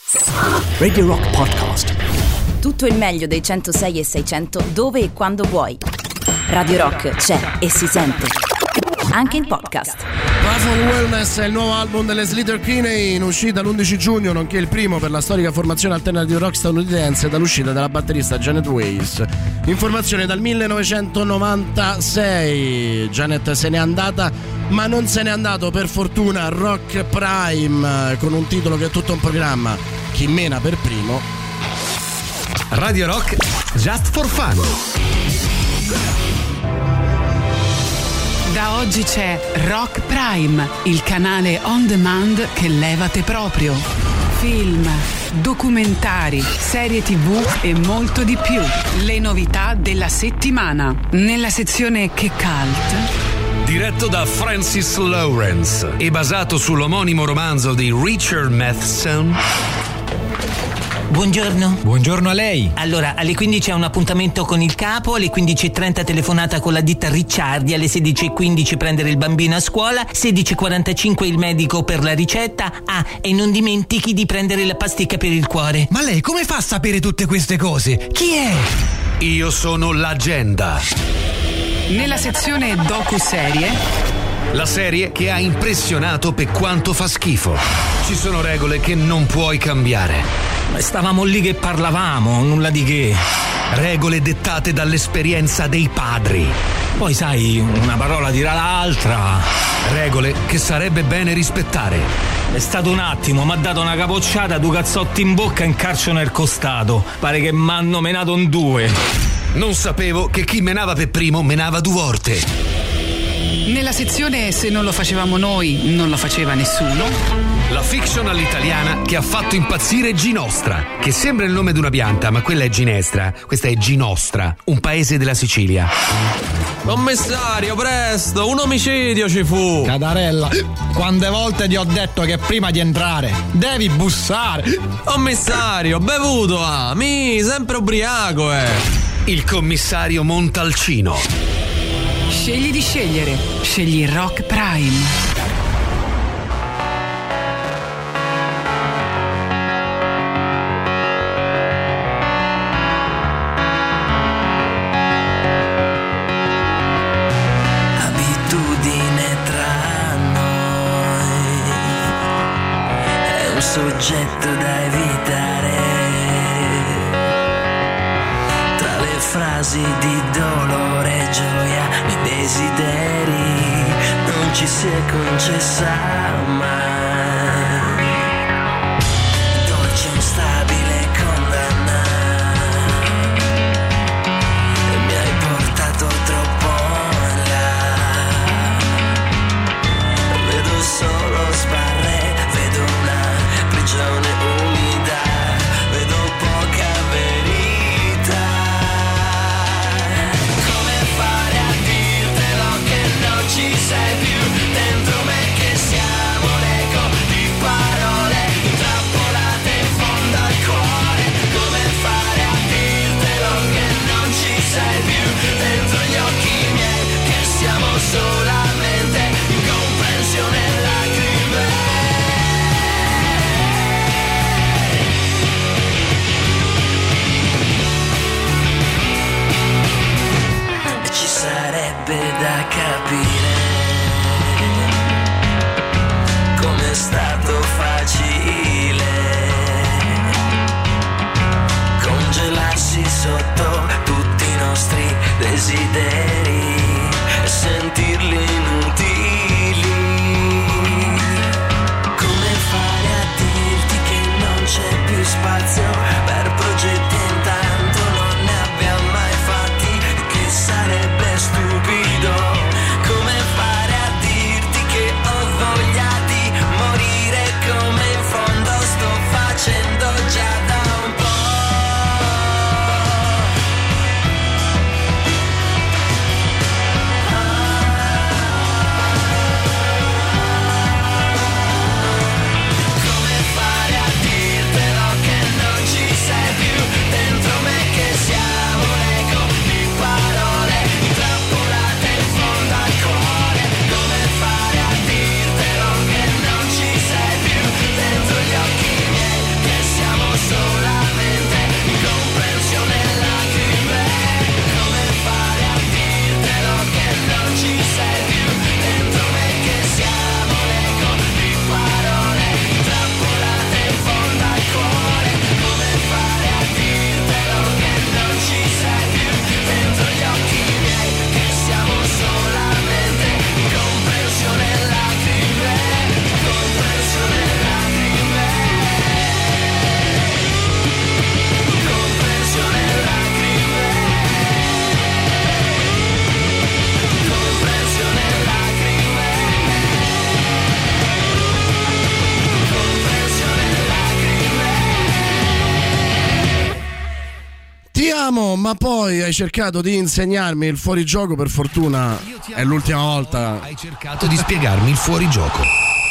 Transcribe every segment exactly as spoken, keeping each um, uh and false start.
Radio Rock Podcast. Tutto il meglio dei centosei e seicento dove e quando vuoi. Radio Rock c'è e si sente anche in podcast. Playful Wellness è il nuovo album delle Slater Kinney, in uscita l'undici giugno, nonché il primo per la storica formazione alternative rock statunitense dall'uscita della batterista Janet Weiss. Informazione dal millenovecentonovantasei. Janet se n'è andata, ma non se n'è andato per fortuna Rock Prime, con un titolo che è tutto un programma. Chi mena per primo. Radio Rock Just for Fun. Da oggi c'è Rock Prime, il canale on demand che levate proprio. Film, documentari, serie tivù e molto di più. Le novità della settimana. Nella sezione Che Cult. Diretto da Francis Lawrence e basato sull'omonimo romanzo di Richard Matheson. Buongiorno. Buongiorno a lei. Allora, alle quindici ha un appuntamento con il capo, alle quindici e trenta telefonata con la ditta Ricciardi, alle sedici e quindici prendere il bambino a scuola, sedici e quarantacinque il medico per la ricetta. Ah, e non dimentichi di prendere la pasticca per il cuore. Ma lei come fa a sapere tutte queste cose? Chi è? Io sono l'agenda. Nella sezione docuserie. La serie che ha impressionato per quanto fa schifo. Ci sono regole che non puoi cambiare. Ma stavamo lì che parlavamo, nulla di che. Regole dettate dall'esperienza dei padri. Poi sai, una parola dirà l'altra. Regole che sarebbe bene rispettare. È stato un attimo, m'ha dato una capocciata, due cazzotti in bocca e un calcio nel costato. Pare che m'hanno menato in due. Non sapevo che chi menava per primo menava due volte. Nella sezione Se non lo facevamo noi, non lo faceva nessuno. La fiction all'italiana che ha fatto impazzire Ginostra, che sembra il nome di una pianta, ma quella è ginestra. Questa è Ginostra, un paese della Sicilia. Commissario, presto, un omicidio ci fu. Catarella, quante volte ti ho detto che prima di entrare devi bussare. Commissario, bevuto, ah, mi, sempre ubriaco, eh. Il commissario Montalcino. Scegli di scegliere. Scegli Rock Prime. Abitudine tra noi è un soggetto da evitare. Tra le frasi di dolore e gioia, i desideri non ci si è concessa mai. Dolce instabile condanna, e mi hai portato troppo in là. Vedo solo sbarre, vedo una prigione umida, vedo poca verità. Come fare a dirtelo che non ci sei più dentro me, che siamo l'eco di parole intrappolate in fondo al cuore. Come fare a dirtelo che non ci sei più dentro gli occhi miei, che siamo solamente incomprensione e lacrime. E ci sarebbe da capire com'è stato facile congelarsi sotto tutti i nostri desideri e sentirli inutili. Come fare a dirti che non c'è più spazio per progetti e intanto non ne abbiamo mai fatti, e che sarebbe stupido. Come fare a dirti che ho voglia di morire, come in fondo sto facendo già da un po'. Come fare a dirtelo che non ci sei amo, ma poi hai cercato di insegnarmi il fuorigioco, per fortuna è l'ultima volta. Hai cercato di spiegarmi il fuorigioco.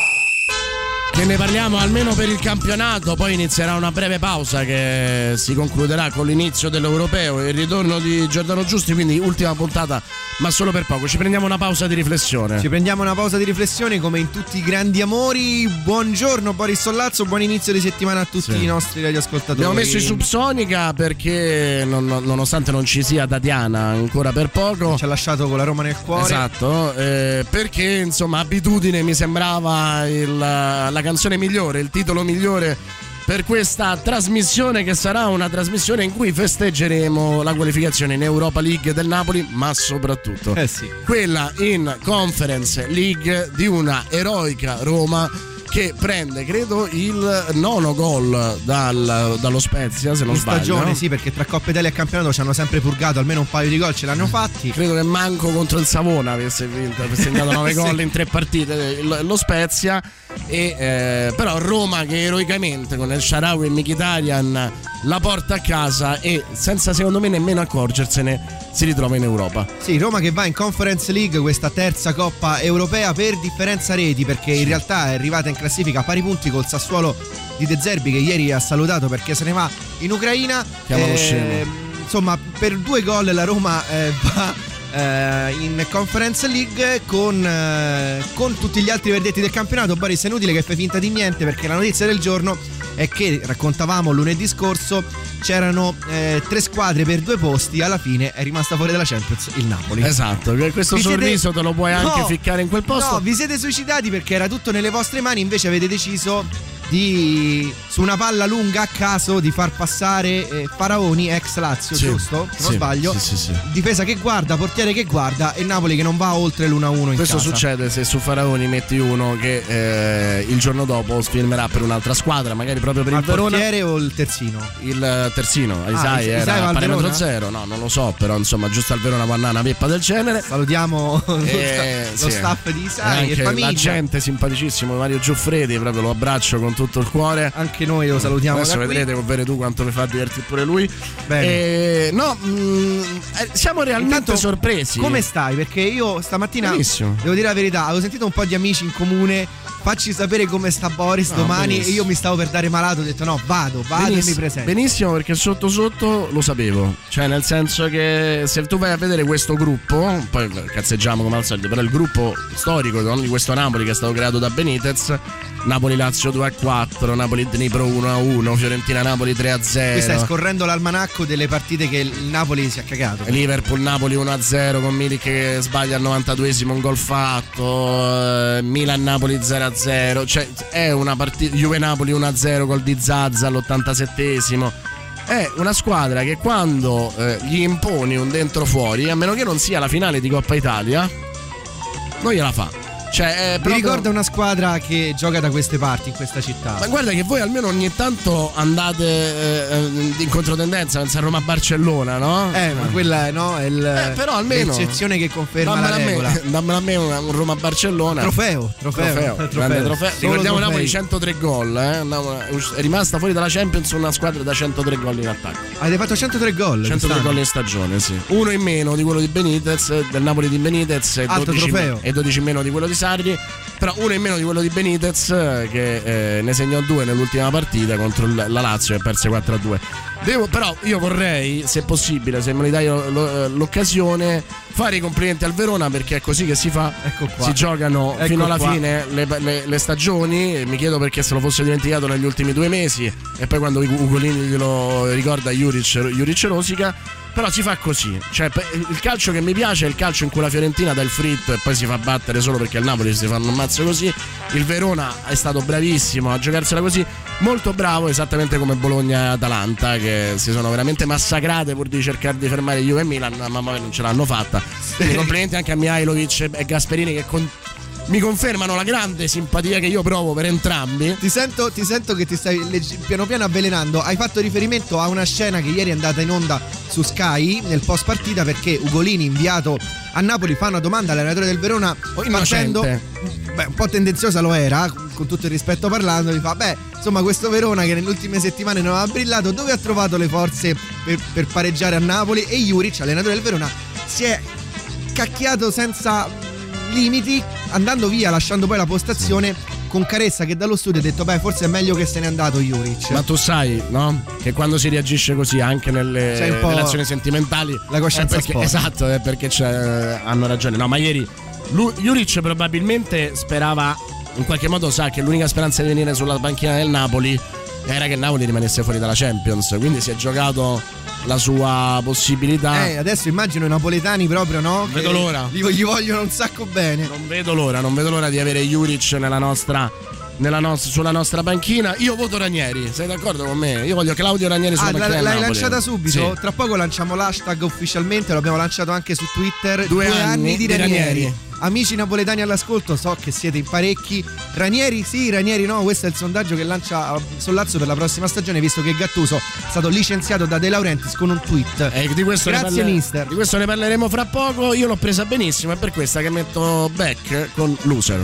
Che ne parliamo almeno per il campionato, poi inizierà una breve pausa che si concluderà con l'inizio dell'Europeo e il ritorno di Giordano Giusti, quindi ultima puntata, ma solo per poco. Ci prendiamo una pausa di riflessione. Ci prendiamo una pausa di riflessione come in tutti i grandi amori. Buongiorno Boris Sollazzo, buon inizio di settimana a tutti Sì. i nostri radioascoltatori. Abbiamo messo i Subsonica perché non- nonostante non ci sia Tatiana ancora per poco, Ci ha lasciato con la Roma nel cuore. esatto, eh, perché insomma abitudine mi sembrava il, la canzone migliore, il titolo migliore per questa trasmissione, che sarà una trasmissione in cui festeggeremo la qualificazione in Europa League del Napoli, ma soprattutto Eh sì. quella in Conference League di una eroica Roma che prende, credo, il nono gol dal- dallo Spezia, se non In sbaglio. stagione, sì, perché tra Coppa Italia e campionato ci hanno sempre purgato, almeno un paio di gol ce l'hanno fatti. Credo che manco contro il Savona avesse vinto, avesse segnato nove Sì. gol in tre partite il- lo Spezia. E, eh, però Roma che eroicamente con El Shaarawy e Mkhitaryan la porta a casa e senza secondo me nemmeno accorgersene si ritrova in Europa. Sì, Roma che va in Conference League, questa terza Coppa Europea per differenza reti, perché in realtà è arrivata in classifica a pari punti col Sassuolo di De Zerbi, che ieri ha salutato perché se ne va in Ucraina. Chiamalo scemo. Insomma, per due gol la Roma eh, va eh, in Conference League con, eh, con tutti gli altri verdetti del campionato. Boris, è inutile che fai finta di niente, perché la notizia del giorno è che, raccontavamo lunedì scorso, c'erano eh, tre squadre per due posti, alla fine è rimasta fuori dalla Champions il Napoli. Esatto, che questo Vi siete- sorriso te lo puoi anche No, ficcare in quel posto. No, vi siete suicidati perché era tutto nelle vostre mani, invece avete deciso di, su una palla lunga a caso, di far passare eh, Faraoni, ex Lazio, Sì, giusto? Se non sì, sbaglio. sì, sì, sì. Difesa che guarda, portiere che guarda e Napoli che non va oltre l'uno a uno in Questo casa. succede se su Faraoni metti uno che eh, il giorno dopo sfirmerà per un'altra squadra, magari proprio per Ma il il Verona. portiere o il terzino? Il terzino, Isai, Ah, Isai era va a al parametro Verona? zero, no, non lo so, però insomma giusto al Verona può andare una peppa del genere. Salutiamo lo, Eh, sta- lo sì. staff di E Isai e anche famiglia. l'agente simpaticissimo Mario Giuffredi, proprio lo abbraccio con tutto il cuore. Anche noi lo salutiamo. Adesso da qui. vedrete con Veretù quanto mi fa divertire pure lui. Bene. Eh, no, mm, eh, siamo realmente Intanto, sorpresi. Come stai? Perché io stamattina, Benissimo. devo dire la verità, avevo sentito un po' di amici in comune. Facci sapere come sta Boris No, domani. benissimo. E io mi stavo per dare malato. Ho detto no, vado, vado e mi Benissimo, presento. benissimo, perché sotto sotto lo sapevo. Cioè, nel senso che se tu vai a vedere questo gruppo, poi cazzeggiamo come al solito, però il gruppo storico di questo Napoli che è stato creato da Benitez, Napoli-Lazio due a quattro, Napoli-Dnipro uno a uno, Fiorentina-Napoli tre a Qui stai zero, scorrendo l'almanacco delle partite che il Napoli si è cagato. Liverpool-Napoli uno a zero con Milik che sbaglia al novantaduesimo un gol fatto, eh, Milan-Napoli zero a zero, cioè è una partita, Juve-Napoli uno a zero gol di Zazza all'ottantasettesimo. È una squadra che quando eh, gli imponi un dentro fuori, a meno che non sia la finale di Coppa Italia, non gliela fa. Cioè, è Mi proprio- ricorda una squadra che gioca da queste parti, in questa città. Ma guarda che voi almeno ogni tanto andate eh, in controtendenza, pensa a Roma-Barcellona, no? Eh, ma quella no, è il, Eh, però almeno l'eccezione che conferma dammela la a me, regola. dammela a me una- un Roma-Barcellona. Trofeo, trofeo, Trofeo, trofeo. grande trofeo. Solo Ricordiamo trofei. Napoli centotré gol, eh? Napoli- è rimasta fuori dalla Champions una squadra da centotré gol in attacco. Avete fatto centotré gol. centotré quest'anno. gol in stagione, sì. Uno in meno di quello di Benitez, del Napoli di Benitez, e Alto dodici, trofeo. e dodici in meno di quello di Sarri. Però uno in meno di quello di Benitez, eh, che eh, ne segnò due nell'ultima partita contro il- la Lazio e perse quattro a due. Devo, però io vorrei, se possibile, se me ne dai lo- lo- l'occasione, fare i complimenti al Verona, perché è così che si fa. Ecco qua. Si giocano Ecco fino alla qua. fine le, le- le stagioni. E mi chiedo perché se lo fosse dimenticato negli ultimi due mesi. E poi quando Ugolini glielo ricorda Juric, Juric rosica. Però si fa così. Cioè, pe- il calcio che mi piace è il calcio in cui la Fiorentina dà il fritto e poi si fa battere solo perché il Napoli si fanno un mazzo così. Il Verona è stato bravissimo a giocarsela così. Molto bravo, esattamente come Bologna e Atalanta, che si sono veramente massacrate pur di cercare di fermare Juve e Milan, ma poi non ce l'hanno fatta. Quindi complimenti anche a Mihajlovic e Gasperini, che con- mi confermano la grande simpatia che io provo per entrambi. Ti sento, ti sento che ti stai legge- piano piano avvelenando. Hai fatto riferimento a una scena che ieri è andata in onda su Sky nel post partita, perché Ugolini, inviato a Napoli, fa una domanda all'allenatore del Verona Innocente. partendo beh, un po' tendenziosa lo era, con tutto il rispetto parlando, mi fa, beh, insomma questo Verona che nelle ultime settimane non aveva brillato, dove ha trovato le forze per, per pareggiare a Napoli? E Juric, allenatore del Verona, si è cacchiato senza limiti, andando via, lasciando poi la postazione con Caressa che dallo studio ha detto, beh, forse è meglio che se n'è andato Juric. Ma tu sai, no? Che quando si reagisce così anche nelle relazioni sentimentali, la coscienza è perché, sporca. esatto, è perché c'è, hanno ragione. No, ma ieri lui, Juric probabilmente sperava, in qualche modo sa che l'unica speranza di venire sulla panchina del Napoli era che il Napoli rimanesse fuori dalla Champions, quindi si è giocato la sua possibilità. Eh, adesso immagino i napoletani proprio, no? Non vedo l'ora. Gli, gli vogliono un sacco bene. Non vedo l'ora, non vedo l'ora di avere Juric nella nostra, nella nostra, sulla nostra panchina. Io voto Ranieri, sei d'accordo con me? Io voglio Claudio Ranieri sulla ah, panchina del l'hai Napoli. lanciata subito? Sì. Tra poco lanciamo l'hashtag ufficialmente, lo abbiamo lanciato anche su Twitter. Due, Due anni, anni di di Ranieri. Ranieri. Amici napoletani all'ascolto, so che siete in parecchi. Ranieri sì, Ranieri no, questo è il sondaggio che lancia Sollazzo per la prossima stagione, visto che Gattuso è stato licenziato da De Laurentiis con un tweet. Eh, di questo Grazie ne parla- mister. Di questo ne parleremo fra poco. Io l'ho presa benissimo, è per questa che metto back con Loser.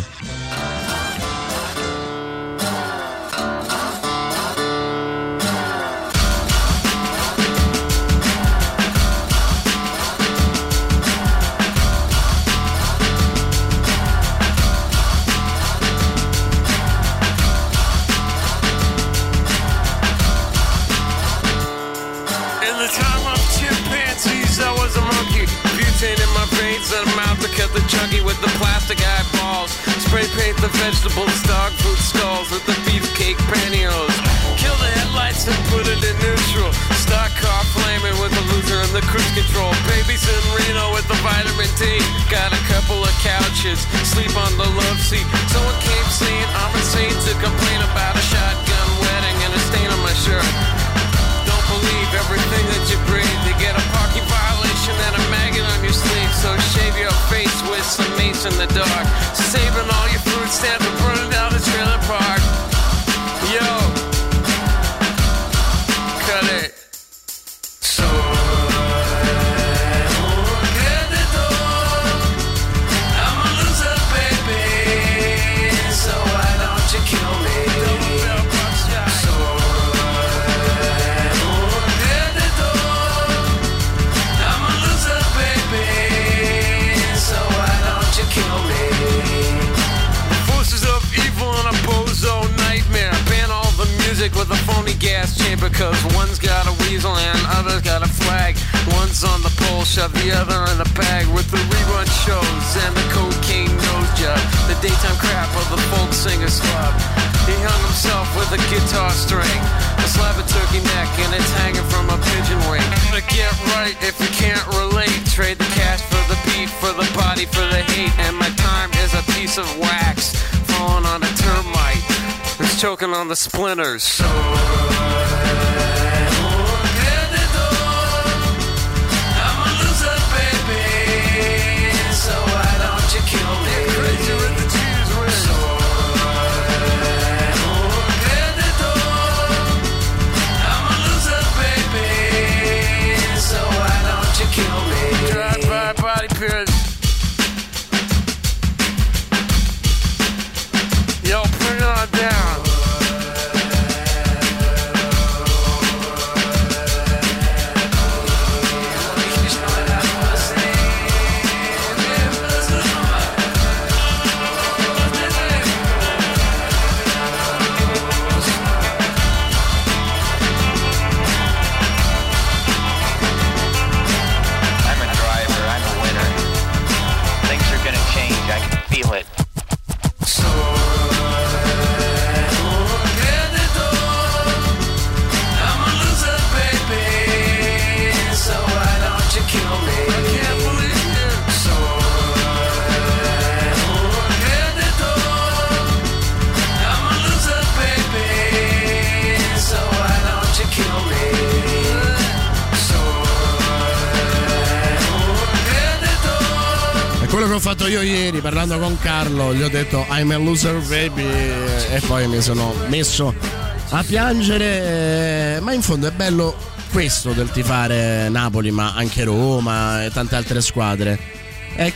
With the plastic eyeballs, spray paint the vegetables, dog food skulls with the beefcake pantyhose. Kill the headlights and put it in neutral. Stock car flaming with the loser and the cruise control. Babies in Reno with the vitamin D. Got a couple of couches, sleep on the love seat. Someone came saying I'm insane to complain about a shotgun wedding and a stain on my shirt. Don't believe everything that you breathe. You get a parking violation and a maggot on your sleeve. So shave your face with some mace in the dark. Saving all your food stamps and burning down the trailer park. Yo, cut it. So I'm a loser, baby. So why don't you kill me? With a phony gas chamber, cause one's got a weasel and other's got a flag. One's on the pole, shove the other in a bag. With the rerun shows and the cocaine nose job, the daytime crap of the folk singer's club. He hung himself with a guitar string, a slab of turkey neck, and it's hanging from a pigeon wing. But get right if you can't relate. Trade the cash for the beat, for the body, for the hate. And my time is a piece of wax falling on a termite. It's choking on the splinters. So I'm a loser, baby. So why don't you kill me? Get crazy with the cheese whiz. So I'm a loser, baby. So why don't you kill me? Drive-by body pierce. Yo, bring it on down. I'm a driver, I'm a winner. Things are gonna change, I can feel it. So quello che ho fatto io ieri parlando con Carlo, gli ho detto I'm a loser baby e poi mi sono messo a piangere, ma in fondo è bello questo del tifare Napoli, ma anche Roma e tante altre squadre, è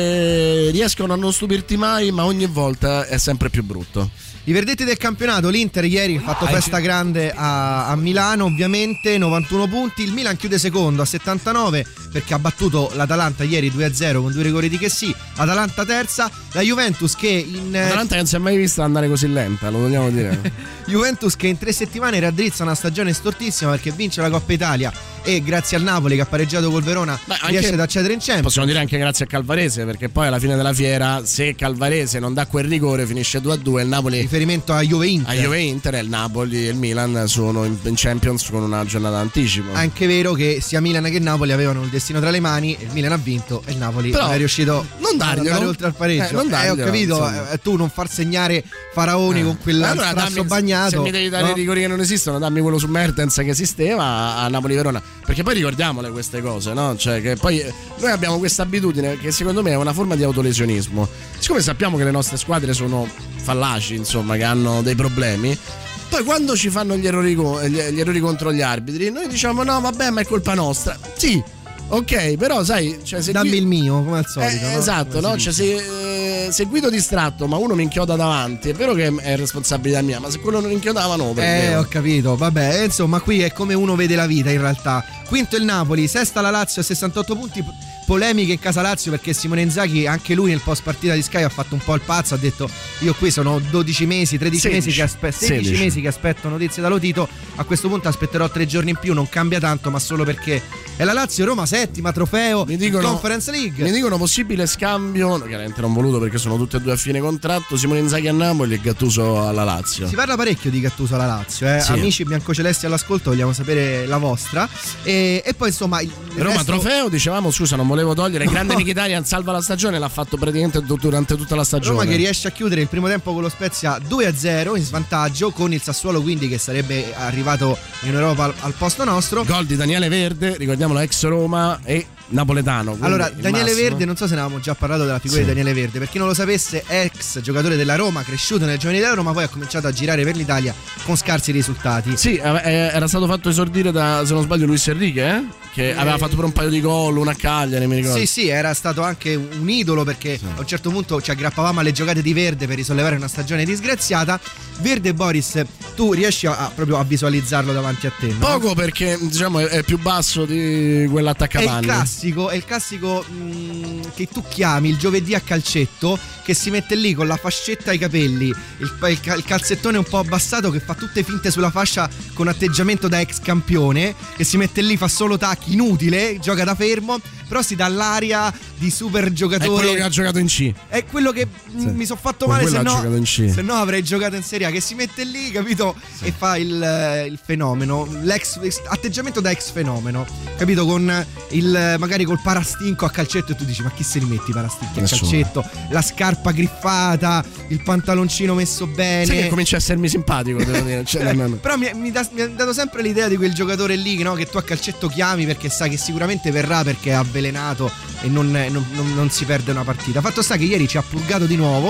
che riescono a non stupirti mai, ma ogni volta è sempre più brutto. I verdetti del campionato: l'Inter ieri ha fatto festa grande a, a Milano, ovviamente novantuno punti, il Milan chiude secondo a settantanove perché ha battuto l'Atalanta ieri due a zero con due rigori di Chessy. Atalanta terza, la Juventus che in Atalanta che non si è mai vista andare così lenta, lo vogliamo dire. Juventus che in tre settimane raddrizza una stagione stortissima perché vince la Coppa Italia e grazie al Napoli che ha pareggiato col Verona Beh, riesce ad accedere in Champions. Possiamo dire anche grazie a Calvarese, perché poi alla fine della fiera, se Calvarese non dà quel rigore, finisce due a due, il Napoli, riferimento a Juve Inter, a Juve Inter e il Napoli e il Milan sono in, in Champions con una giornata d'anticipo. Anche vero che sia Milan che Napoli avevano il destino tra le mani, il Milan ha vinto e il Napoli Però non è riuscito non ad andare oltre al pareggio. Eh, non eh, ho capito, eh, tu non far segnare Faraoni eh. con quel allora, strasso bagnato. Se mi devi dare no? i rigori che non esistono, dammi quello su Mertens che esisteva a Napoli-Verona, perché poi ricordiamole queste cose, no? Cioè che poi noi abbiamo questa abitudine che secondo me è una forma di autolesionismo. Siccome sappiamo che le nostre squadre sono fallaci, insomma, che hanno dei problemi, poi quando ci fanno gli errori, gli errori contro gli arbitri, noi diciamo no vabbè, ma è colpa nostra. Sì, ok, però sai, cioè, se dammi qui... il mio, come al solito, eh, no? Esatto, no? Cioè, se, eh, se guido distratto ma uno mi inchioda davanti, è vero che è responsabilità mia, ma se quello non inchiodava no, eh ho capito, vabbè, insomma qui è come uno vede la vita in realtà. Quinto il Napoli, sesta la Lazio a sessantotto punti, polemiche in casa Lazio perché Simone Inzaghi, anche lui nel post partita di Sky ha fatto un po' il pazzo, ha detto io qui sono dodici mesi, tredici sedici, mesi che aspetto, sedici mesi che aspetto notizie da Lotito, a questo punto aspetterò tre giorni in più, non cambia tanto, ma solo perché è la Lazio. Roma settima, trofeo, mi dicono, Conference League. Mi dicono possibile scambio, chiaramente non voluto perché sono tutte e due a fine contratto, Simone Inzaghi a Napoli e Gattuso alla Lazio. Si parla parecchio di Gattuso alla Lazio, eh? Sì. Amici biancocelesti all'ascolto, vogliamo sapere la vostra. E, e poi insomma il Roma resto... trofeo, dicevamo, scusa non volevo togliere, no. Grande Mkhitaryan salva la stagione, l'ha fatto praticamente durante tutta la stagione. Roma che riesce a chiudere il primo tempo con lo Spezia due a zero in svantaggio, con il Sassuolo quindi che sarebbe arrivato in Europa al, al posto nostro. Gol di Daniele Verde, ricordiamolo, ex Roma e napoletano. Allora Daniele massimo. Verde, non so se ne avevamo già parlato della figura sì. di Daniele Verde, per chi non lo sapesse, ex giocatore della Roma, cresciuto nel giovanile della Roma, poi ha cominciato a girare per l'Italia con scarsi risultati. Sì, era stato fatto esordire da, se non sbaglio, Luis Enrique, eh? che eh. aveva fatto per un paio di gol, una Cagliari, mi ricordo. Sì, sì, era stato anche un idolo perché sì. a un certo punto ci aggrappavamo alle giocate di Verde per risollevare una stagione disgraziata. Verde, Boris, tu riesci a, a, proprio a visualizzarlo davanti a te, no? Poco, perché diciamo è più basso di quell'attaccapanni. È il classico, è il classico mh, che tu chiami il giovedì a calcetto, che si mette lì con la fascetta ai capelli, il, il, il calzettone un po' abbassato, che fa tutte finte sulla fascia con atteggiamento da ex campione, che si mette lì, fa solo tacchi, inutile, gioca da fermo, però si dà l'aria di super giocatore. È quello che ha giocato in C. È quello che sì. mi sono fatto male, se no, se no avrei giocato in Serie A, che si mette lì, capito? Sì. E fa il, il fenomeno, l'ex atteggiamento da ex fenomeno, capito? Con il magari col parastinco a calcetto, e tu dici ma chi se li metti i parastinchi a calcetto? La scarpa griffata, il pantaloncino messo bene. Sai che comincia a essermi simpatico, devo dire. Cioè, no, no. Però mi, mi, da, mi ha dato sempre l'idea di quel giocatore lì, no? Che tu a calcetto chiami perché sai che sicuramente verrà, perché è avvelenato e non, non, non, non si perde una partita. Fatto sta che ieri ci ha purgato di nuovo.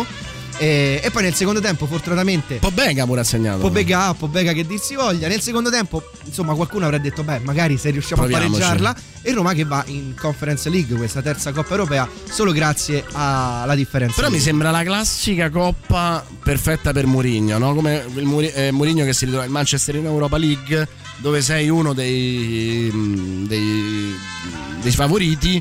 E, e poi nel secondo tempo fortunatamente Pobega pure ha segnato. Pobega, Pobega che dir si voglia. Nel secondo tempo insomma qualcuno avrà detto beh magari se riusciamo Proviamoci. a pareggiarla. E Roma che va in Conference League, questa terza Coppa Europea, solo grazie alla differenza. Però League. mi sembra la classica Coppa perfetta per Mourinho, no? Come il Muri- eh, Mourinho che si ritrova in Manchester in Europa League, dove sei uno dei, dei, dei favoriti.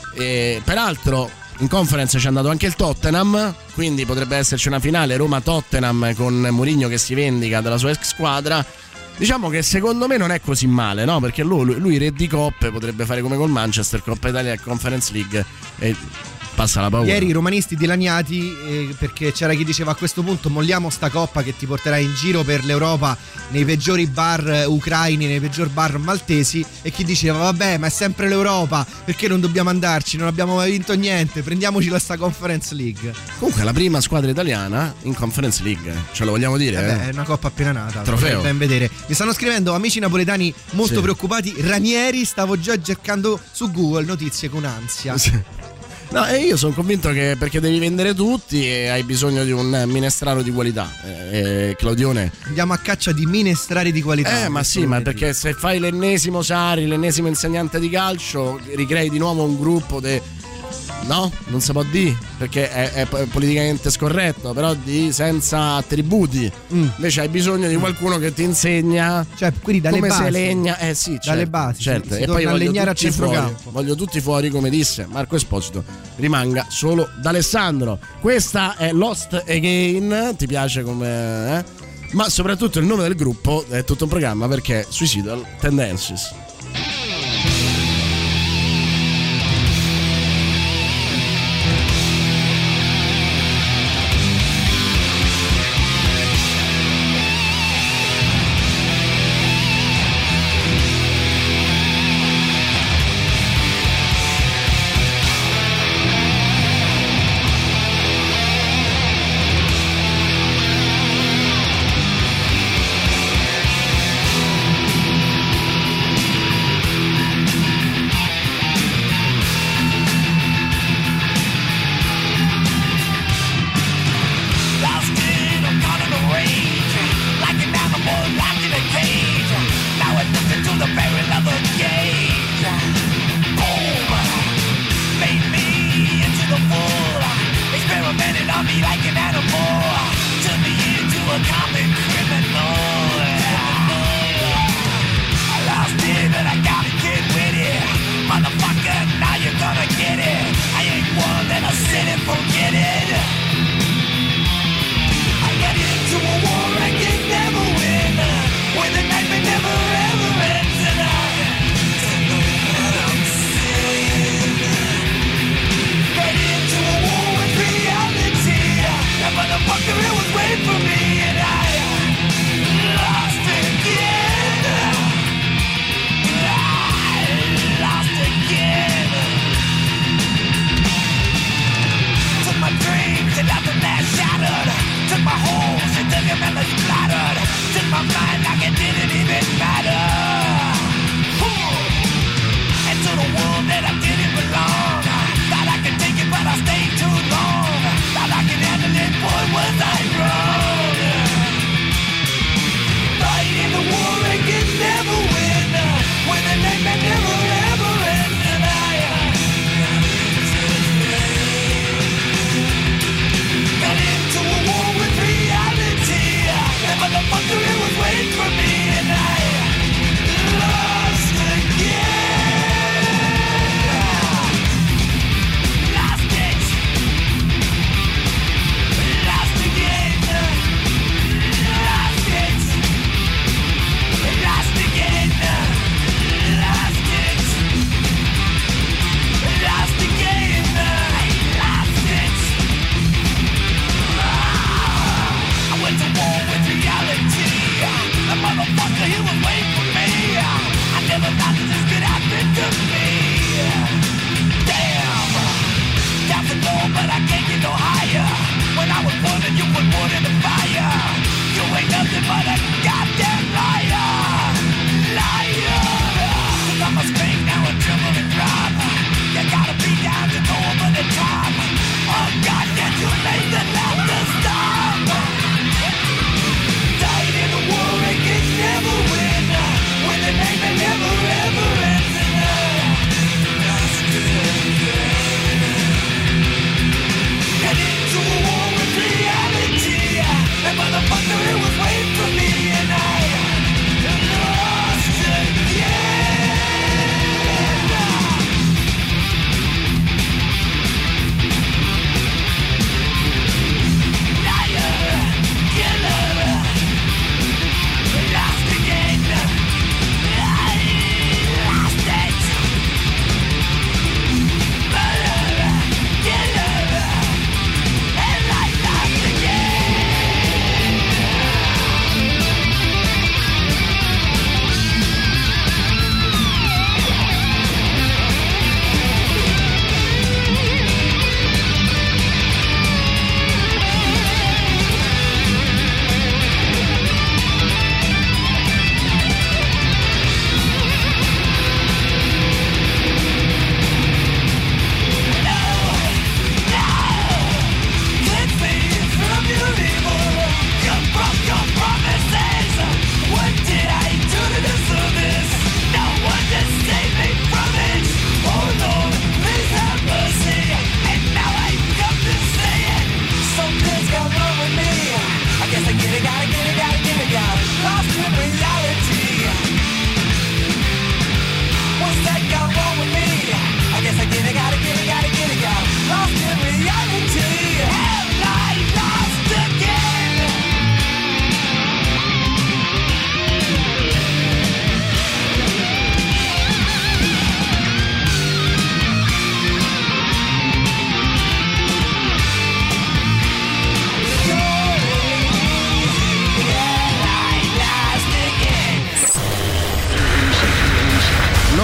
E peraltro in Conference c'è andato anche il Tottenham, quindi potrebbe esserci una finale Roma-Tottenham con Mourinho che si vendica della sua ex squadra. Diciamo che secondo me non è così male, no? Perché lui, lui re di coppe, potrebbe fare come col Manchester, Coppa Italia e Conference League e passa la paura. Ieri i romanisti dilaniati eh, perché c'era chi diceva a questo punto molliamo sta coppa che ti porterà in giro per l'Europa nei peggiori bar ucraini, nei peggior bar maltesi, e chi diceva vabbè ma è sempre l'Europa, perché non dobbiamo andarci, non abbiamo mai vinto niente, prendiamoci la sta Conference League. Comunque la prima squadra italiana in Conference League, ce lo vogliamo dire? Eh beh, eh? è una coppa appena nata, trofeo, ben vedere. Mi stanno scrivendo amici napoletani molto sì. preoccupati. Ranieri, stavo già cercando su Google notizie con ansia. Sì. No, e io sono convinto che perché devi vendere tutti e hai bisogno di un minestraro di qualità. Eh, eh, Claudione. Andiamo a caccia di minestrari di qualità. Eh, ma sì, ma perché se fai l'ennesimo Sarri, l'ennesimo insegnante di calcio, ricrei di nuovo un gruppo de, No, non si può dire perché è, è politicamente scorretto, però di senza attributi. Mm. Invece hai bisogno di qualcuno che ti insegna, cioè, quindi dalle come basi. si legna. Eh sì, certo, dalle basi. certo. Si, si e poi voglio legnare tutti a fuori. centrocampo. Voglio tutti fuori, come disse Marco Esposito. Rimanga solo D'Alessandro. Questa è Lost Again. Ti piace come? Eh? Ma soprattutto il nome del gruppo è tutto un programma perché è Suicidal Tendencies. Thank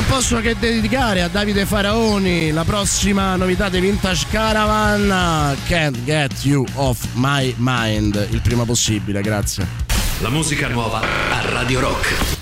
Non posso che dedicare a Davide Faraoni la prossima novità dei Vintage Caravan, Can't Get You Off My Mind, il prima possibile, grazie. La musica nuova a Radio Rock.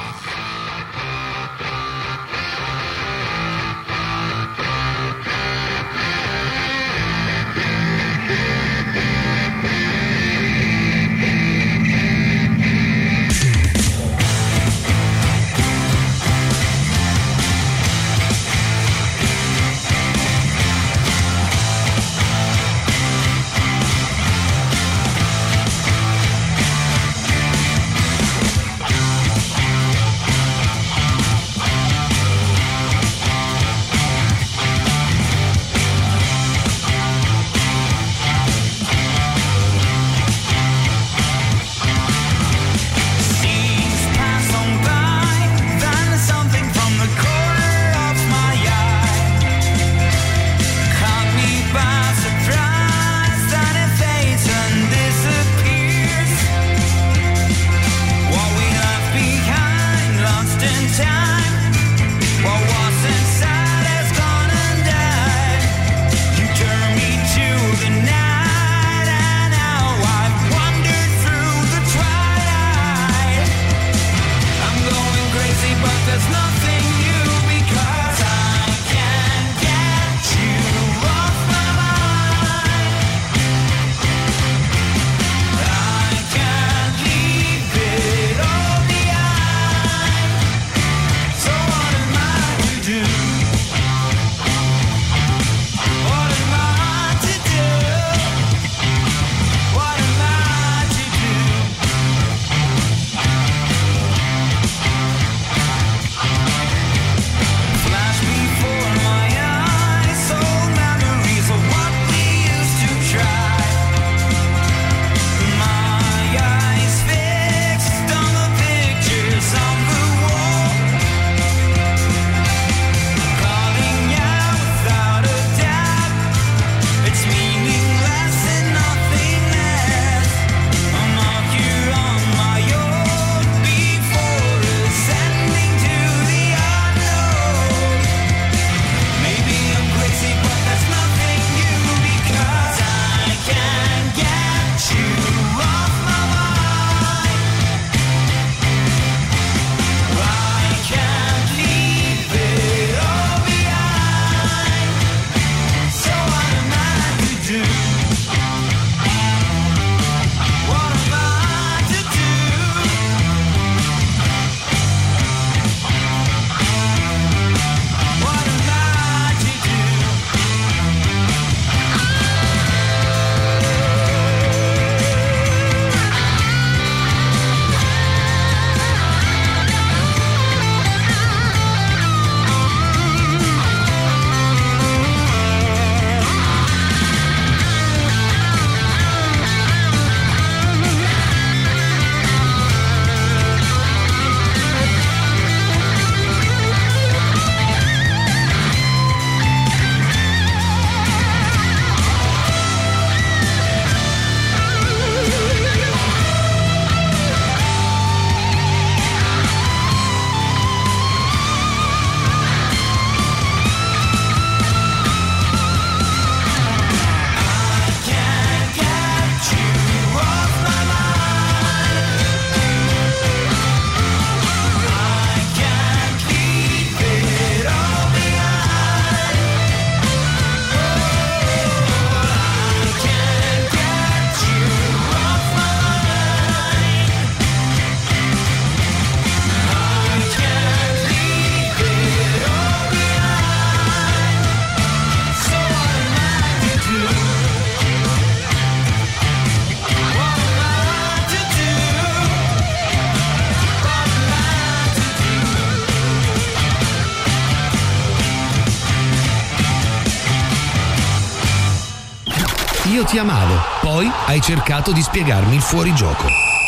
Io ti amavo, poi hai cercato di spiegarmi il fuorigioco.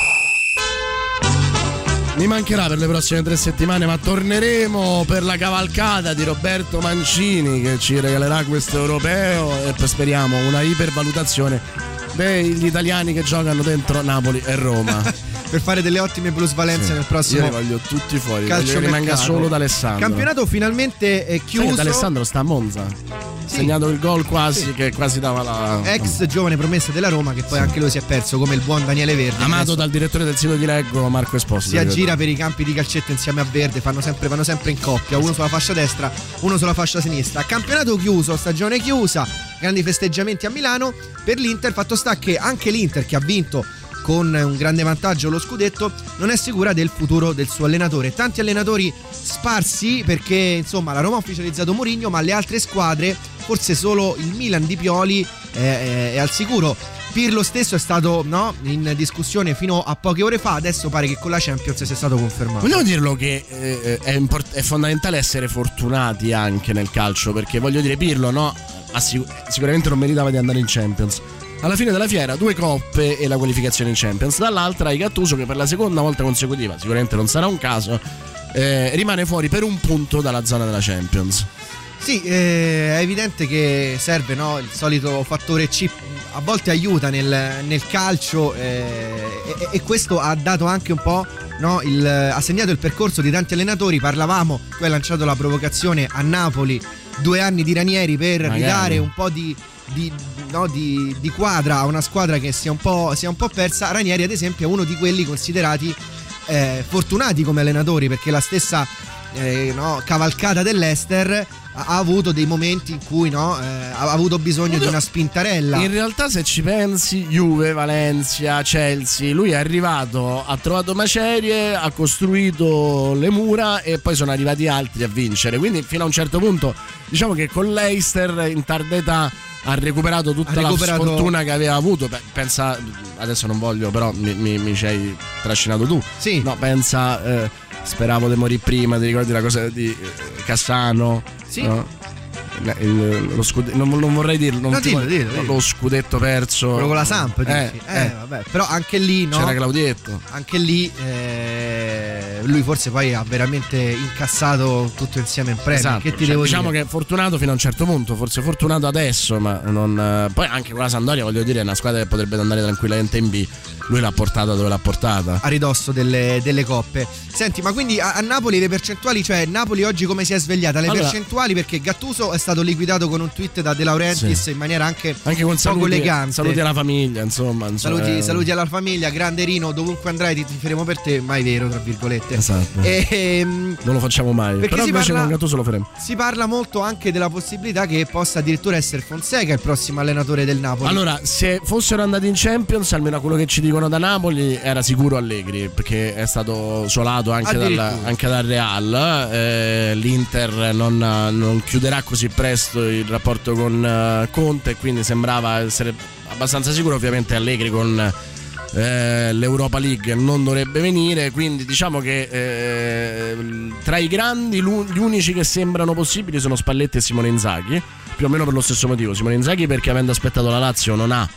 Mi mancherà per le prossime tre settimane, ma torneremo per la cavalcata di Roberto Mancini che ci regalerà questo europeo e speriamo una ipervalutazione degli italiani che giocano dentro Napoli e Roma. per fare delle ottime plusvalenze Sì. nel prossimo. Io li voglio tutti fuori, calcio voglio che rimanga mercato. solo D'Alessandro. Campionato finalmente è chiuso. Sai che D'Alessandro sta a Monza. Sì. Segnato il gol quasi, Sì. che quasi dava la. Ex giovane promessa della Roma, che poi anche lui si è perso come il buon Daniele Verde. Amato Adesso dal direttore del sito di Leggo, Marco Esposito. si aggira per i campi di calcetto insieme a Verde, fanno sempre, vanno sempre in coppia, uno sulla fascia destra, uno sulla fascia sinistra. Campionato chiuso, stagione chiusa, grandi festeggiamenti a Milano per l'Inter. Fatto sta che anche l'Inter, che ha vinto con un grande vantaggio lo scudetto, non è sicura del futuro del suo allenatore. Tanti allenatori sparsi, perché insomma la Roma ha ufficializzato Mourinho, ma le altre squadre, forse solo il Milan di Pioli è, è al sicuro. Pirlo stesso è stato, no, in discussione fino a poche ore fa, adesso pare che con la Champions sia stato confermato. Vogliamo dirlo che eh, è, import- è fondamentale essere fortunati anche nel calcio, perché voglio dire, Pirlo, no, Assic- sicuramente non meritava di andare in Champions. Alla fine della fiera due coppe e la qualificazione in Champions. Dall'altra hai Gattuso che per la seconda volta consecutiva, sicuramente non sarà un caso, eh, rimane fuori per un punto dalla zona della Champions. Sì, eh, è evidente che serve, no, il solito fattore C, a volte aiuta nel, nel calcio, eh, e, e questo ha dato anche un po', no, il, ha segnato il percorso di tanti allenatori. Parlavamo, tu hai lanciato la provocazione a Napoli, due anni di Ranieri per Magari. ridare un po' di, di, no, di, di quadra a una squadra che si è un po', si è un po' persa. Ranieri ad esempio è uno di quelli considerati eh, fortunati come allenatori, perché la stessa eh, no, cavalcata dell'Ester ha avuto dei momenti in cui, no, eh, ha avuto bisogno di una spintarella. In realtà, se ci pensi, Juve, Valencia, Chelsea, lui è arrivato, ha trovato macerie, ha costruito le mura e poi sono arrivati altri a vincere. Quindi fino a un certo punto, diciamo che con l'Eister in tarda età ha recuperato tutta Ha recuperato- la sfortuna che aveva avuto. Beh, pensa, adesso non voglio, però mi, mi, mi ci hai trascinato tu. Sì. No, pensa, eh, speravo di morire prima, ti ricordi la cosa di eh, Cassano? Sì. No? Il- il- lo scudetto, non, non vorrei dirlo, non No, ti dillo, voglio- dillo, dillo. lo scudetto perso. Quello con la Samp, dici? Eh, Eh, eh. vabbè, però anche lì, no? C'era Claudietto. Anche lì eh, lui forse poi ha veramente incassato tutto insieme in premio. Esatto, Che ti cioè, devo diciamo dire? che è fortunato fino a un certo punto, forse fortunato adesso, ma non, eh, poi anche con la Sampdoria, voglio dire, è una squadra che potrebbe andare tranquillamente in B. Lui l'ha portata dove l'ha portata. A ridosso delle, delle coppe. Senti, ma quindi a, a Napoli le percentuali, cioè Napoli oggi come si è svegliata? Le Allora- percentuali, perché Gattuso è stato liquidato con un tweet da De Laurentiis Sì. in maniera anche, Anche con poco saluti, elegante. saluti alla famiglia, insomma. insomma, Saluti, eh, saluti alla famiglia, grande Rino, dovunque andrai ti tiferemo per te, mai vero, tra virgolette. Esatto. E, ehm, Non lo facciamo mai. Perché Però si invece parla- con Gattuso lo faremo. si parla molto anche della possibilità che possa addirittura essere Fonseca il prossimo allenatore del Napoli. Allora, se fossero andati in Champions, almeno a quello che ci dicono da Napoli, era sicuro Allegri, perché è stato suolato anche, dal, Addirittura. anche dal Real. Eh, L'Inter non, non chiuderà così presto il rapporto con eh, Conte, quindi sembrava essere abbastanza sicuro. Ovviamente Allegri con eh, l'Europa League non dovrebbe venire, quindi diciamo che eh, tra i grandi l'u- gli unici che sembrano possibili sono Spalletti e Simone Inzaghi, più o meno per lo stesso motivo. Simone Inzaghi perché, avendo aspettato la Lazio, non ha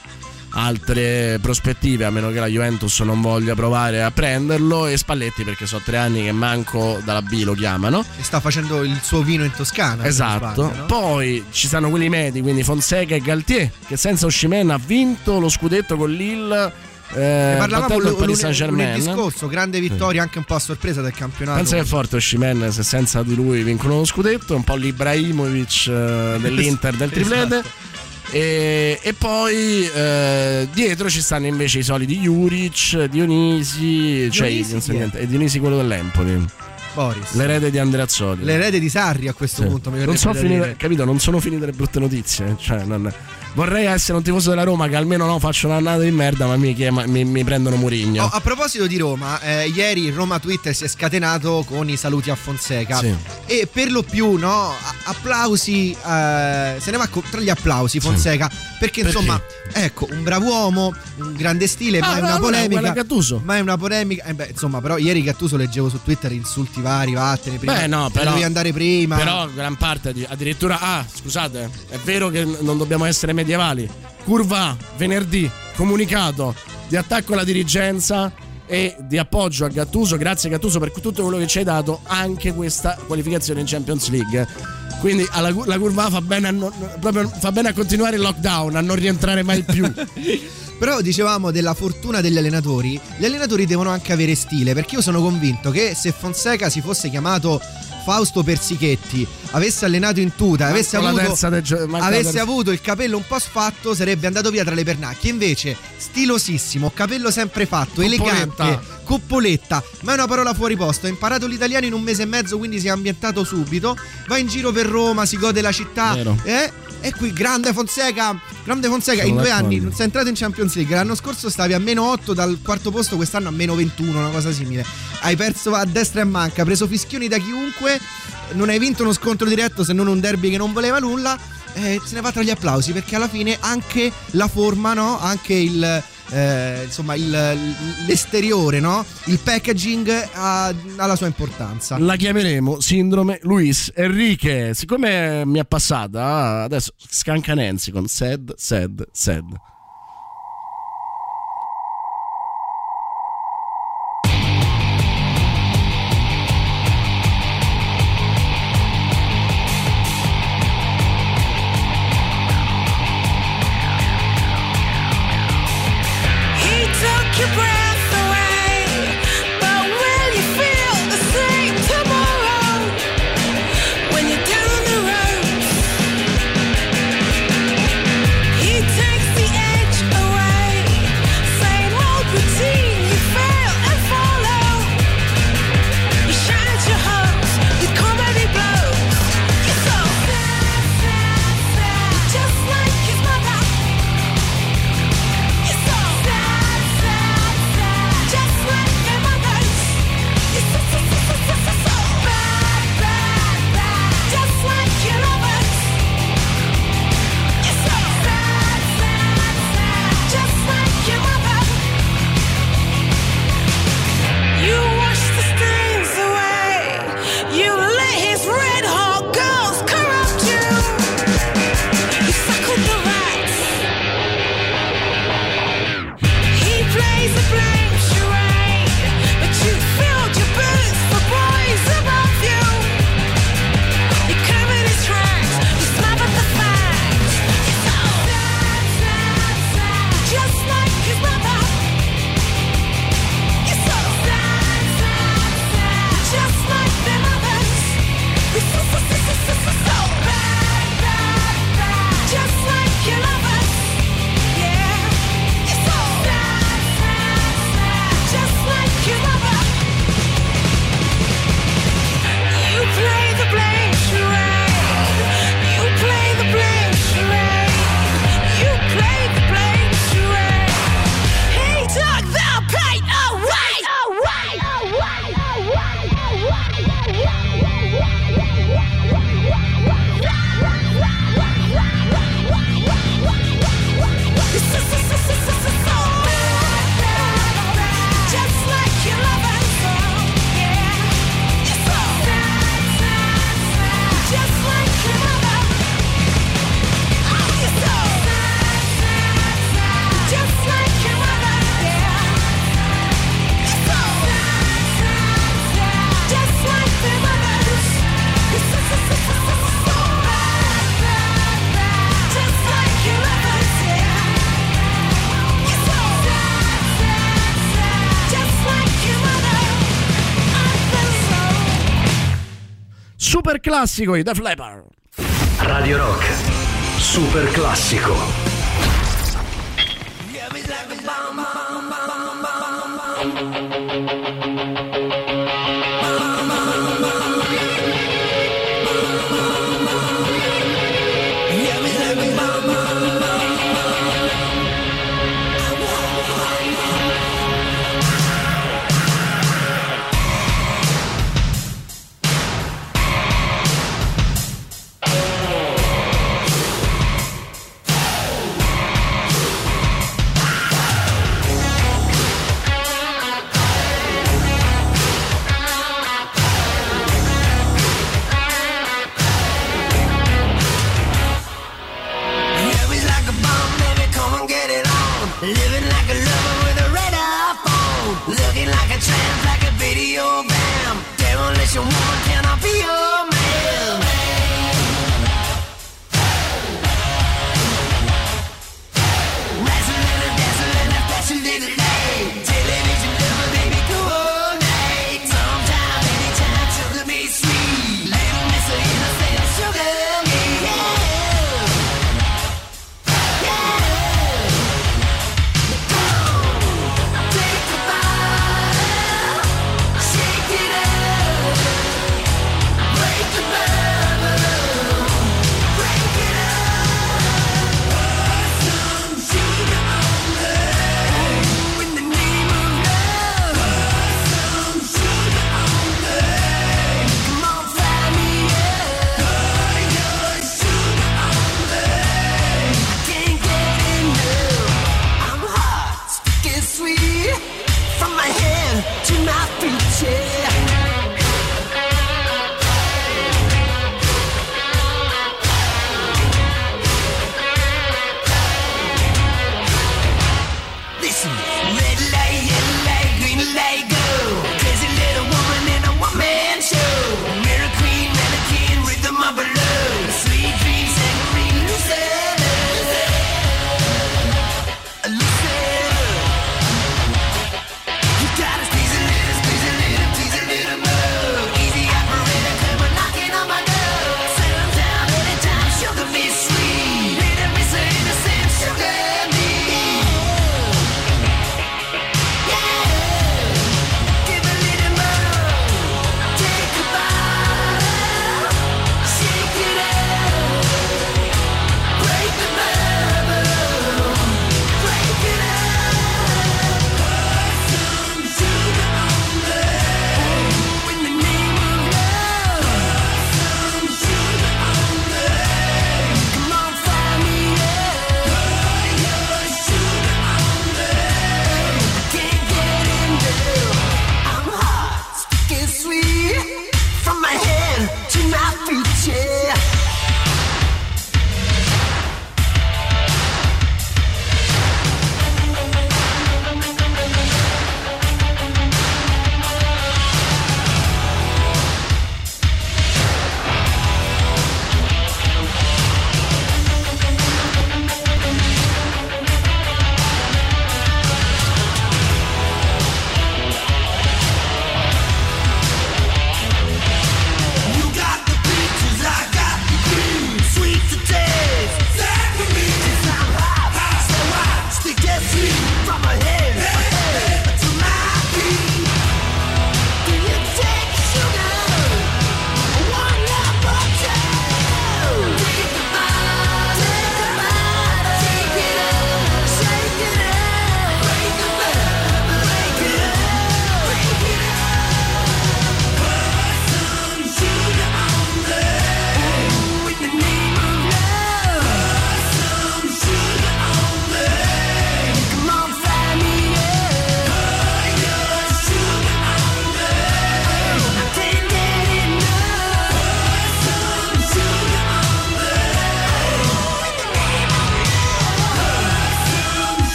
altre prospettive, a meno che la Juventus non voglia provare a prenderlo, e Spalletti perché so tre anni che manco dalla B lo chiamano. E sta facendo il suo vino in Toscana. se non Esatto. sbaglio, no? Poi ci stanno quelli medi, quindi Fonseca e Galtier, che senza Osimhen ha vinto lo scudetto con Lille, eh, Ne parlavamo battendo il lu- Paris lunedì Saint-Germain. lunedì scorso, grande vittoria anche un po' a sorpresa del campionato. Pensa che è forte Osimhen, se senza di lui vincono lo scudetto, un po' l'Ibrahimovic eh, dell'Inter del triplete. Esatto. E, e poi eh, dietro ci stanno invece i soliti Juric, Dionisi, cioè Dionisi non so chi è? niente, e Dionisi quello dell'Empoli, Boris. l'erede di Andreazzoli. L'erede di Sarri a questo Sì. punto. Mi Non so verrebbe da finire, dire. capito? Non sono finite le brutte notizie. Cioè, non, vorrei essere un tifoso della Roma che almeno no, faccio un'annata di merda, ma mi, chiama- mi, mi prendono Mourinho. Oh, a proposito di Roma, eh, ieri Roma Twitter si è scatenato con i saluti a Fonseca. Sì. E per lo più, no, a- applausi, eh, se ne va co- tra gli applausi Fonseca, perché, Perché? insomma, ecco, un bravo uomo, un grande stile, Ah, ma è una allora, polemica. guarda Gattuso. Ma è una polemica. Eh beh, insomma, però ieri Gattuso leggevo su Twitter insulti vari, vattene prima. Beh, no, te però- devi andare prima. Però gran parte di- addirittura, ah, scusate, è vero che n- non dobbiamo essere medievali. Curva A, venerdì, comunicato di attacco alla dirigenza e di appoggio a Gattuso. Grazie Gattuso per tutto quello che ci hai dato, anche questa qualificazione in Champions League. Quindi alla, cu- la curva A fa bene a, non- proprio fa bene a continuare il lockdown, a non rientrare mai più. Però dicevamo della fortuna degli allenatori. Gli allenatori devono anche avere stile, perché io sono convinto che se Fonseca si fosse chiamato Fausto Persichetti, avesse allenato in tuta, avesse, avuto, gio- avesse terza... avuto il capello un po' sfatto, sarebbe andato via tra le pernacchie. Invece stilosissimo, capello sempre fatto, Coppoletta. elegante, coppoletta, ma è una parola fuori posto. Ha imparato l'italiano in un mese e mezzo, quindi si è ambientato subito, va in giro per Roma, si gode la città, eh? E qui grande Fonseca, grande Fonseca. Sono in due d'accordo. anni non sei entrato in Champions League. L'anno scorso stavi a meno otto dal quarto posto, quest'anno a meno ventuno, una cosa simile. Hai perso a destra e a manca, hai preso fischioni da chiunque, non hai vinto uno scontro diretto se non un derby che non voleva nulla. Eh, se ne va tra gli applausi, perché alla fine anche la forma, no? Anche il eh, insomma il, l'esteriore, no? Il packaging ha, ha la sua importanza. La chiameremo sindrome Luis Enrique. Siccome mi è passata, adesso Scancanensi con Sad, Sad, Sad. Your breath away, but will you feel the same tomorrow when you're down the road? He takes the edge away, same old routine, you fail and follow. You shout at your hopes with comedy blows. You're so sad, sad, sad, just like his mother. You're so sad, sad, just like their mothers. You're so, so, so, so, so, so, so bad, bad, bad, just like your lovers. You're so sad, sad, sad, just like your mother. You wash the stains away. You let his red hot girls corrupt you. You suckled the rats. He plays a blame charade, but you filled your boots for boys above you. You covered his tracks, you smothered the facts. You're so sad, sad, sad, just like his mother. You're so sad, sad, sad, just like their mothers. You're so, so, so, so, so, so, so bad, bad, bad, just like your lovers. Yeah, you're so sad, sad, sad, just like your mother. You play the blame charade. You play the blame charade. You play the blame charade. He took the pain away, away, away, away, You're so, so, so, so, so, so, so bad, bad, bad, just like your lovers. Yeah, you're so sad, sad, sad, just like your mother. Oh, you're so sad, sad, sad, just like your mother. Yeah, you're so sad, sad, sad, just like their mothers. You're so, so, so, so, so, so bad, bad, bad, just like your lovers. Yeah, you're so sad, sad, sad, just like your mother. I've been so. Super classico i Def Leppard. Radio Rock, super classico.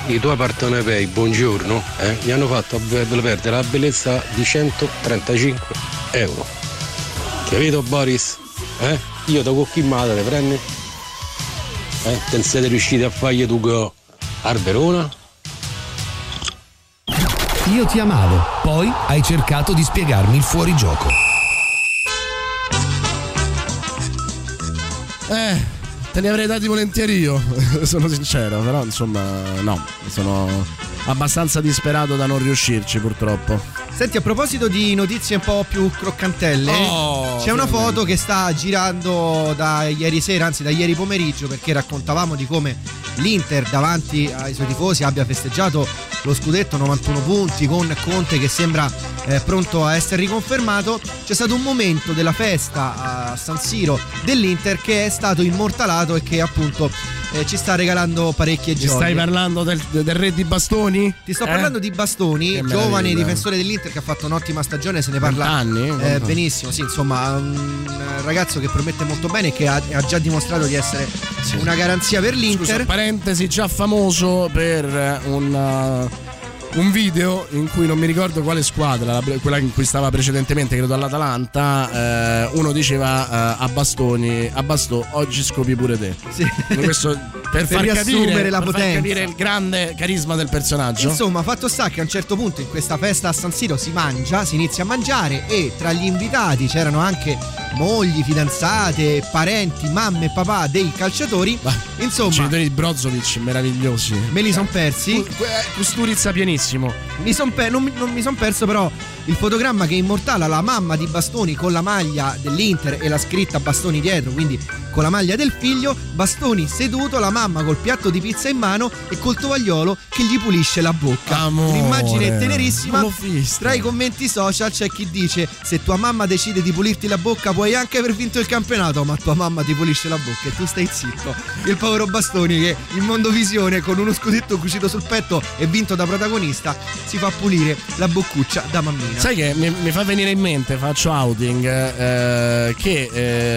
i tuoi partenopei, buongiorno, eh, mi hanno fatto perdere la bellezza di centotrentacinque euro. Capito Boris? Eh? Io da con chi madre prendi? Eh? Te siete riusciti a fargli tu go al Verona? Io ti amavo, poi hai cercato di spiegarmi il fuorigioco. Eh, te li avrei dati volentieri io, sono sincero, però insomma no, sono abbastanza disperato da non riuscirci purtroppo. Senti, a proposito di notizie un po' più croccantelle, oh, c'è una foto che sta girando da ieri sera, anzi da ieri pomeriggio, perché raccontavamo di come l'Inter davanti ai suoi tifosi abbia festeggiato lo scudetto, novantuno punti, con Conte che sembra eh, pronto a essere riconfermato. C'è stato un momento della festa a San Siro dell'Inter che è stato immortalato e che appunto eh, ci sta regalando parecchie gioie. Ti stai parlando del, del re di bastoni? Ti sto eh? parlando di Bastoni, giovane difensore dell'Inter che ha fatto un'ottima stagione, se ne parla anni, eh, benissimo, sì, insomma, un ragazzo che promette molto bene e che ha, ha già dimostrato di essere sì. una garanzia per l'Inter. Scusa, parentesi, già famoso per un uh, un video in cui non mi ricordo quale squadra, quella in cui stava precedentemente, credo all'Atalanta, eh, uno diceva uh, a Bastoni, a Bastò oggi scopi pure te. Sì. Questo per, per far riassumere capire, la per potenza, far capire il grande carisma del personaggio. Insomma, fatto sta che a un certo punto in questa festa a San Siro si mangia, si inizia a mangiare e tra gli invitati c'erano anche mogli, fidanzate, parenti, mamme e papà dei calciatori. Bah, insomma, i genitori di Brozovic meravigliosi. Me li son persi. Custurizza pienissimo. Mi son per, non, non mi son perso però il fotogramma che immortala la mamma di Bastoni con la maglia dell'Inter e la scritta Bastoni dietro, quindi con la maglia del figlio, Bastoni seduto, la mamma col piatto di pizza in mano e col tovagliolo che gli pulisce la bocca. Amore, un'immagine tenerissima. visto. Tra i commenti social c'è chi dice: se tua mamma decide di pulirti la bocca puoi anche aver vinto il campionato, ma tua mamma ti pulisce la bocca e tu stai zitto. Il povero Bastoni che in Mondovisione con uno scudetto cucito sul petto e vinto da protagonista si fa pulire la boccuccia da mammina. Sai che mi, mi fa venire in mente, faccio outing, eh, che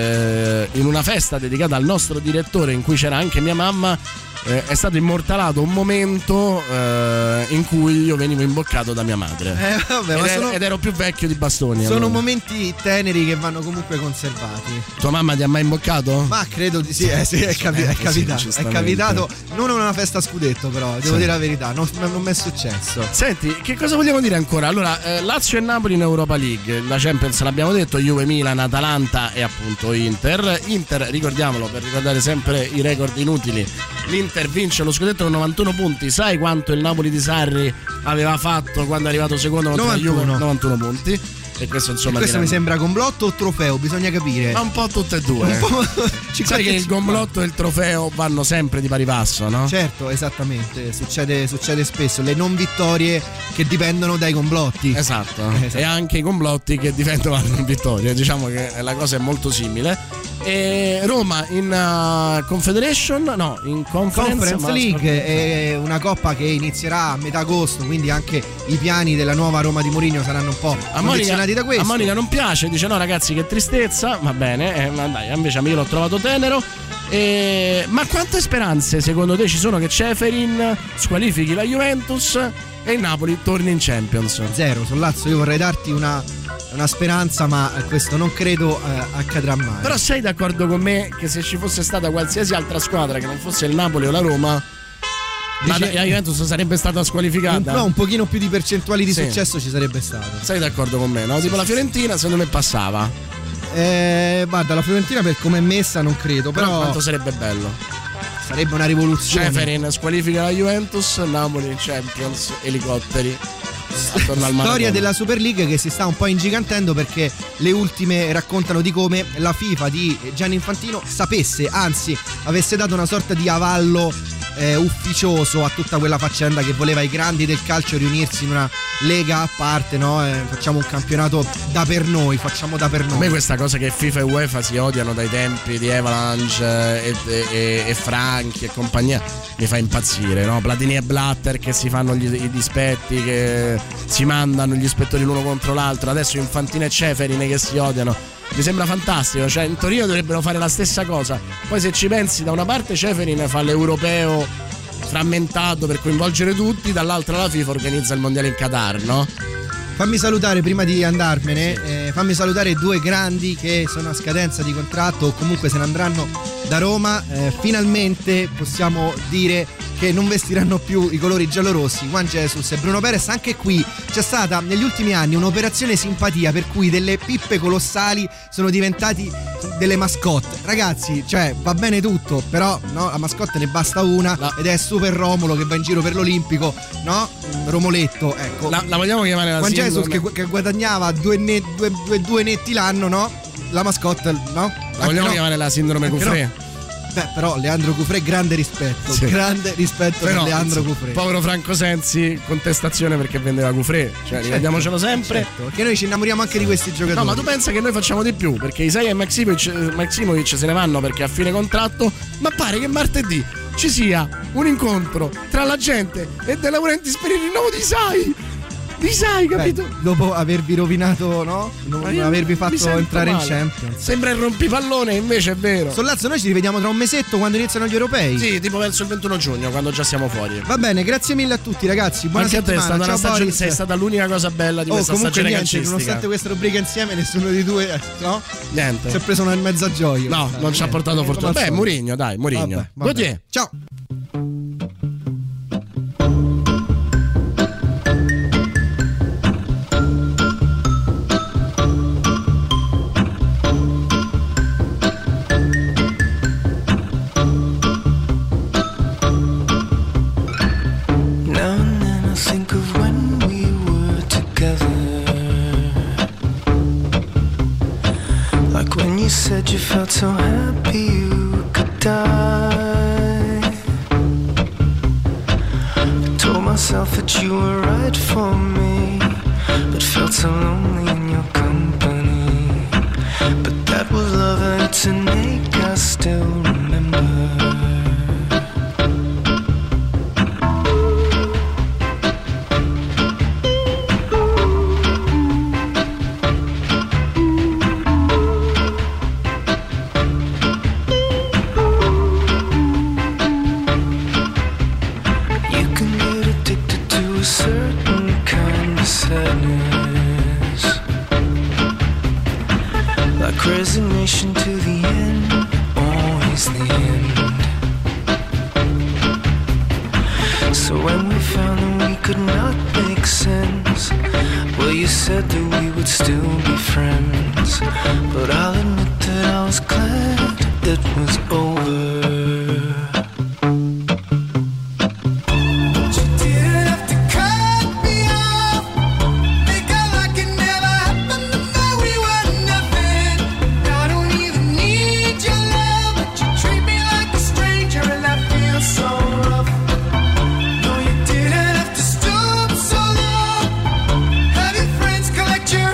eh, in una festa dedicata al nostro direttore in cui c'era anche mia mamma eh, è stato immortalato un momento eh, in cui io venivo imboccato da mia madre eh, vabbè, ed, ma ero, sono, ed ero più vecchio di Bastoni. Sono allora. momenti teneri che vanno comunque conservati. Tua mamma ti ha mai imboccato? Ma credo di sì, eh, sì è, capi- è capitato, sì, è capitato non una festa a scudetto, però devo sì. dire la verità, non, non mi è successo. Senti, che cosa vogliamo dire ancora? Allora, eh, Lazio e Napoli in Europa League, la Champions l'abbiamo detto, Juve, Milan, Atalanta e appunto Inter. Inter, ricordiamolo per ricordare sempre i record inutili, l'Inter vince lo scudetto con novantuno punti. Sai quanto il Napoli di Sarri aveva fatto quando è arrivato secondo contro la Juve? novantuno punti. E questo insomma e questo dirà... mi sembra complotto o trofeo, bisogna capire. Ma un po' tutte e due. Un po'... Sai che il complotto e il trofeo vanno sempre di pari passo, no? Certo, esattamente. Succede, succede spesso. Le non vittorie che dipendono dai complotti. Esatto. esatto. E anche i complotti che dipendono dalle non vittorie. Diciamo che la cosa è molto simile. E Roma in uh, Confederation, no, in Conference, Conference League è una coppa che inizierà a metà agosto, quindi anche i piani della nuova Roma di Mourinho saranno un po' condizionati da questo. A Monica non piace, dice no ragazzi che tristezza, va bene, eh, ma dai, invece io l'ho trovato tenero. Eh, ma quante speranze secondo te ci sono che Ceferin squalifichi la Juventus e il Napoli torni in Champions? Zero, Sollazzo, io vorrei darti una una speranza, ma questo non credo eh, accadrà mai. Però sei d'accordo con me che se ci fosse stata qualsiasi altra squadra che non fosse il Napoli o la Roma, dice, la Juventus sarebbe stata squalificata? Un, no, un pochino più di percentuali di sì. successo ci sarebbe stato. Sei d'accordo con me, no? Tipo sì, la Fiorentina secondo me passava. Eh, guarda, la Fiorentina per come è messa non credo, però, però quanto sarebbe bello. Sarebbe una rivoluzione. Ceferin squalifica la Juventus, Napoli in Champions, elicotteri. Storia della Super League che si sta un po' ingigantendo perché le ultime raccontano di come la FIFA di Gianni Infantino sapesse, anzi avesse dato una sorta di avallo eh, ufficioso a tutta quella faccenda che voleva i grandi del calcio riunirsi in una lega a parte, no? Eh, facciamo un campionato da per noi, facciamo da per noi. A me questa cosa che FIFA e UEFA si odiano dai tempi di Avalanche e, e, e Franchi e compagnia mi fa impazzire, no? Platini e Blatter che si fanno gli, i dispetti, che si mandano gli ispettori l'uno contro l'altro, adesso Infantino e Ceferin che si odiano. Mi sembra fantastico, cioè in Torino dovrebbero fare la stessa cosa. Poi se ci pensi, da una parte Ceferin fa l'europeo frammentato per coinvolgere tutti, dall'altra la FIFA organizza il mondiale in Qatar, no? Fammi salutare prima di andarmene, eh, fammi salutare due grandi che sono a scadenza di contratto o comunque se ne andranno da Roma. Eh, finalmente possiamo dire che non vestiranno più i colori giallorossi, Juan Jesus e Bruno Perez. Anche qui c'è stata negli ultimi anni un'operazione simpatia per cui delle pippe colossali sono diventati delle mascotte. Ragazzi, cioè va bene tutto, però no, la mascotte ne basta una la... ed è Super Romolo che va in giro per l'Olimpico, no? Romoletto, ecco. La, la vogliamo chiamare la Juan sindrome? Jesus che, che guadagnava due, ne, due, due, due netti l'anno, no? La mascotte, no? La vogliamo no. chiamare la sindrome Cufré? No. Beh, però Leandro Cufré, grande rispetto, sì. grande rispetto però, per Leandro sì, Cufré. Povero Franco Sensi, contestazione perché vendeva Cufré, cioè certo, ricordiamocelo sempre. Certo, perché noi ci innamoriamo anche di questi giocatori. No, ma tu pensa che noi facciamo di più, perché Isaiah e Maximovic, Maximovic se ne vanno perché a fine contratto, ma pare che martedì ci sia un incontro tra la gente e De Laurentiis per il rinnovo di Isai. Di Isai, capito? Beh, dopo avervi rovinato, no? Non avervi fatto entrare male. in Champions. Sembra il rompipallone, invece è vero. Sollazzo, noi ci rivediamo tra un mesetto quando iniziano gli europei. Sì, tipo verso il ventuno giugno, quando già siamo fuori. Va bene, grazie mille a tutti ragazzi. Buona Anche settimana. a te, è stata, Ciao, una stagione, Boris. sei stata l'unica cosa bella di oh, questa stagione niente, calcistica. Nonostante questa rubrica insieme, nessuno di due, no? Niente. Si è preso una mezza gioia. No, non ci ha portato fortuna. Beh, Mourinho, dai, Mourinho. Vabbè, ciao. You said you felt so happy you could die. I told myself that you were right for me, but felt so lonely in your company. But that was love and it's an ache I still remember. Resignation to the end, always the end. So when we found that we could not make sense, well, you said that we would still be friends. But I'll admit that I was glad it was over.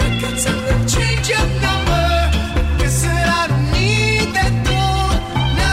Change your number. Guess that I don't need that though. Now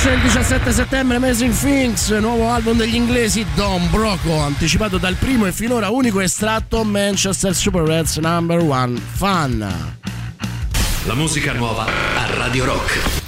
Esce il diciassette settembre Amazing Things, nuovo album degli inglesi Don Broco, anticipato dal primo e finora unico estratto Manchester Super Reds Number One Fan. La musica nuova a Radio Rock.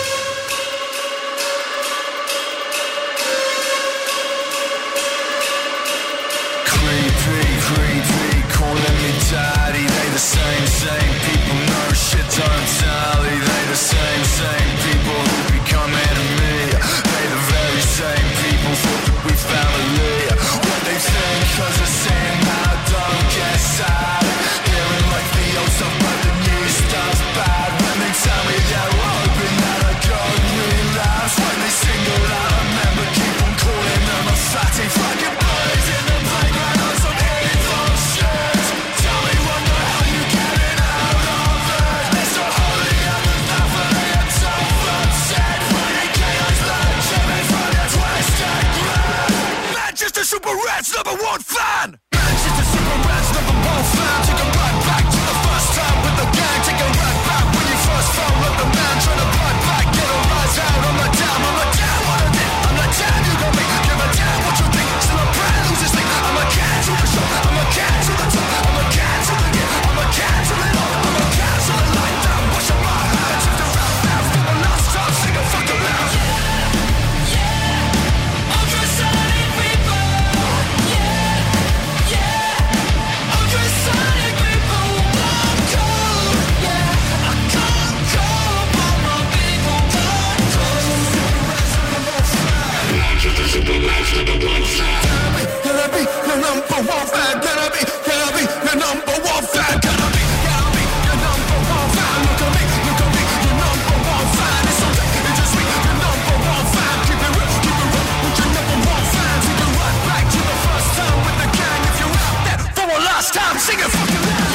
Daddy, they the same, same people, no shit don't tally. They the same, same people who become enemy. They the very same people thought that we family. What they think, cause they're saying now, don't get sad. Hearing like the old stuff, but the new stuff's bad. When they tell me they're hoping that I go relapse. When they single out, I remember keep on calling them a fatty fucking boys in the playground on some evil shit. Manchester Super Reds number one fan. Manchester Super Reds number one fan. Take a right back to the first time with the gang. Take a right back when you first fell with the man. Trying to fight back, get a rise out. I'm not down, I'm not down what I did. I'm not down, you got me. Give a damn what you think. Still a brand lose this thing. I'm a cat to the show. I'm a cat to the top. I'm a cat to the game. I'm a cat to it all. I'm a cat to the light down. Wash up my hands. If the rap bounce for the last time, sing a fucking loud. Can I be your number one fan? Can I be, can I be your number one fan? Can I be, can I be your number one fan? Look at me, look at me, your number one fan. It's okay, it's just me, your number one fan. Keep it real, keep it real, with your number one fan. Take it right back to the first time with the gang. If you're out there for a last time, sing it fucking loud.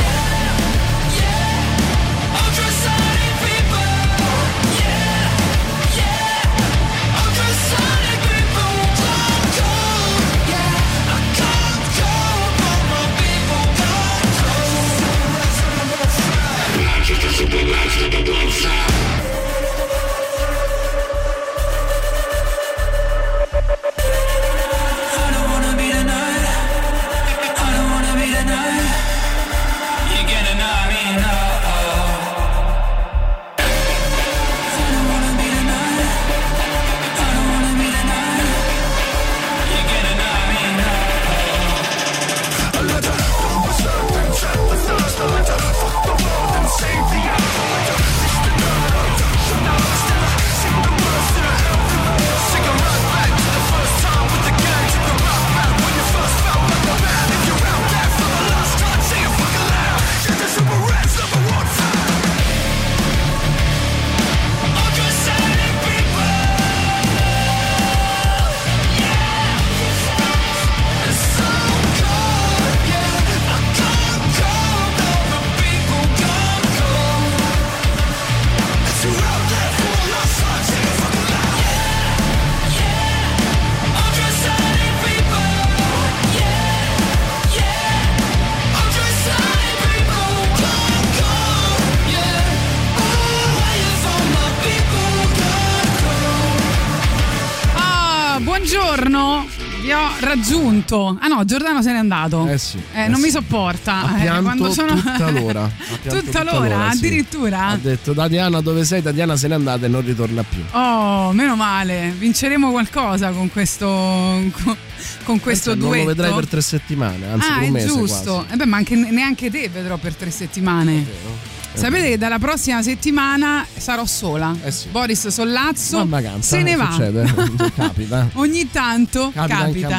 Buongiorno, vi ho raggiunto. Ah no, Giordano se n'è andato. Eh sì. Eh, eh non sì. mi sopporta. Ha pianto eh, quando sono... tutta l'ora. Tutta, tutta l'ora, l'ora sì. Addirittura. Ha detto Tatiana dove sei? Tatiana se n'è andata e non ritorna più. Oh, meno male. Vinceremo qualcosa con questo con, con questo Penso, duetto. Non lo vedrai per tre settimane, anzi ah, per un mese è giusto. quasi. Eh beh, ma anche, neanche te vedrò per tre settimane. Sapete che dalla prossima settimana sarò sola. Eh sì. Boris Sollazzo vacanza, se ne va. Succede, capita. Ogni tanto capita. capita.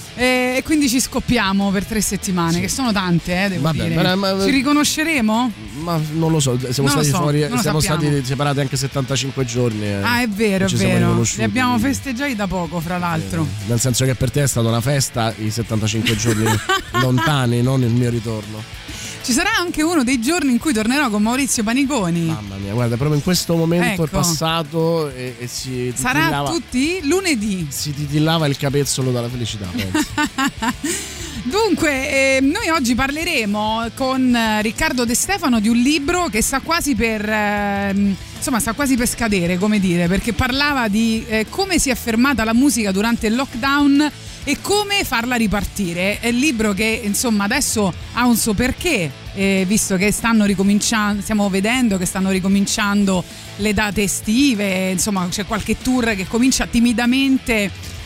E, e quindi ci scoppiamo per tre settimane, sì. Che sono tante, eh, devo Vabbè, dire. ma, ma, ci riconosceremo? Ma non lo so, siamo, non stati, lo so, fuori, siamo sappiamo. stati separati anche settantacinque giorni. Eh. Ah, è vero, è ci vero. Li abbiamo festeggiati da poco, fra l'altro. Eh, nel senso che per te è stata una festa i settantacinque giorni lontani, non il mio ritorno. Ci sarà anche uno dei giorni in cui tornerò con Maurizio Paniconi. Mamma mia, guarda, proprio in questo momento ecco. è passato e, e si sarà titillava, tutti lunedì. Si titillava il capezzolo dalla felicità, penso. Dunque, eh, noi oggi parleremo con Riccardo De Stefano di un libro che sta quasi per eh, insomma sta quasi per scadere, come dire, perché parlava di eh, come si è fermata la musica durante il lockdown e come farla ripartire. È il libro che insomma adesso ha un suo perché, eh, visto che stanno ricominciando, stiamo vedendo che stanno ricominciando le date estive, insomma c'è qualche tour che comincia timidamente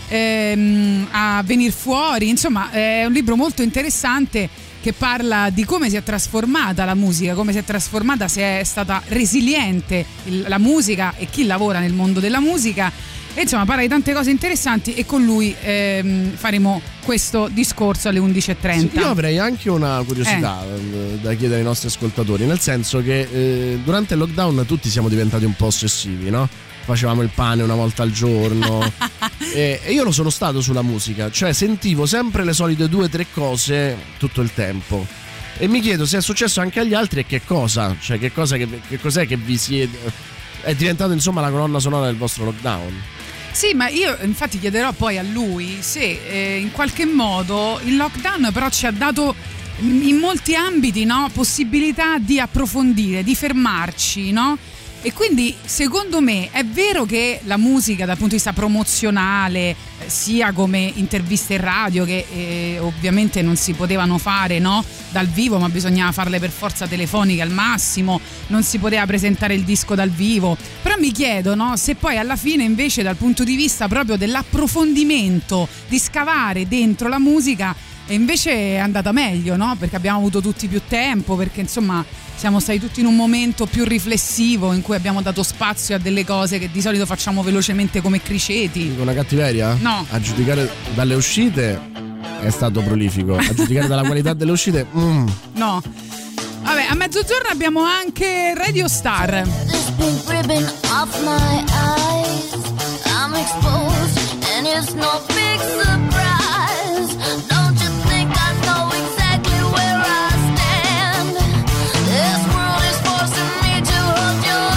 ehm, a venir fuori. Insomma è un libro molto interessante che parla di come si è trasformata la musica, come si è trasformata, se è stata resiliente il, la musica e chi lavora nel mondo della musica. E insomma parla di tante cose interessanti e con lui ehm, faremo questo discorso alle undici e trenta. Sì, io avrei anche una curiosità eh. da chiedere ai nostri ascoltatori, nel senso che eh, durante il lockdown tutti siamo diventati un po' ossessivi, no? Facevamo il pane una volta al giorno e, e io lo sono stato sulla musica, cioè sentivo sempre le solite due o tre cose tutto il tempo e mi chiedo se è successo anche agli altri e che cosa, cioè che cosa che, che cos'è che vi siete, è diventato insomma la colonna sonora del vostro lockdown. Sì, ma io infatti chiederò poi a lui se eh, in qualche modo il lockdown però ci ha dato in molti ambiti, no, possibilità di approfondire, di fermarci, no? E quindi secondo me è vero che la musica dal punto di vista promozionale, eh, sia come interviste in radio che eh, ovviamente non si potevano fare, no, dal vivo, ma bisognava farle per forza telefoniche al massimo, non si poteva presentare il disco dal vivo. Però mi chiedo, no, se poi alla fine invece dal punto di vista proprio dell'approfondimento, di scavare dentro la musica, e invece è andata meglio, no? Perché abbiamo avuto tutti più tempo, perché insomma siamo stati tutti in un momento più riflessivo in cui abbiamo dato spazio a delle cose che di solito facciamo velocemente come criceti. Una cattiveria? No. A giudicare dalle uscite è stato prolifico, a giudicare dalla qualità delle uscite mm. No. Vabbè, a mezzogiorno abbiamo anche Radio Star. This pink ribbon off my eyes, I'm exposed and it's no big surprise. Don't you think I know exactly where I stand? This world is forcing me to hold your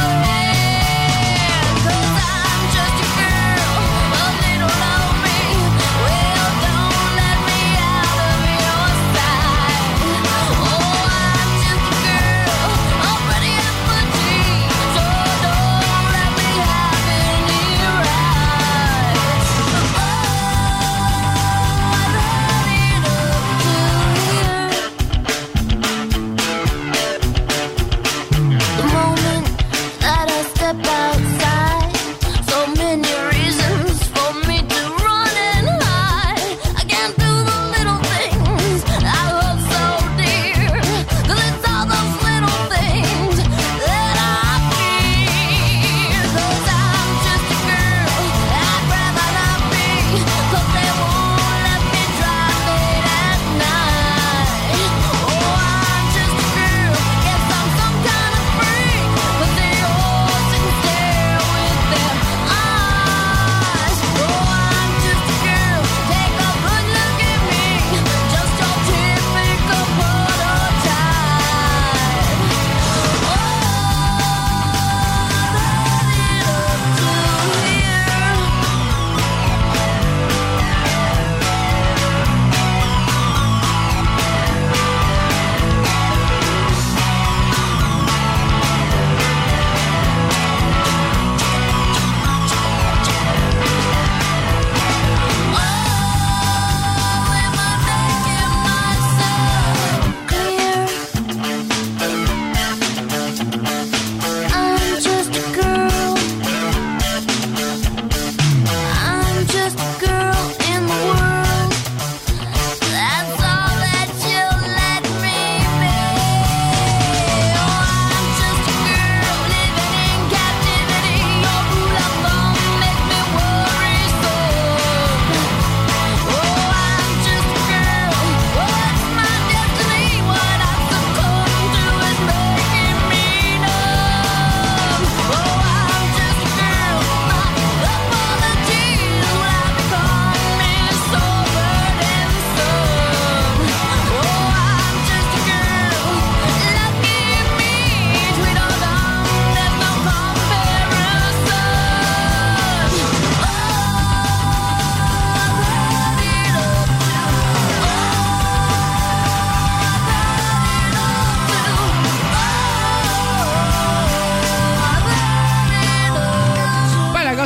hand. 'Cause I'm just a girl, a little lonely. Well, don't let me out of your sight. Oh, I'm just a girl, a pretty effigy. So don't let me have any rights. Oh,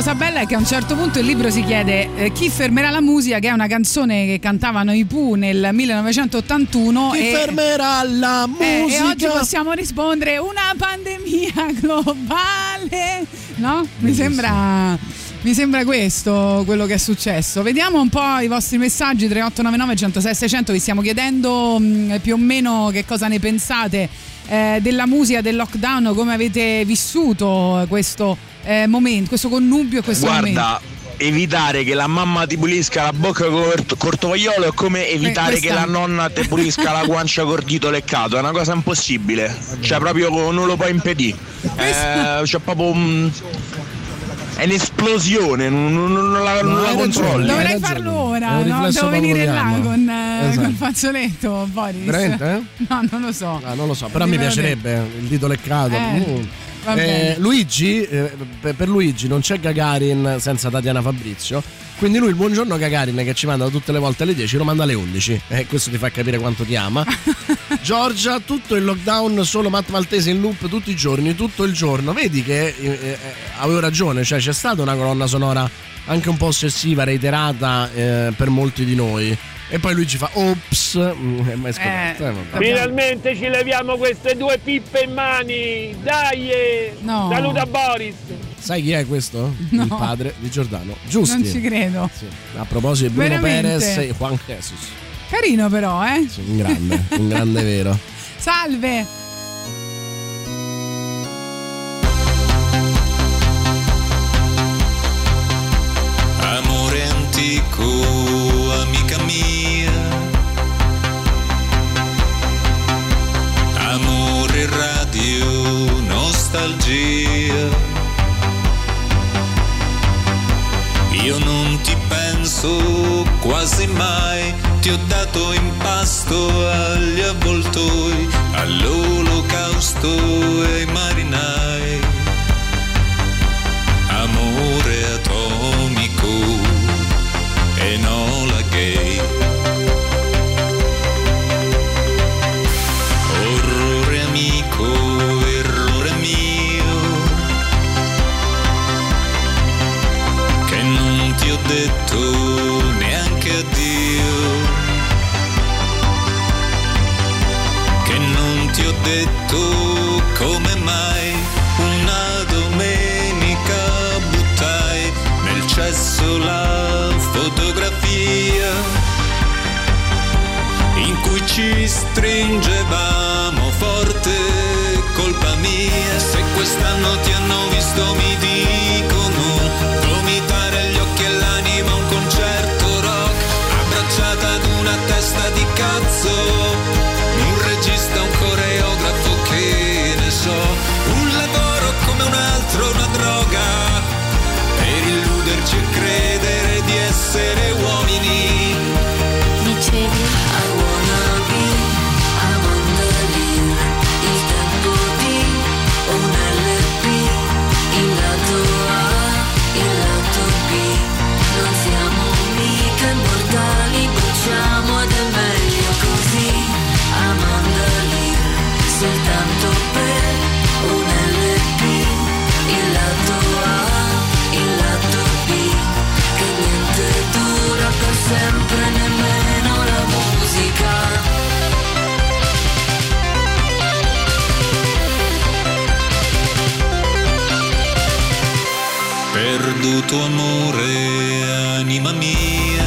cosa bella è che a un certo punto il libro si chiede eh, chi fermerà la musica, che è una canzone che cantavano i Pooh nel millenovecentottantuno. Chi e, fermerà la musica? Eh, e oggi possiamo rispondere una pandemia globale, no? Mi sembra, mi sembra questo quello che è successo. Vediamo un po' i vostri messaggi. Tre otto nove nove uno zero sei sei zero zero. Vi stiamo chiedendo mh, più o meno che cosa ne pensate eh, della musica, del lockdown, come avete vissuto questo eh, momento, questo connubio e questo Guarda, momento. evitare che la mamma ti pulisca la bocca col cortovagliolo è come evitare Eh, che questa- la nonna ti pulisca la guancia col dito leccato, è una cosa impossibile, cioè proprio non lo puoi impedire. Eh, c'è proprio un- è un'esplosione, non, non- non la, non la controlli. Dovrei farlo ora, no? Devo venire là con eh, Esatto. col fazzoletto, Boris. Veramente, eh? No, non lo so. Ah, non lo so, però mi piacerebbe il dito leccato. Eh, Mm. va Eh, bene. Luigi, eh, per, per Luigi non c'è Gagarin senza Tatiana Fabrizio, quindi lui il buongiorno Gagarin che ci manda tutte le volte alle dieci lo manda alle undici, e questo ti fa capire quanto ti ama. Giorgia, tutto il lockdown, solo Matt Maltese in loop tutti i giorni, tutto il giorno. Vedi che eh, eh, avevo ragione, cioè c'è stata una colonna sonora anche un po' ossessiva, reiterata eh, per molti di noi. E poi lui ci fa ops, mm, è mai scoperto. Eh, vabbè. Finalmente ci leviamo queste due pippe in mani. Dai! eh. No. Saluta Boris. Sai chi è questo? No. Il padre di Giordano. Giusti. Non ci credo. Sì. A proposito di Bruno Veramente? Perez e Juan Jesus. Carino però, eh? Sì, un grande, un grande vero. Salve. Amore antico, amica mia. Amore radio, nostalgia. Io non ti penso quasi mai, ti ho dato in pasto agli avvoltoi, all'olocausto e ai marinai. Amore atomico, Enola Gay. Orrore amico, errore mio, che non ti ho detto neanche addio, che non ti ho detto come mai una domenica buttai nel cesso la fotografia in cui ci stringevamo forte, colpa mia. Se quest'anno ti hanno visto mi dicono vomitare agli occhi e l'anima a un concerto rock, abbracciata ad una testa di cazzo, un regista, un coreografo, che ne so, un lavoro come un altro, una droga, per illuderci e credere di essere uomini. Dicevi I wanna be, I wanna live, il tempo di un L P, il lato A, il lato B, non siamo mica immortali, bruciamo ed è meglio così. Amanda live, soltanto per un L P, il lato A, il lato B, che niente dura per sempre, nemmeno la musica. Perduto amore, anima mia,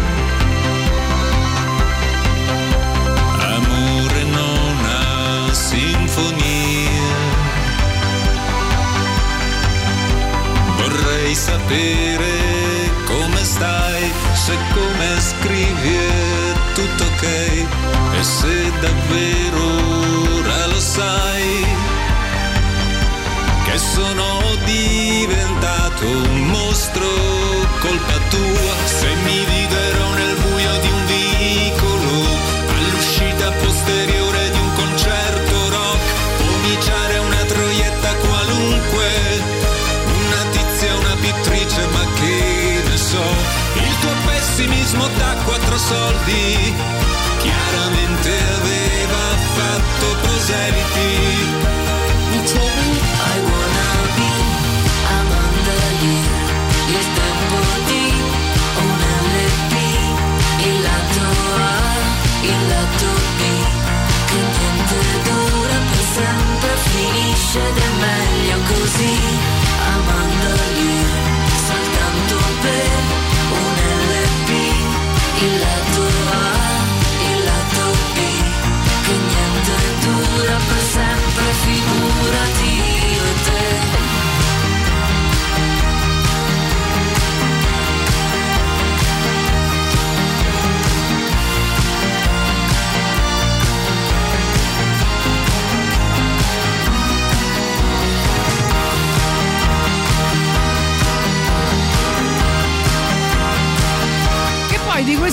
amore nona sinfonia. Vorrei sapere come stai, se come scrivi è tutto ok, e se davvero ora lo sai che sono diventato un mostro, colpa tua. Se mi vivrò nel buio di un vicolo, all'uscita posteriore di un concerto rock, cominciare una troietta qualunque, una tizia, una pittrice, ma che ne so, il tuo pessimismo da quattro soldi chiaramente aveva fatto proseliti. Dicevi I wanna be, Amanda Lear,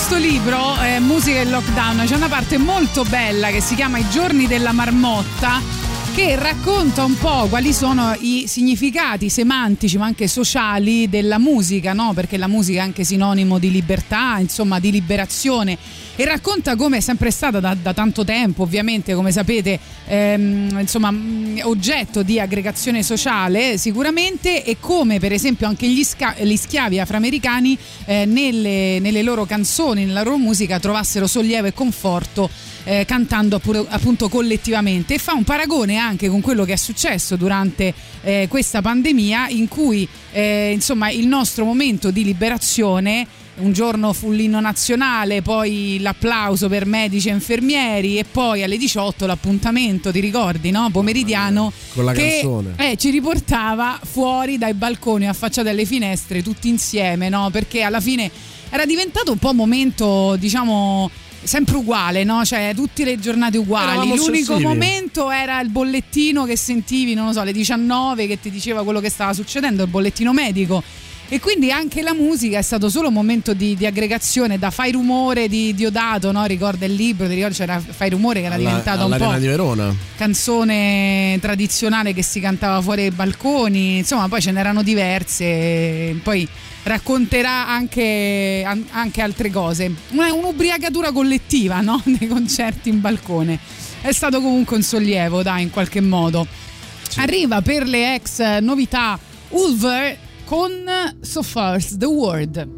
questo libro, eh, Musica in Lockdown, c'è una parte molto bella che si chiama I giorni della marmotta, che racconta un po' quali sono i significati semantici ma anche sociali della musica, no? Perché la musica è anche sinonimo di libertà, insomma di liberazione, e racconta come è sempre stata da, da tanto tempo, ovviamente, come sapete, ehm, insomma oggetto di aggregazione sociale sicuramente, e come per esempio anche gli, sca- gli schiavi afroamericani eh, nelle, nelle loro canzoni, nella loro musica trovassero sollievo e conforto Eh, cantando appunto, appunto collettivamente, e fa un paragone anche con quello che è successo durante eh, questa pandemia, in cui eh, insomma il nostro momento di liberazione, un giorno fu l'inno nazionale, poi l'applauso per medici e infermieri, e poi alle diciotto l'appuntamento, ti ricordi, no? Pomeridiano, con la che canzone eh, ci riportava fuori dai balconi affacciati alle finestre tutti insieme, no? Perché alla fine era diventato un po' un momento, diciamo, sempre uguale, no? Cioè tutte le giornate uguali. Eravamo L'unico ossessivi. momento era il bollettino che sentivi, non lo so, alle diciannove, che ti diceva quello che stava succedendo, il bollettino medico. E quindi anche la musica è stato solo un momento di, di aggregazione, da Fai Rumore di Diodato, no? Ricorda il libro, ti ricordi, c'era Fai Rumore che era alla, diventato un all'Arena po' di Verona, canzone tradizionale che si cantava fuori ai balconi, insomma poi ce n'erano diverse, poi racconterà anche, anche altre cose, una, un'ubriacatura collettiva, no? Nei concerti in balcone. È stato comunque un sollievo, dai, in qualche modo. Sì. Arriva per le ex novità Ulver con So Far's the World.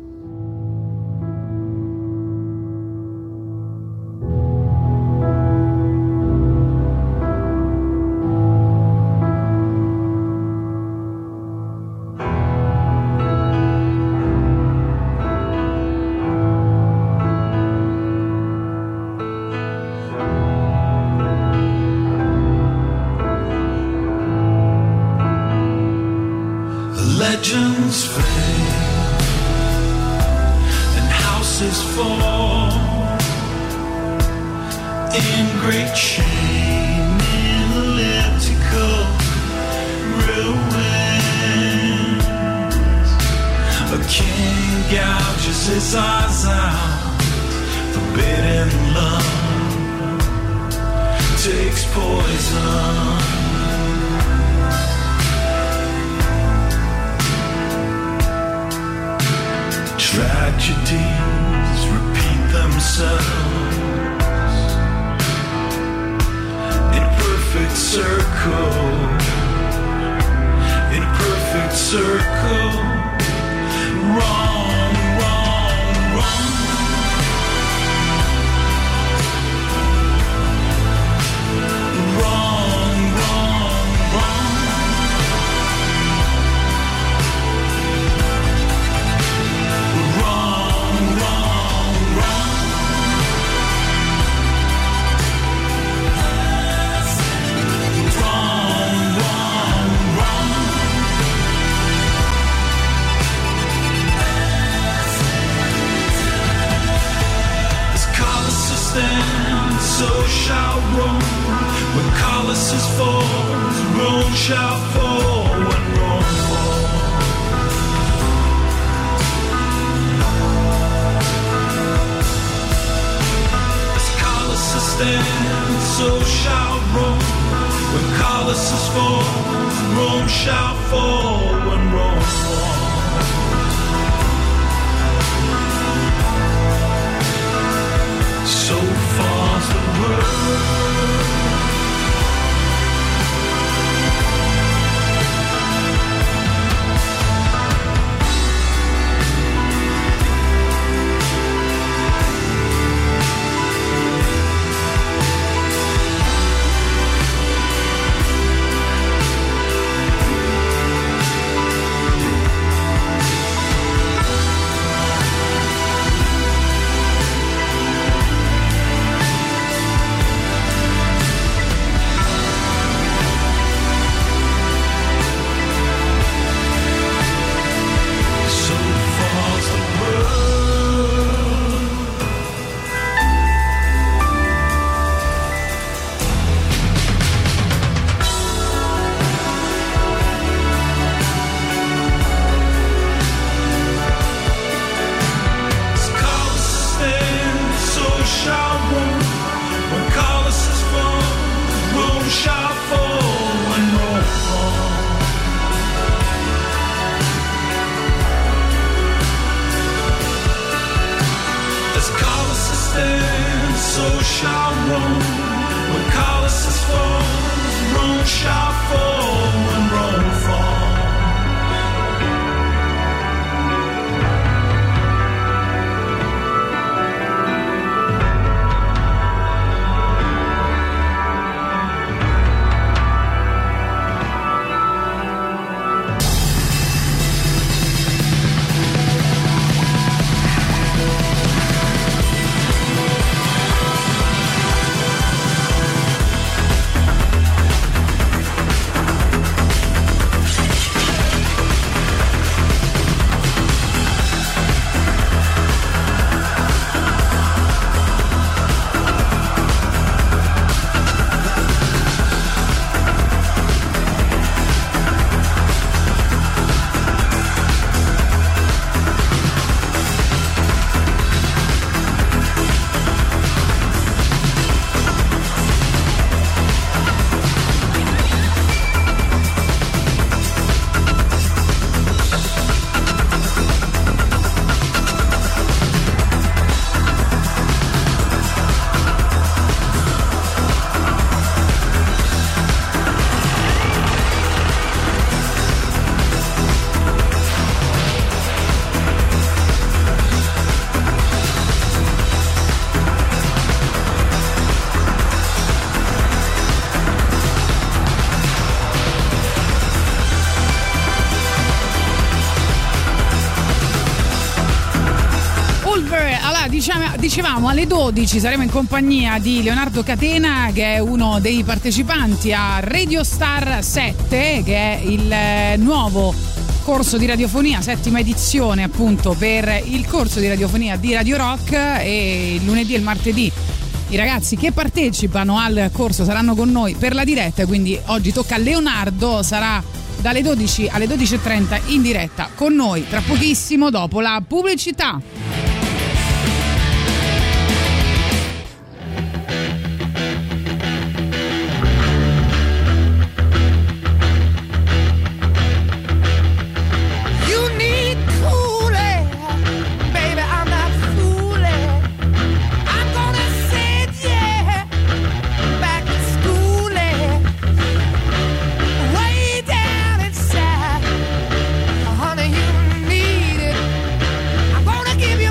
Legends fade and houses fall in great chain in elliptical ruins. A king gouges his eyes out, forbidden love takes poison. Tragedies repeat themselves in a perfect circle, in a perfect circle. Wrong, wrong, wrong. Wrong, wrong, wrong. So shall Rome, when Colossus falls, Rome shall fall when Rome falls. As Colossus stands, so shall Rome, when Colossus falls, Rome shall fall when Rome falls. So far's the world. diciamo, dicevamo alle dodici saremo in compagnia di Leonardo Catena, che è uno dei partecipanti a Radio Star sette, che è il nuovo corso di radiofonia, settima edizione appunto per il corso di radiofonia di Radio Rock. E il lunedì e il martedì i ragazzi che partecipano al corso saranno con noi per la diretta, quindi oggi tocca a Leonardo, sarà dalle dodici alle dodici e trenta in diretta con noi, tra pochissimo dopo la pubblicità. Give you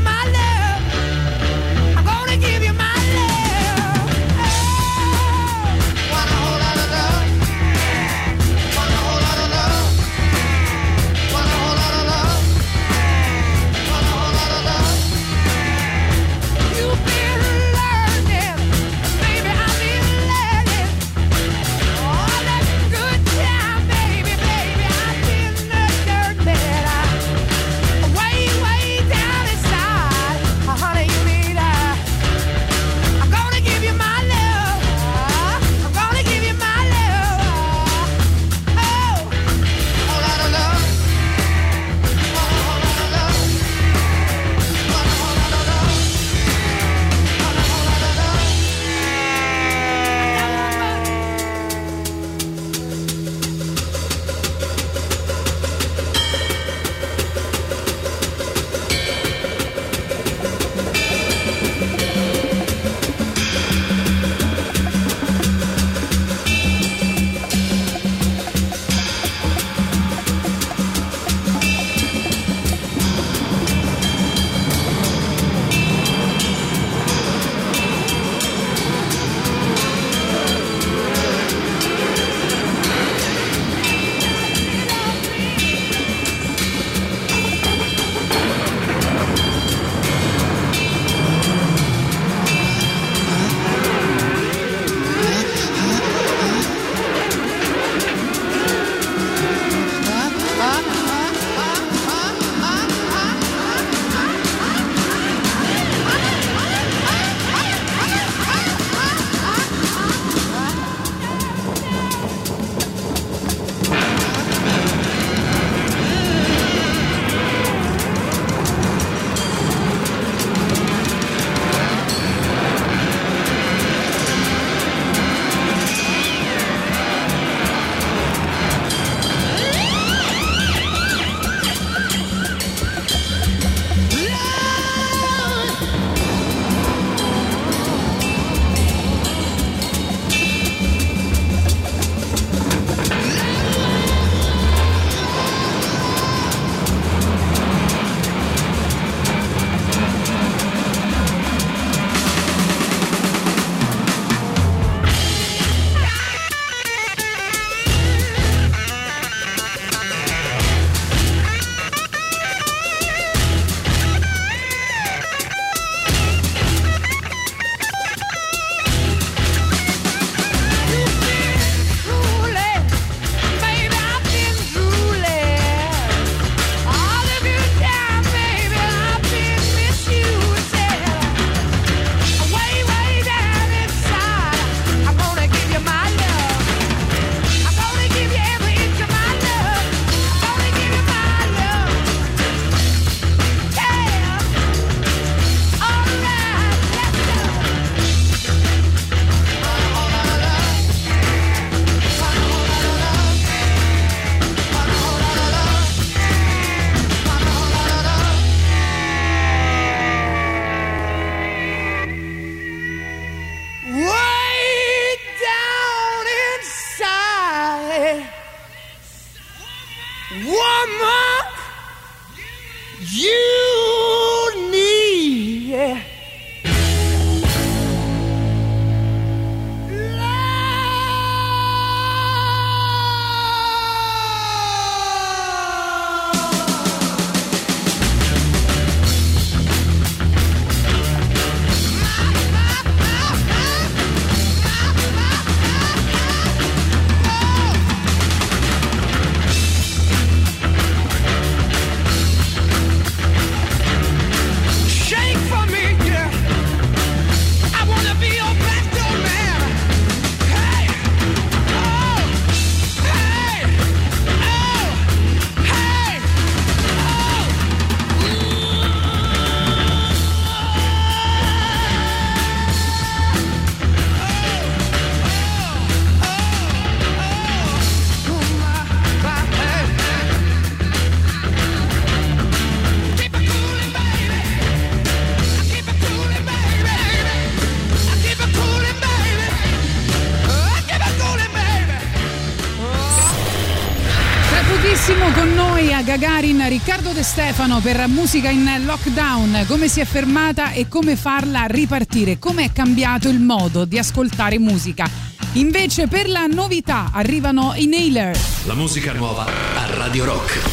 prestissimo con noi a Gagarin Riccardo De Stefano per Musica in Lockdown, come si è fermata e come farla ripartire, come è cambiato il modo di ascoltare musica. Invece per la novità arrivano i Inhaler. La musica nuova a Radio Rock.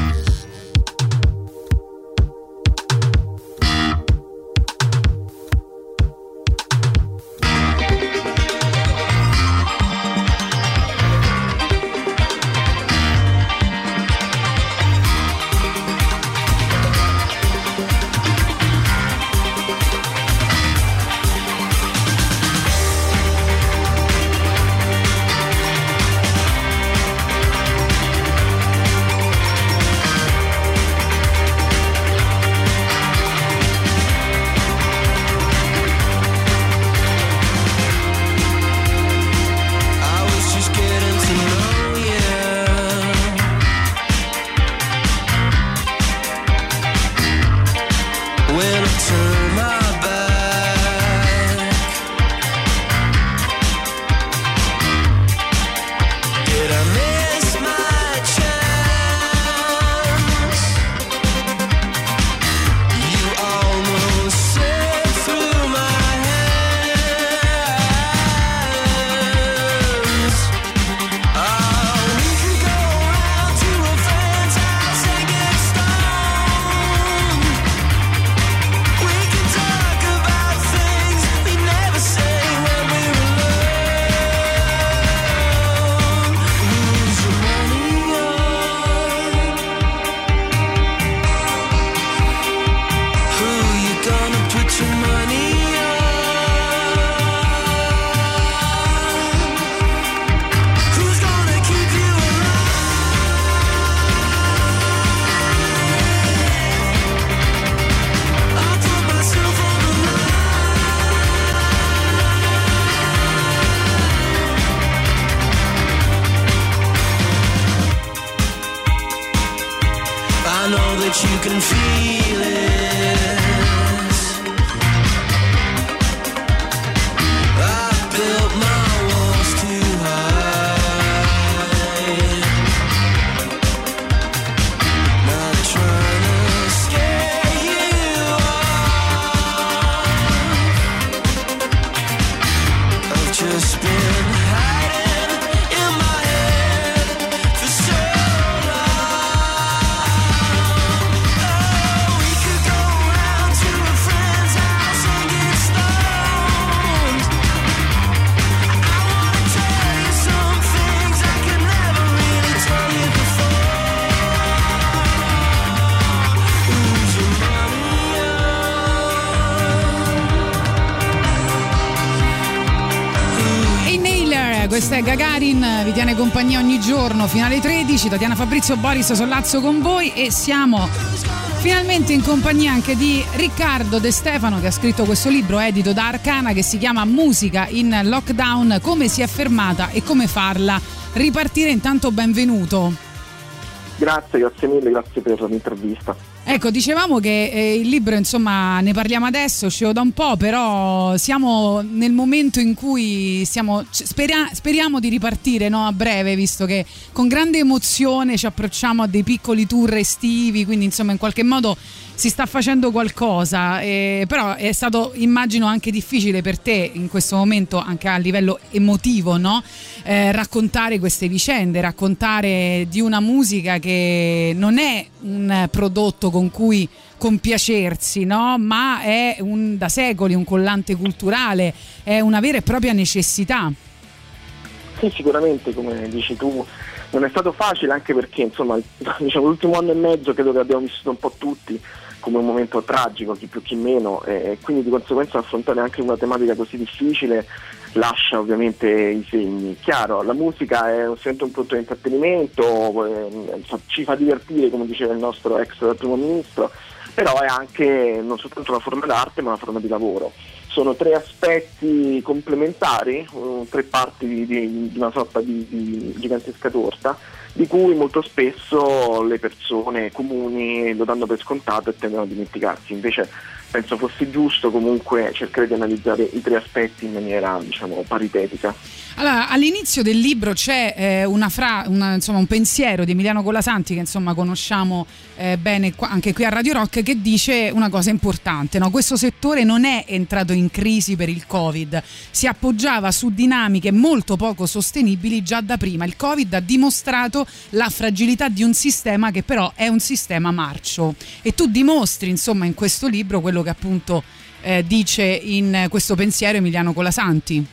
Questa è Gagarin, vi tiene compagnia ogni giorno fino alle tredici. Tatiana Fabrizio, Boris Sollazzo con voi e siamo finalmente in compagnia anche di Riccardo De Stefano, che ha scritto questo libro edito da Arcana che si chiama Musica in Lockdown, come si è fermata e come farla ripartire. Intanto benvenuto. Grazie, grazie mille, grazie per l'intervista. Ecco, dicevamo che eh, il libro, insomma, ne parliamo adesso, uscivo da un po', però siamo nel momento in cui stiamo, speria, speriamo di ripartire, no, a breve, visto che con grande emozione ci approcciamo a dei piccoli tour estivi, quindi insomma in qualche modo si sta facendo qualcosa, eh, però è stato, immagino, anche difficile per te in questo momento, anche a livello emotivo, no? Eh, raccontare queste vicende, raccontare di una musica che non è un prodotto con cui compiacersi, no? Ma è un, da secoli un collante culturale, è una vera e propria necessità. Sì, sicuramente, come dici tu, non è stato facile, anche perché insomma diciamo, l'ultimo anno e mezzo credo che abbiamo vissuto un po' tutti come un momento tragico, chi più chi meno, e quindi di conseguenza affrontare anche una tematica così difficile lascia ovviamente i segni. Chiaro, la musica è sempre un prodotto di intrattenimento, eh, ci fa divertire, come diceva il nostro ex primo ministro, però è anche non soltanto una forma d'arte ma una forma di lavoro. Sono tre aspetti complementari, uh, tre parti di, di, di una sorta di, di gigantesca torta, di cui molto spesso le persone comuni lo danno per scontato e tendono a dimenticarsi. Invece penso fosse giusto comunque cercare di analizzare i tre aspetti in maniera, diciamo, paritetica. Allora, all'inizio del libro c'è eh, una fra, una, insomma, un pensiero di Emiliano Colasanti, che insomma conosciamo eh, bene qua, anche qui a Radio Rock, che dice una cosa importante, no? Questo settore non è entrato in crisi per il Covid, si appoggiava su dinamiche molto poco sostenibili già da prima. Il Covid ha dimostrato la fragilità di un sistema che però è un sistema marcio, e tu dimostri insomma in questo libro quello che appunto eh, dice in questo pensiero Emiliano Colasanti.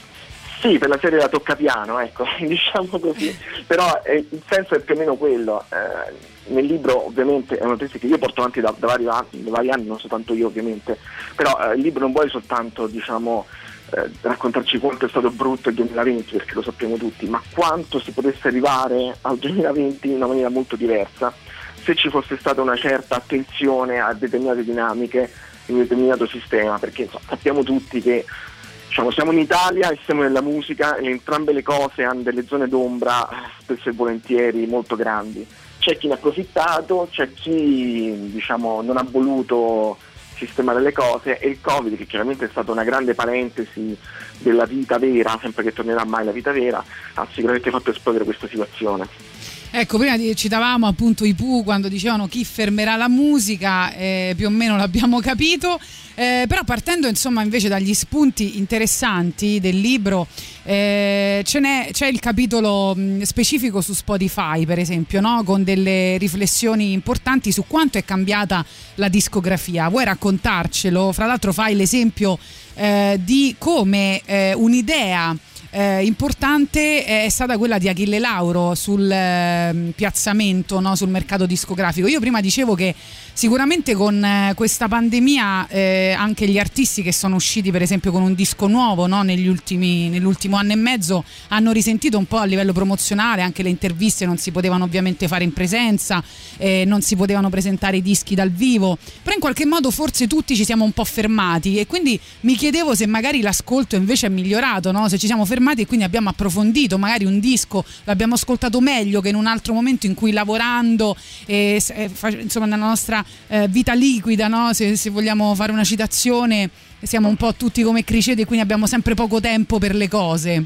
Sì, per la serie la toccapiano, ecco, diciamo così, però eh, il senso è più o meno quello. Eh, nel libro ovviamente è una tesi che io porto avanti da, da, vari, anni, da vari anni, non soltanto io ovviamente, però eh, il libro non vuole soltanto, diciamo, eh, raccontarci quanto è stato brutto il duemilaventi, perché lo sappiamo tutti, ma quanto si potesse arrivare al duemilaventi in una maniera molto diversa se ci fosse stata una certa attenzione a determinate dinamiche in un determinato sistema, perché insomma, sappiamo tutti che, diciamo, siamo in Italia e siamo nella musica, e entrambe le cose hanno delle zone d'ombra spesso e volentieri molto grandi. C'è chi ne ha approfittato, c'è chi, diciamo, non ha voluto sistemare le cose, e il Covid, che chiaramente è stata una grande parentesi della vita vera, sempre che tornerà mai la vita vera, ha sicuramente fatto esplodere questa situazione. Ecco, prima citavamo appunto i Pooh quando dicevano chi fermerà la musica, eh, più o meno l'abbiamo capito, eh, però partendo insomma invece dagli spunti interessanti del libro, eh, ce n'è, c'è il capitolo mh, specifico su Spotify per esempio, no? Con delle riflessioni importanti su quanto è cambiata la discografia. Vuoi raccontarcelo? Fra l'altro fai l'esempio eh, di come eh, un'idea Eh, importante è stata quella di Achille Lauro sul eh, piazzamento, no? Sul mercato discografico. Io prima dicevo che sicuramente con eh, questa pandemia eh, anche gli artisti che sono usciti per esempio con un disco nuovo, no? Negli ultimi, nell'ultimo anno e mezzo hanno risentito un po' a livello promozionale, anche le interviste non si potevano ovviamente fare in presenza, eh, non si potevano presentare i dischi dal vivo, però in qualche modo forse tutti ci siamo un po' fermati, e quindi mi chiedevo se magari l'ascolto invece è migliorato, no? Se ci siamo fermati e quindi abbiamo approfondito magari un disco, l'abbiamo ascoltato meglio che in un altro momento in cui lavorando e, e insomma nella nostra eh, vita liquida, no? se, se vogliamo fare una citazione, siamo un po' tutti come Criceti e quindi abbiamo sempre poco tempo per le cose.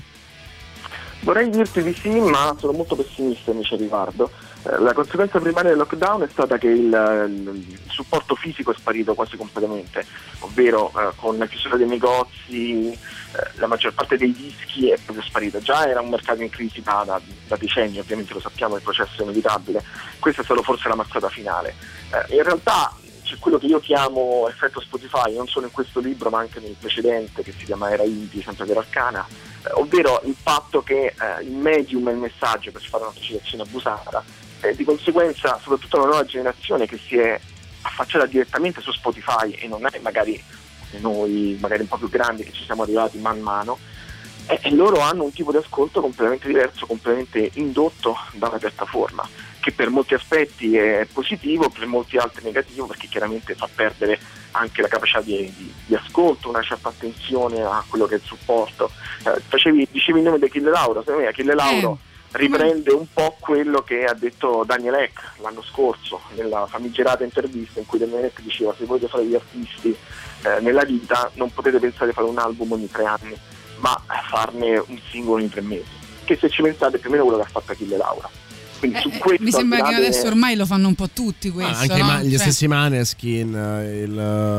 Vorrei dirti di sì, ma sono molto pessimista invece a riguardo. Eh, la conseguenza primaria del lockdown è stata che il, il, il supporto fisico è sparito quasi completamente, ovvero eh, con la chiusura dei negozi eh, la maggior parte dei dischi è proprio sparita. Già era un mercato in crisi da, da, da decenni, ovviamente lo sappiamo, il processo è inevitabile. Questa è stata forse la mazzata finale. Eh, in realtà c'è quello che io chiamo effetto Spotify, non solo in questo libro ma anche nel precedente che si chiama Era Indie, sempre per Arcana, eh, ovvero il fatto che eh, il medium e il messaggio, per fare una precisazione abusata, eh, di conseguenza soprattutto la nuova generazione che si è affacciata direttamente su Spotify, e non è magari noi magari un po' più grandi che ci siamo arrivati man mano, e, e loro hanno un tipo di ascolto completamente diverso, completamente indotto dalla piattaforma, che per molti aspetti è positivo, per molti altri negativo, perché chiaramente fa perdere anche la capacità di, di, di ascolto, una certa attenzione a quello che è il supporto. Eh, facevi, dicevi il nome di Achille Lauro, secondo me Achille Lauro eh. riprende un po' quello che ha detto Daniel Ek l'anno scorso nella famigerata intervista in cui Daniel Ek diceva: se volete fare gli artisti eh, nella vita non potete pensare di fare un album ogni tre anni, ma farne un singolo ogni tre mesi, che se ci pensate è più o meno quello che ha fatto Achille Lauro. Eh, su questo, mi sembra che adesso ormai lo fanno un po' tutti questo, ah, anche no? ma, gli cioè. stessi Maneskin, il,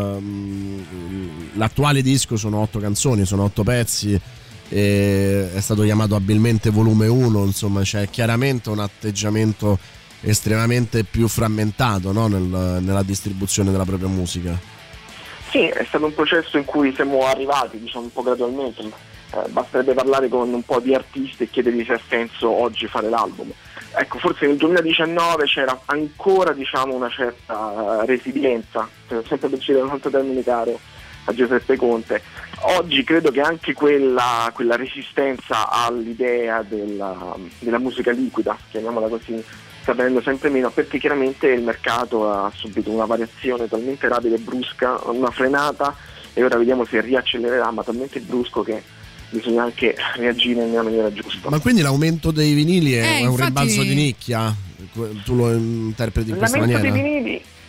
um, l'attuale disco sono otto canzoni, sono otto pezzi, e è stato chiamato abilmente volume uno, insomma c'è chiaramente un atteggiamento estremamente più frammentato, no? Nel, nella distribuzione della propria musica. Sì, è stato un processo in cui siamo arrivati, diciamo, un po' gradualmente, eh, basterebbe parlare con un po' di artisti e chiedergli se ha senso oggi fare l'album. Ecco, forse nel duemiladiciannove c'era ancora, diciamo, una certa resilienza, sempre per citare un altro termine caro a Giuseppe Conte. Oggi credo che anche quella, quella resistenza all'idea della, della musica liquida, chiamiamola così, sta venendo sempre meno, perché chiaramente il mercato ha subito una variazione talmente rapida e brusca, una frenata, e ora vediamo se riaccelererà, ma talmente brusco che bisogna anche reagire nella maniera giusta. Ma quindi l'aumento dei vinili è, eh, è un infatti... ribalzo di nicchia? Tu lo interpreti in questa L'aumento maniera? dei vinili,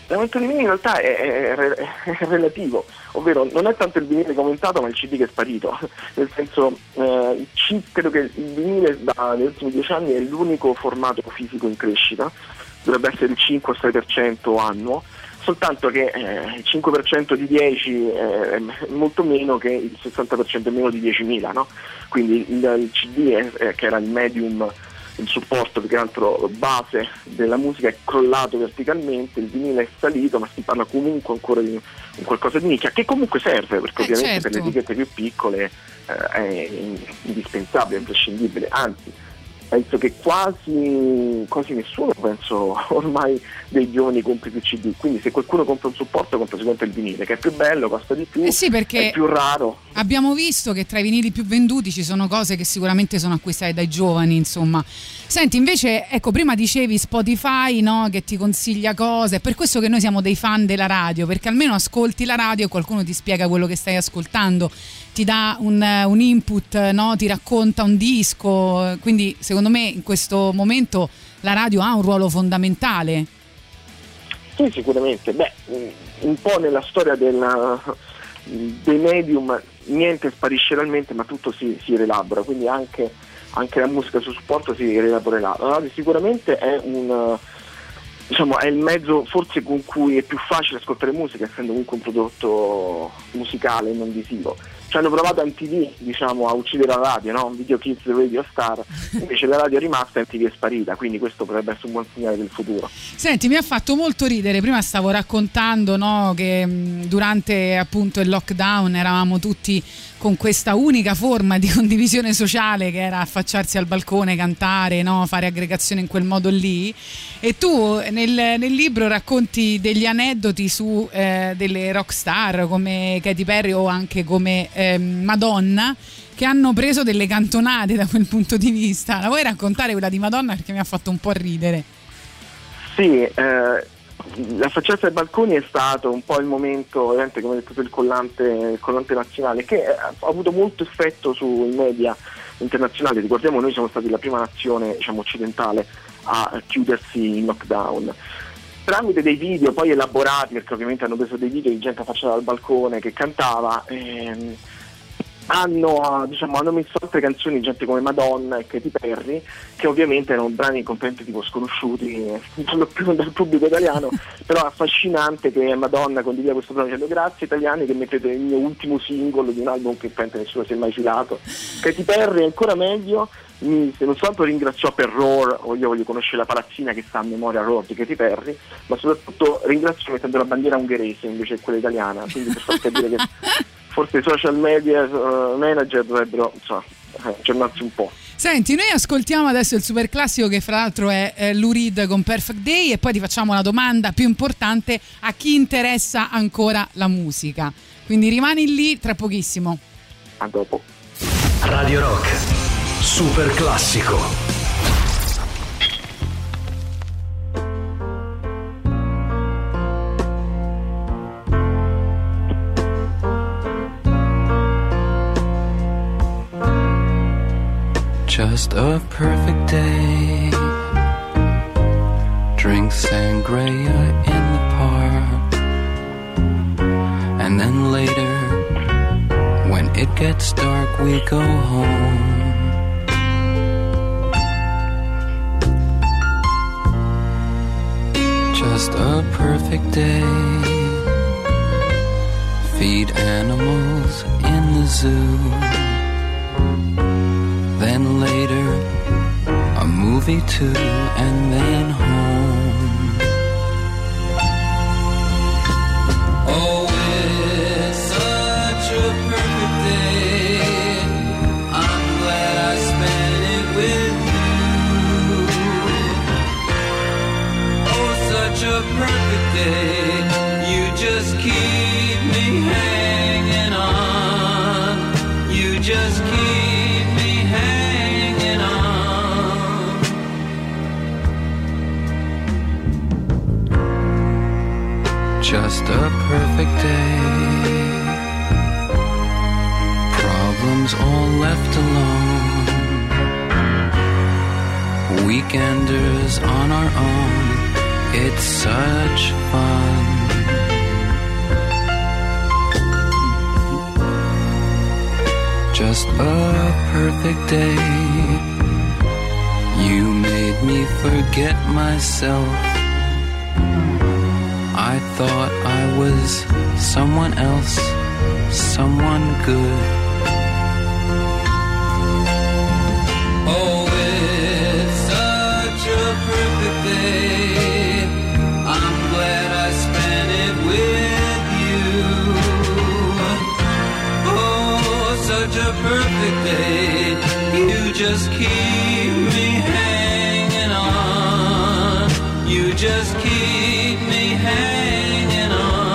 L'aumento di vinile in realtà è, è, è relativo, ovvero non è tanto il vinile che è aumentato ma il C D che è sparito, nel senso eh, il C, credo che il vinile da, negli ultimi dieci anni è l'unico formato fisico in crescita, dovrebbe essere il cinque sei per cento annuo, soltanto che eh, il cinque per cento di dieci è molto meno che il sessanta per cento meno di diecimila, no? Quindi il, il C D è, è, che era il medium, il supporto più che altro base della musica, è crollato verticalmente, il vinile è salito, ma si parla comunque ancora di un qualcosa di nicchia che comunque serve, perché eh ovviamente certo. per le etichette più piccole eh, è indispensabile, imprescindibile, anzi penso che quasi, quasi nessuno, penso ormai dei giovani compri più C D, quindi se qualcuno compra un supporto compra sicuramente il vinile, che è più bello, costa di più, eh sì, perché è più raro. Abbiamo visto che tra i vinili più venduti ci sono cose che sicuramente sono acquistate dai giovani, insomma. Senti, invece, ecco, prima dicevi Spotify, no, che ti consiglia cose, è per questo che noi siamo dei fan della radio, perché almeno ascolti la radio e qualcuno ti spiega quello che stai ascoltando, ti dà un, un input, no, ti racconta un disco, quindi secondo me in questo momento la radio ha un ruolo fondamentale. Sì, sicuramente. Beh, un po' nella storia della, dei medium niente sparisce realmente, ma tutto si, si rielabora, quindi anche, anche la musica su supporto si rielabora. La radio sicuramente è un, diciamo, è il mezzo forse con cui è più facile ascoltare musica, essendo comunque un prodotto musicale e non visivo. Ci hanno provato M T V, diciamo, a uccidere la radio, no? Video Kids Radio Star, invece la radio è rimasta e M T V è sparita, quindi questo potrebbe essere un buon segnale del futuro. Senti, mi ha fatto molto ridere, prima stavo raccontando, no, che mh, durante appunto il lockdown eravamo tutti con questa unica forma di condivisione sociale che era affacciarsi al balcone, cantare, no, fare aggregazione in quel modo lì, e tu nel, nel libro racconti degli aneddoti su eh, delle rockstar come Katy Perry o anche come eh, Madonna, che hanno preso delle cantonate da quel punto di vista. La vuoi raccontare quella di Madonna, perché mi ha fatto un po' ridere? Sì, eh, l'affacciarsi ai balconi è stato un po' il momento, ovviamente, come detto, il collante, il collante nazionale, che ha avuto molto effetto sui media internazionali. Ricordiamo, noi siamo stati la prima nazione, diciamo, occidentale a chiudersi in lockdown. Tramite dei video poi elaborati, perché ovviamente hanno preso dei video di gente affacciata al balcone che cantava, ehm, hanno, diciamo, hanno messo altre canzoni, gente come Madonna e Katy Perry, che ovviamente erano brani completamente tipo sconosciuti, non più dal pubblico italiano, però affascinante che Madonna condivida questo brano dicendo: grazie italiani che mettete il mio ultimo singolo di un album che penso nessuno si è mai filato. Katy Perry ancora meglio, mi, non soltanto ringraziò per Roar, o io voglio conoscere la palazzina che sta a memoria Roar di Katy Perry, ma soprattutto ringraziò mettendo la bandiera ungherese invece che quella italiana, quindi per far capire che forse i social media uh, manager dovrebbero, insomma, aggiornarsi un po'. Senti, noi ascoltiamo adesso il super classico, che fra l'altro è eh, Lou Reed con Perfect Day, e poi ti facciamo la domanda più importante a chi interessa ancora la musica. Quindi rimani lì, tra pochissimo. A dopo. Radio Rock, super classico. Just a perfect day. Drink sangria in the park. And then later, when it gets dark, we go home. Just a perfect day. Feed animals in the zoo. Then later, a movie too, and then home. Oh, it's such a perfect day. I'm glad I spent it with you. Oh, such a perfect day. You just keep me hanging on. You just keep just a perfect day. Problems all left alone. Weekenders on our own. It's such fun. Just a perfect day. You made me forget myself. I thought I was someone else, someone good. Oh, it's such a perfect day. I'm glad I spent it with you. Oh, such a perfect day. You just keep me hanging on. You just keep me hanging on.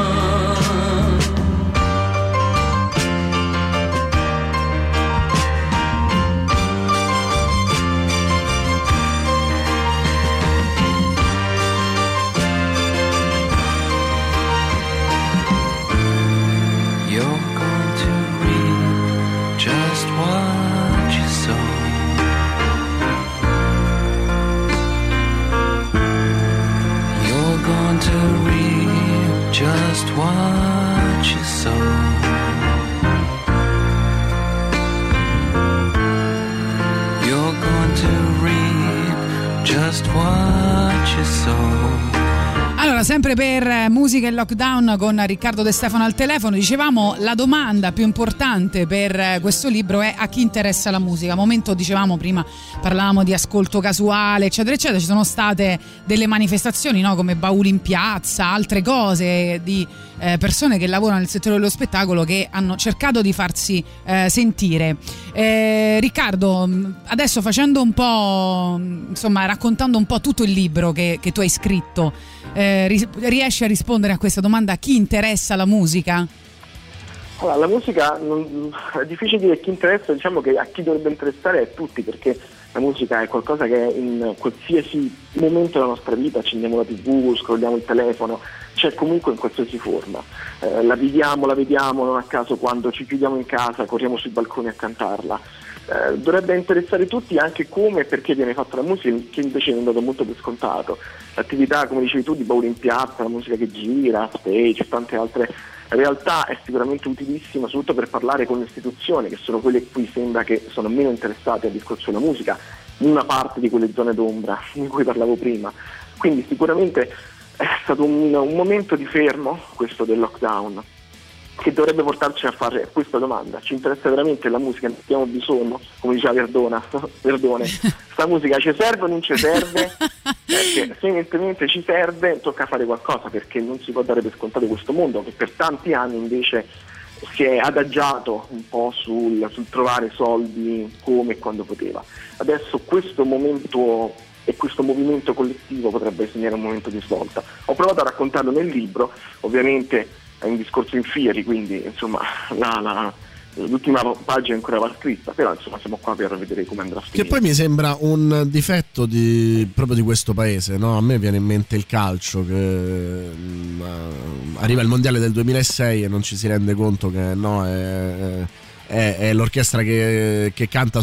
You're going to reap just what you sow. You're going to reap just what you sow. You're going to reap just what you sow. Allora, sempre per musica e lockdown con Riccardo De Stefano al telefono, dicevamo la domanda più importante per questo libro è: a chi interessa la musica? Momento, dicevamo prima, parlavamo di ascolto casuale eccetera eccetera, ci sono state delle manifestazioni, no? Come Bauli in piazza, altre cose di eh, persone che lavorano nel settore dello spettacolo che hanno cercato di farsi eh, sentire. eh, Riccardo, adesso facendo un po', insomma, raccontando un po' tutto il libro che, che tu hai scritto, Eh, riesci a rispondere a questa domanda: a chi interessa la musica? Allora, la musica non, è difficile dire chi interessa, diciamo che a chi dovrebbe interessare è tutti, perché la musica è qualcosa che in qualsiasi momento della nostra vita accendiamo la tivù, scrolliamo il telefono, c'è comunque in qualsiasi forma. Eh, la viviamo, la vediamo, non a caso quando ci chiudiamo in casa corriamo sui balconi a cantarla. Eh, dovrebbe interessare tutti anche come e perché viene fatta la musica, che invece è dato molto per scontato. L'attività, come dicevi tu, di Bauli in piazza, la musica che gira, stage e tante altre realtà è sicuramente utilissima, soprattutto per parlare con le istituzioni, che sono quelle cui sembra che sono meno interessate al discorso della musica, in una parte di quelle zone d'ombra di cui parlavo prima. Quindi sicuramente è stato un, un momento di fermo, questo del lockdown, che dovrebbe portarci a fare questa domanda: ci interessa veramente la musica? Ne abbiamo bisogno? Come diceva Verdona, Verdone, sta musica ci serve o non ci serve? Perché se evidentemente ci serve tocca fare qualcosa, perché non si può dare per scontato questo mondo che per tanti anni invece si è adagiato un po' sul, sul trovare soldi come e quando poteva. Adesso questo momento e questo movimento collettivo potrebbe segnare un momento di svolta. Ho provato a raccontarlo nel libro, ovviamente è un discorso in fieri, quindi insomma la, la, l'ultima pagina ancora va scritta, però insomma siamo qua per vedere come andrà a finire. Che poi mi sembra un difetto di, proprio di questo paese, no? A me viene in mente il calcio che mh, arriva il mondiale del duemilasei e non ci si rende conto che no, è, è, è l'orchestra che, che canta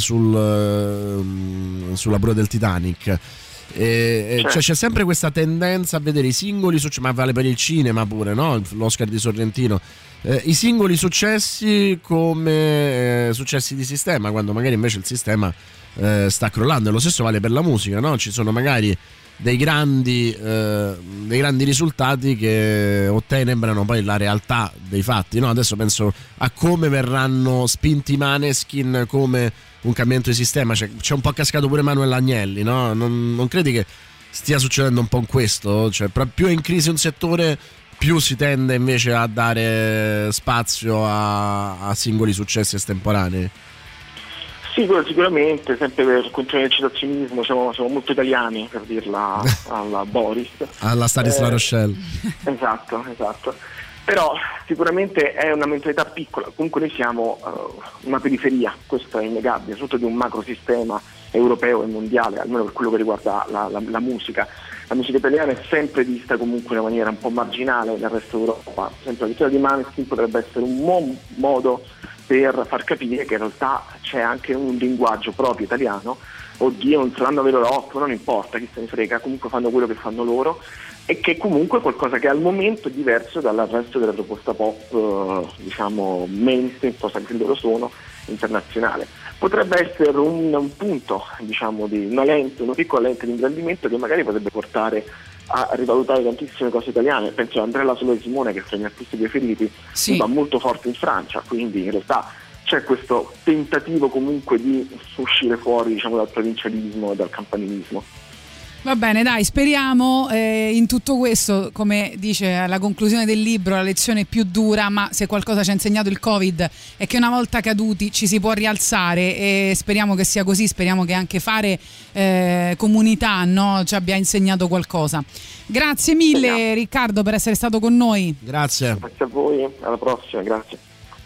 sul, sulla prua del Titanic. E, certo. Cioè c'è sempre questa tendenza a vedere i singoli successi, ma vale per il cinema pure, no? L'Oscar di Sorrentino, eh, i singoli successi come eh, successi di sistema, quando magari invece il sistema eh, sta crollando. E lo stesso vale per la musica, no? Ci sono magari dei grandi eh, dei grandi risultati che ottenebrano poi la realtà dei fatti, no? Adesso penso a come verranno spinti i Maneskin come un cambiamento di sistema, cioè, c'è un po' cascato pure Emanuele Agnelli, no? Non, non credi che stia succedendo un po' in questo? Cioè, più è in crisi un settore, più si tende invece a dare spazio a, a singoli successi estemporanei? Sì, quello sicuramente, sempre per continuare il citazionismo, siamo, siamo molto italiani, per dirla alla Boris. Alla Stanis La eh, Rochelle. Esatto, esatto. Però sicuramente è una mentalità piccola, comunque noi siamo uh, una periferia, questo è innegabile, soprattutto di un macrosistema europeo e mondiale, almeno per quello che riguarda la, la, la musica. La musica italiana è sempre vista comunque in una maniera un po' marginale nel resto d'Europa. Per esempio la vittoria di Maneskin potrebbe essere un mo- modo per far capire che in realtà c'è anche un linguaggio proprio italiano. Oddio, non saranno vero rock, non importa, chi se ne frega, comunque fanno quello che fanno loro, e che comunque è qualcosa che al momento è diverso dal resto della proposta pop, eh, diciamo mainstream, cosa che loro sono, internazionale. Potrebbe essere un, un punto, diciamo, di una lente, una piccola lente di ingrandimento che magari potrebbe portare a rivalutare tantissime cose italiane. Penso a Andrea Solo e Simone, che fra i miei artisti preferiti, sì. va molto forte in Francia, quindi in realtà c'è questo tentativo comunque di uscire fuori, diciamo, dal provincialismo e dal campanilismo. Va bene, dai, speriamo eh, in tutto questo, come dice alla conclusione del libro, la lezione più dura, ma se qualcosa ci ha insegnato il Covid è che una volta caduti ci si può rialzare, e speriamo che sia così, speriamo che anche fare eh, comunità, no, ci abbia insegnato qualcosa. Grazie mille speriamo. Riccardo, per essere stato con noi. Grazie. Grazie a voi, alla prossima, grazie.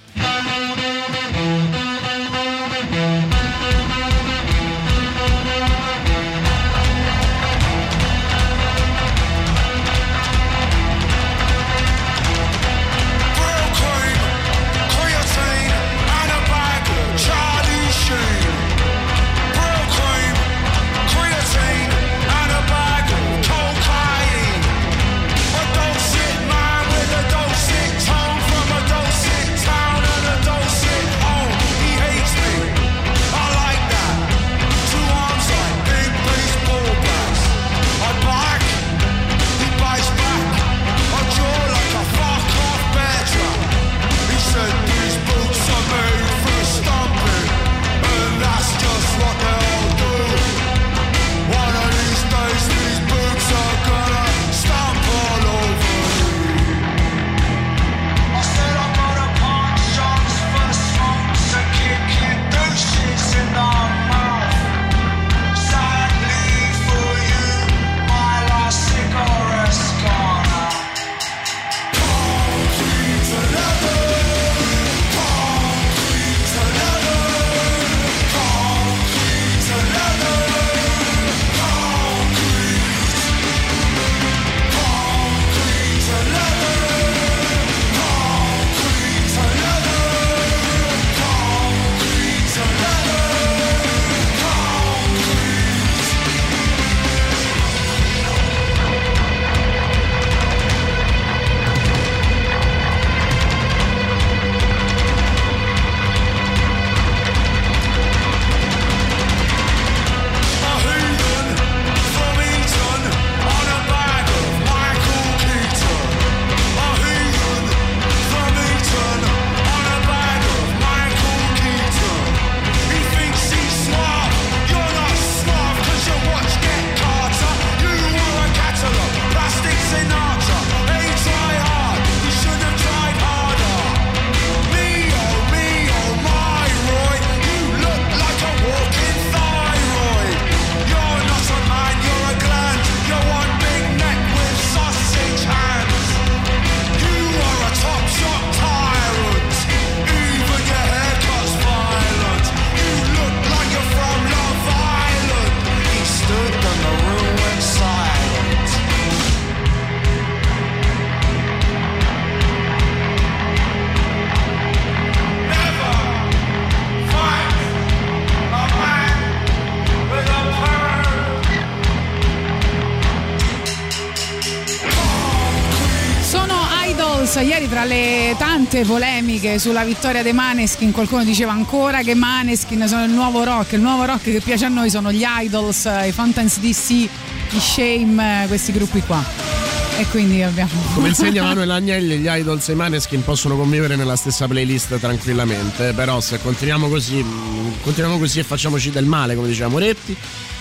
Ieri tra le tante polemiche sulla vittoria dei Maneskin qualcuno diceva ancora che Maneskin sono il nuovo rock, il nuovo rock che piace a noi sono gli Idols, i Fountains D C, i Shame, questi gruppi qua, e quindi abbiamo come insegna Manuel Agnelli, gli Idols e i Maneskin possono convivere nella stessa playlist tranquillamente, però se continuiamo così continuiamo così e facciamoci del male, come diceva Moretti.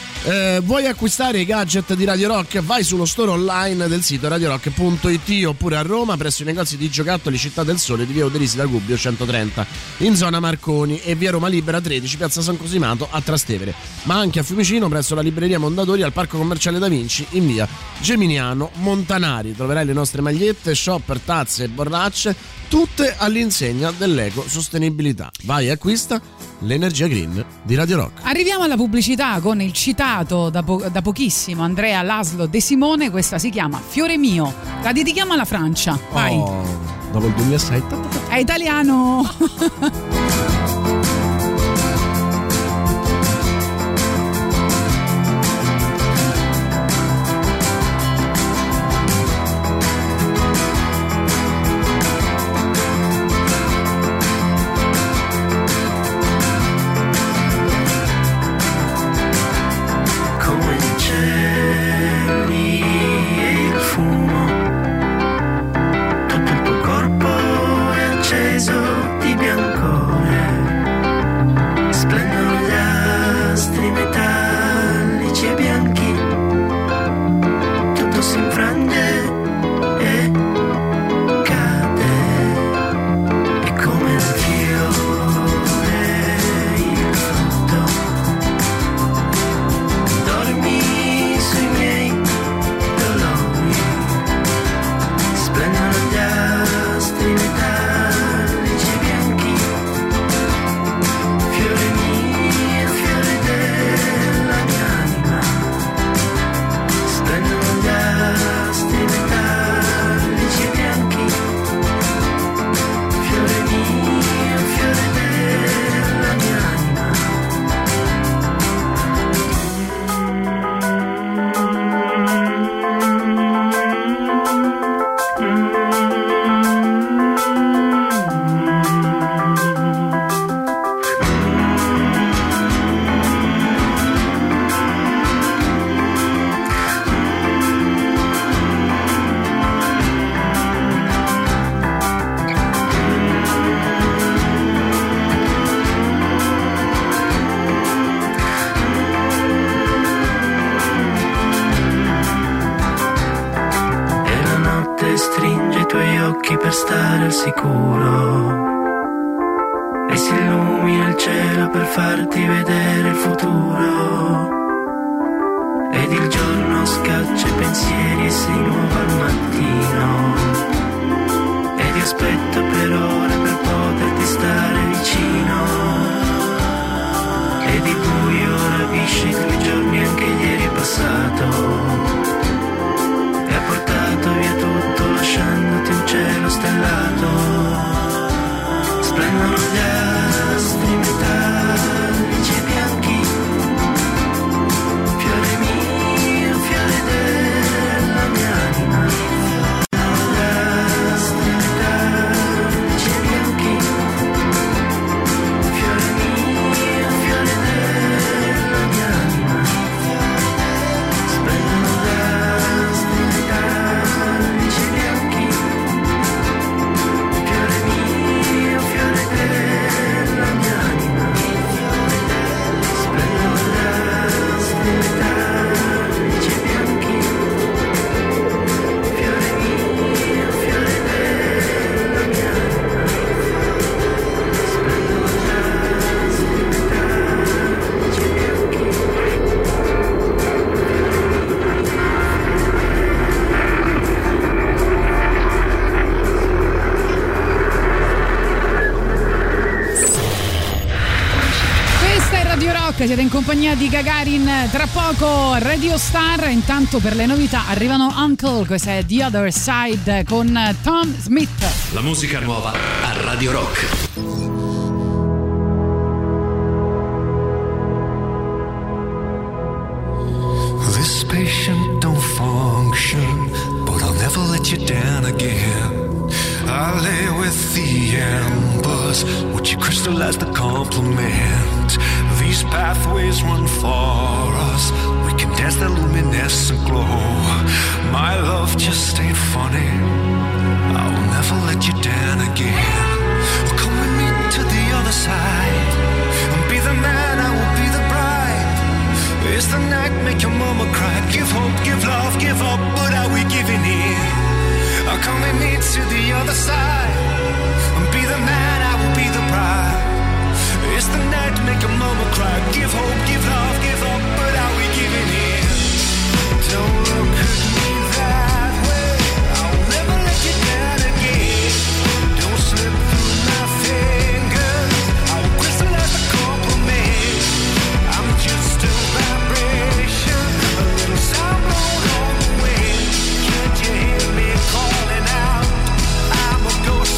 Eh, vuoi acquistare i gadget di Radio Rock? Vai sullo store online del sito radio rock punto it oppure a Roma presso i negozi di giocattoli Città del Sole di via Oderisi da Gubbio centotrenta in zona Marconi e via Roma Libera tredici piazza San Cosimato a Trastevere, ma anche a Fiumicino presso la libreria Mondadori al Parco Commerciale Da Vinci in via Geminiano Montanari. Troverai le nostre magliette, shopper, tazze e borracce, tutte all'insegna dell'ecosostenibilità. Vai e acquista l'energia green di Radio Rock. Arriviamo alla pubblicità con il citato da, po- da pochissimo Andrea Laszlo De Simone. Questa si chiama Fiore mio, la dedichiamo alla Francia. Vai. Oh. dopo il duemilasei. È italiano. Di biancore, splendono gli astri metallici e bianchi, tutto si infrange e cade, è come un fiore il frutto, dormi sui miei dolori, splendono gli astri metallici. Per stare al sicuro e si illumina il cielo per farti vedere il futuro ed il giorno scaccia i pensieri e si muove al mattino ed io aspetto per ore per poterti stare vicino ed il buio rapisce i tuoi giorni anche ieri è passato e ha portato via tutto lasciandoti un cielo stellato, splendono gli astri metallici e bianchi, fiore mio, fiore della mia anima, gli astri metallici e bianchi, fiore mio, fiore della mia anima, splendono gli astri metallici e bianchi, fiore mio, fiore della mia anima, splendono gli astri metallici e bianchi, fiore mio, fiore della mia anima, splendono gli astri metallici e bianchi. Questa è Radio Rock, siete in compagnia di Gagarin, tra poco Radio Star, intanto per le novità arrivano Uncle, questa è The Other Side con Tom Smith. La musica nuova a Radio Rock. This patient don't function, but I'll never let you down again. I lay with the embers, would you crystallize the compliment? These pathways run for us, we can dance the luminescent glow. My love just ain't funny, I will never let you down again. Come with me to the other side, and be the man, I will be the bride. Is the night make your mama cry? Give hope, give love, give up, but are we giving in? I'll come and meet to the other side, and be the man, I will be the bride. It's the night to make your mama cry. Give hope, give love, give up, but are we giving in? Don't look at me that way, I'll never let you down again. Don't slip through my fingers, I will crystallize the compliment. I'm just a vibration, a little sound blown on the wind. Can't you hear me calling out? I'm a ghost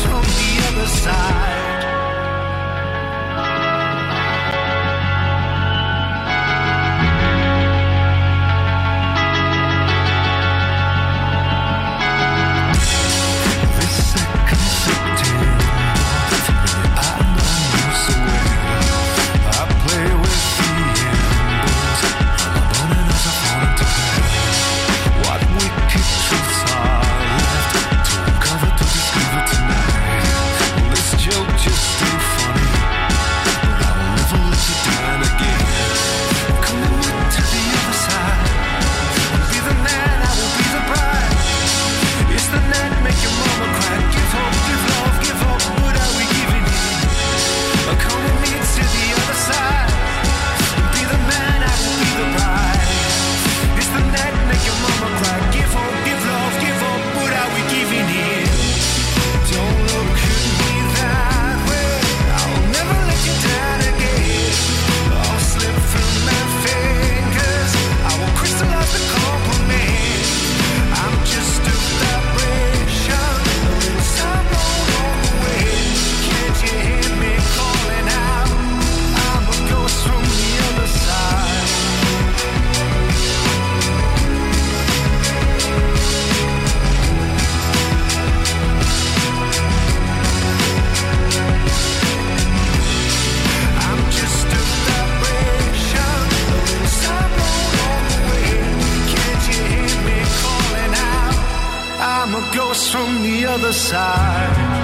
other side.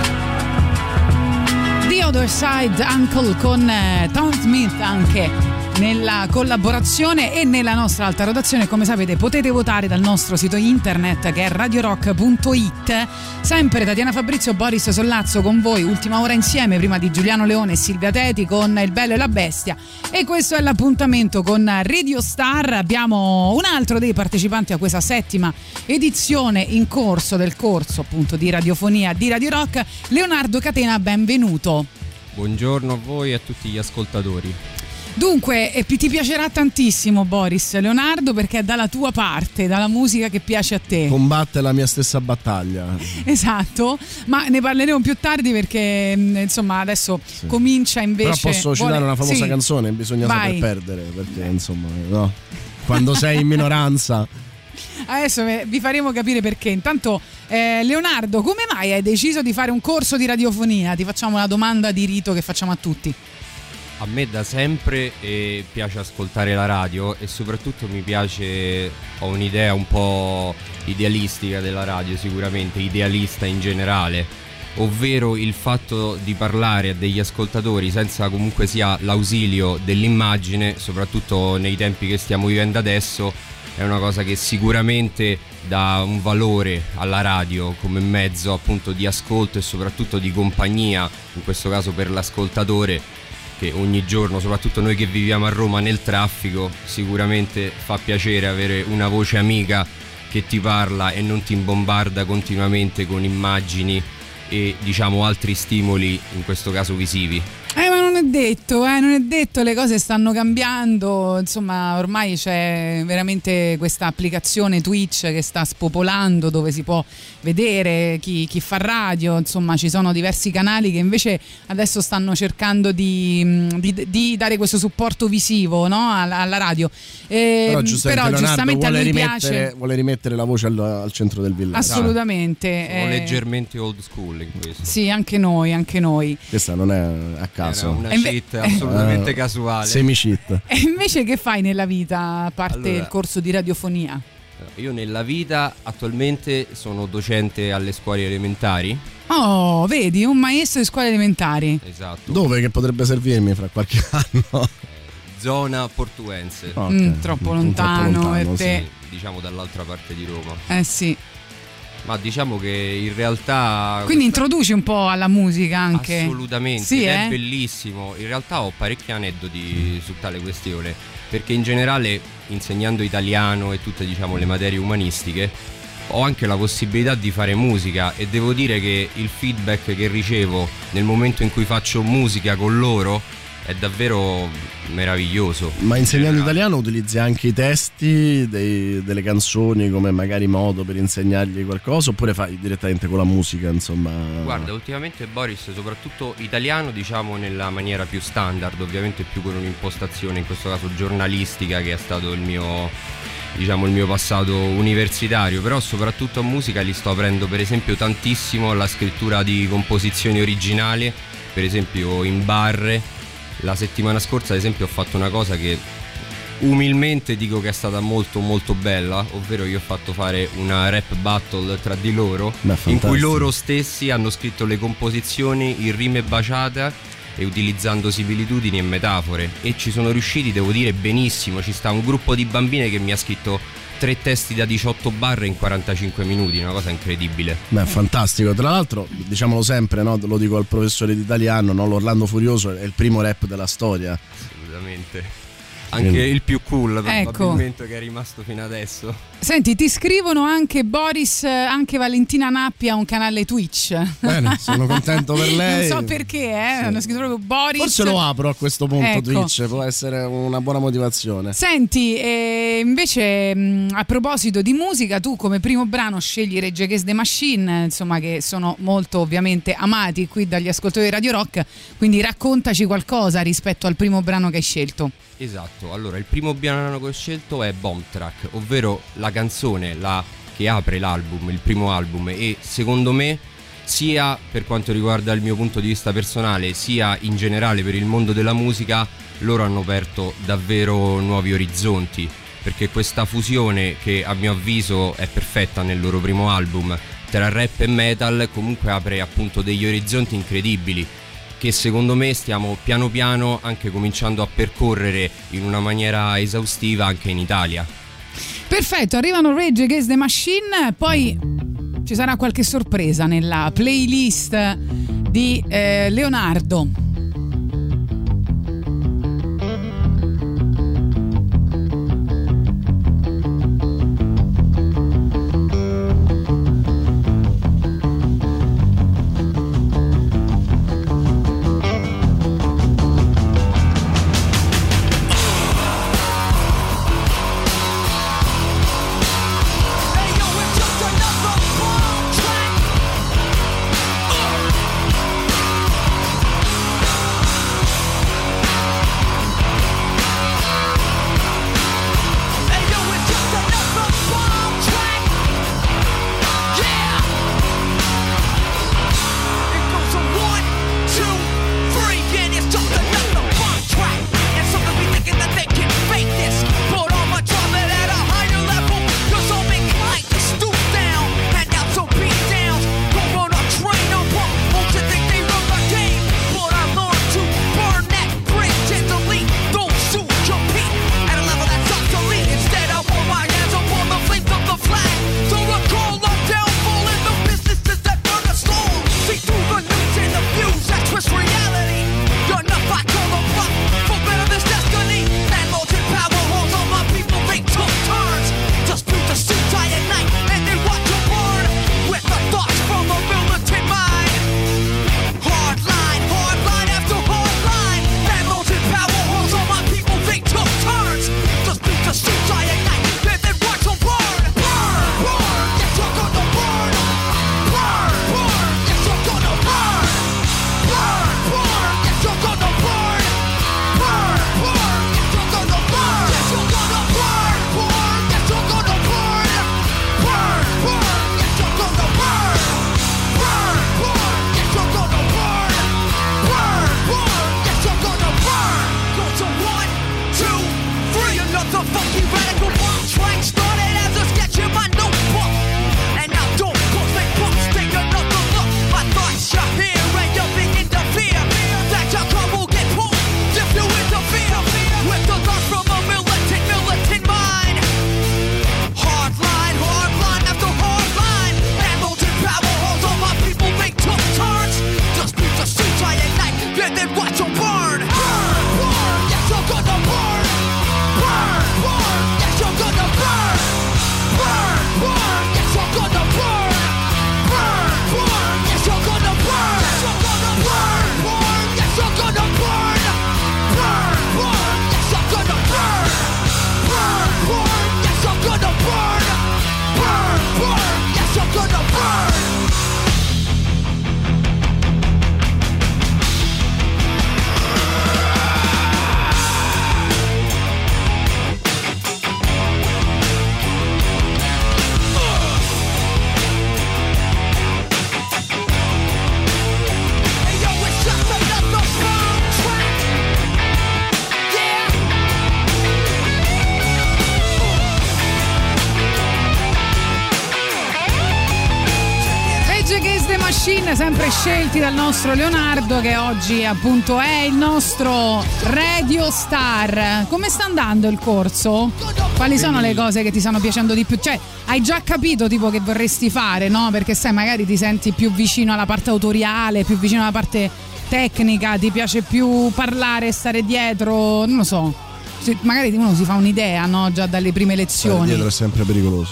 The Other Side, Uncle, con eh, Tom Smith anche nella collaborazione e nella nostra alta rotazione. Come sapete potete votare dal nostro sito internet che è radio rock punto it. Sempre Tatiana Fabrizio, Boris Sollazzo con voi, ultima ora insieme prima di Giuliano Leone e Silvia Teti con Il Bello e la Bestia, e questo è l'appuntamento con Radio Star. Abbiamo un altro dei partecipanti a questa settima edizione in corso del corso appunto di radiofonia di Radio Rock, Leonardo Catena, benvenuto. Buongiorno a voi e a tutti gli ascoltatori. Dunque, e ti piacerà tantissimo Boris, Leonardo, perché è dalla tua parte, dalla musica che piace a te. Combatte la mia stessa battaglia. Esatto, ma ne parleremo più tardi perché insomma adesso sì. comincia invece. Però posso citare vuole... una famosa sì. canzone, bisogna Vai. saper perdere, perché insomma, no? Quando sei in minoranza. Adesso vi faremo capire perché. Intanto eh, Leonardo, come mai hai deciso di fare un corso di radiofonia? Ti facciamo una domanda di rito che facciamo a tutti. A me da sempre eh, piace ascoltare la radio e soprattutto mi piace, ho un'idea un po' idealistica della radio, sicuramente idealista in generale, ovvero il fatto di parlare a degli ascoltatori senza comunque sia l'ausilio dell'immagine, soprattutto nei tempi che stiamo vivendo adesso, è una cosa che sicuramente dà un valore alla radio come mezzo appunto di ascolto e soprattutto di compagnia, in questo caso per l'ascoltatore, che ogni giorno, soprattutto noi che viviamo a Roma nel traffico, sicuramente fa piacere avere una voce amica che ti parla e non ti imbombarda continuamente con immagini e diciamo altri stimoli, in questo caso visivi. Eh ma non è detto, eh, non è detto, le cose stanno cambiando, insomma ormai c'è veramente questa applicazione Twitch che sta spopolando, dove si può vedere chi, chi fa radio, insomma ci sono diversi canali che invece adesso stanno cercando di, di, di dare questo supporto visivo, no? alla, alla radio. Eh, però giustamente, però, Leonardo giustamente vuole a lui rimettere, piace. vuole rimettere la voce al, al centro del villaggio. Assolutamente. Sono eh, leggermente old school in questo. Sì, anche noi, anche noi. Questa non è a caso. Era una Inve- cheat assolutamente eh, casuale. Semi cheat. E invece che fai nella vita, a parte Allora, il corso di radiofonia? Io nella vita attualmente sono docente alle scuole elementari. Oh, vedi, un maestro di scuole elementari. Esatto. Dove che potrebbe servirmi fra qualche anno? Zona portuense. Okay. Mm, troppo lontano, troppo lontano per te. Sì, diciamo dall'altra parte di Roma. Eh sì. Ma diciamo che in realtà... Quindi questa... introduci un po' alla musica anche. Assolutamente, sì, ed eh? è bellissimo. In realtà ho parecchi aneddoti su tale questione, perché in generale insegnando italiano e tutte diciamo le materie umanistiche ho anche la possibilità di fare musica, e devo dire che il feedback che ricevo nel momento in cui faccio musica con loro è davvero meraviglioso. Ma insegnando italiano utilizzi anche i testi dei, delle canzoni come magari modo per insegnargli qualcosa, oppure fai direttamente con la musica, insomma? Guarda, ultimamente Boris, soprattutto italiano, diciamo nella maniera più standard, ovviamente più con un'impostazione in questo caso giornalistica, che è stato il mio, diciamo il mio passato universitario, però soprattutto a musica li sto aprendo per esempio tantissimo alla scrittura di composizioni originali, per esempio in barre. La settimana scorsa ad esempio ho fatto una cosa che umilmente dico che è stata molto molto bella, ovvero io ho fatto fare una rap battle tra di loro. Beh, in cui loro stessi hanno scritto le composizioni in rime baciate e utilizzando similitudini e metafore, e ci sono riusciti, devo dire, benissimo. Ci sta un gruppo di bambine che mi ha scritto tre testi da diciotto barre in quarantacinque minuti, una cosa incredibile. Beh, fantastico. Tra l'altro, diciamolo sempre, no? Lo dico al professore di italiano, no? L'Orlando Furioso è il primo rap della storia. Assolutamente. Anche Quindi. il più cool probabilmente, ecco, che è rimasto fino adesso. Senti, ti scrivono anche Boris, anche Valentina Nappi ha un canale Twitch. Bene, sono contento per lei. Non so perché, eh? Sì. Hanno scritto proprio Boris. Forse lo apro a questo punto, ecco. Twitch, può essere una buona motivazione. Senti, eh, invece mh, a proposito di musica, tu come primo brano scegli Rage Against the Machine, insomma, che sono molto ovviamente amati qui dagli ascoltatori di Radio Rock, quindi raccontaci qualcosa rispetto al primo brano che hai scelto. Esatto, allora il primo brano che ho scelto è Bomb Track, ovvero la canzone la, che apre l'album, il primo album, e secondo me, sia per quanto riguarda il mio punto di vista personale, sia in generale per il mondo della musica, loro hanno aperto davvero nuovi orizzonti, perché questa fusione, che a mio avviso è perfetta nel loro primo album, tra rap e metal comunque apre appunto degli orizzonti incredibili che secondo me stiamo piano piano anche cominciando a percorrere in una maniera esaustiva anche in Italia. Perfetto, arrivano Rage Against the Machine, poi ci sarà qualche sorpresa nella playlist di eh, Leonardo. Sempre scelti dal nostro Leonardo, che oggi appunto è il nostro Radio Star. Come sta andando il corso? Quali sono le cose che ti stanno piacendo di più? Cioè, hai già capito tipo che vorresti fare, no? Perché sai, magari ti senti più vicino alla parte autoriale, più vicino alla parte tecnica, ti piace più parlare, stare dietro, non lo so. Magari uno si fa un'idea, no? Già dalle prime lezioni. Stare dietro è sempre pericoloso.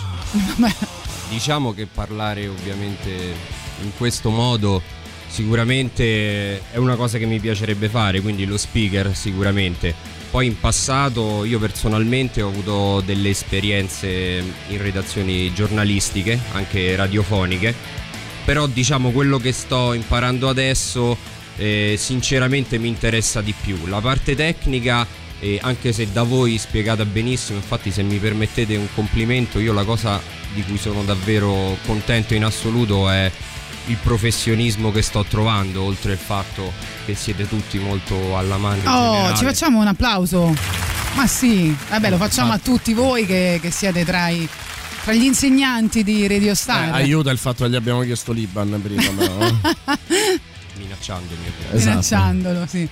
Diciamo che parlare ovviamente in questo modo sicuramente è una cosa che mi piacerebbe fare, quindi lo speaker sicuramente. Poi in passato io personalmente ho avuto delle esperienze in redazioni giornalistiche, anche radiofoniche, però diciamo quello che sto imparando adesso eh, sinceramente mi interessa di più. La parte tecnica, eh, anche se da voi spiegata benissimo, infatti se mi permettete un complimento, io la cosa di cui sono davvero contento in assoluto è il professionismo che sto trovando, oltre il fatto che siete tutti molto alla mano in Oh, generale. ci facciamo un applauso. Ma sì, vabbè, lo facciamo a tutti voi che, che siete tra i tra gli insegnanti di Radio Star. Eh, aiuta il fatto che gli abbiamo chiesto l'Iban prima, però. Minacciandomi. Esatto. Minacciandolo, sì.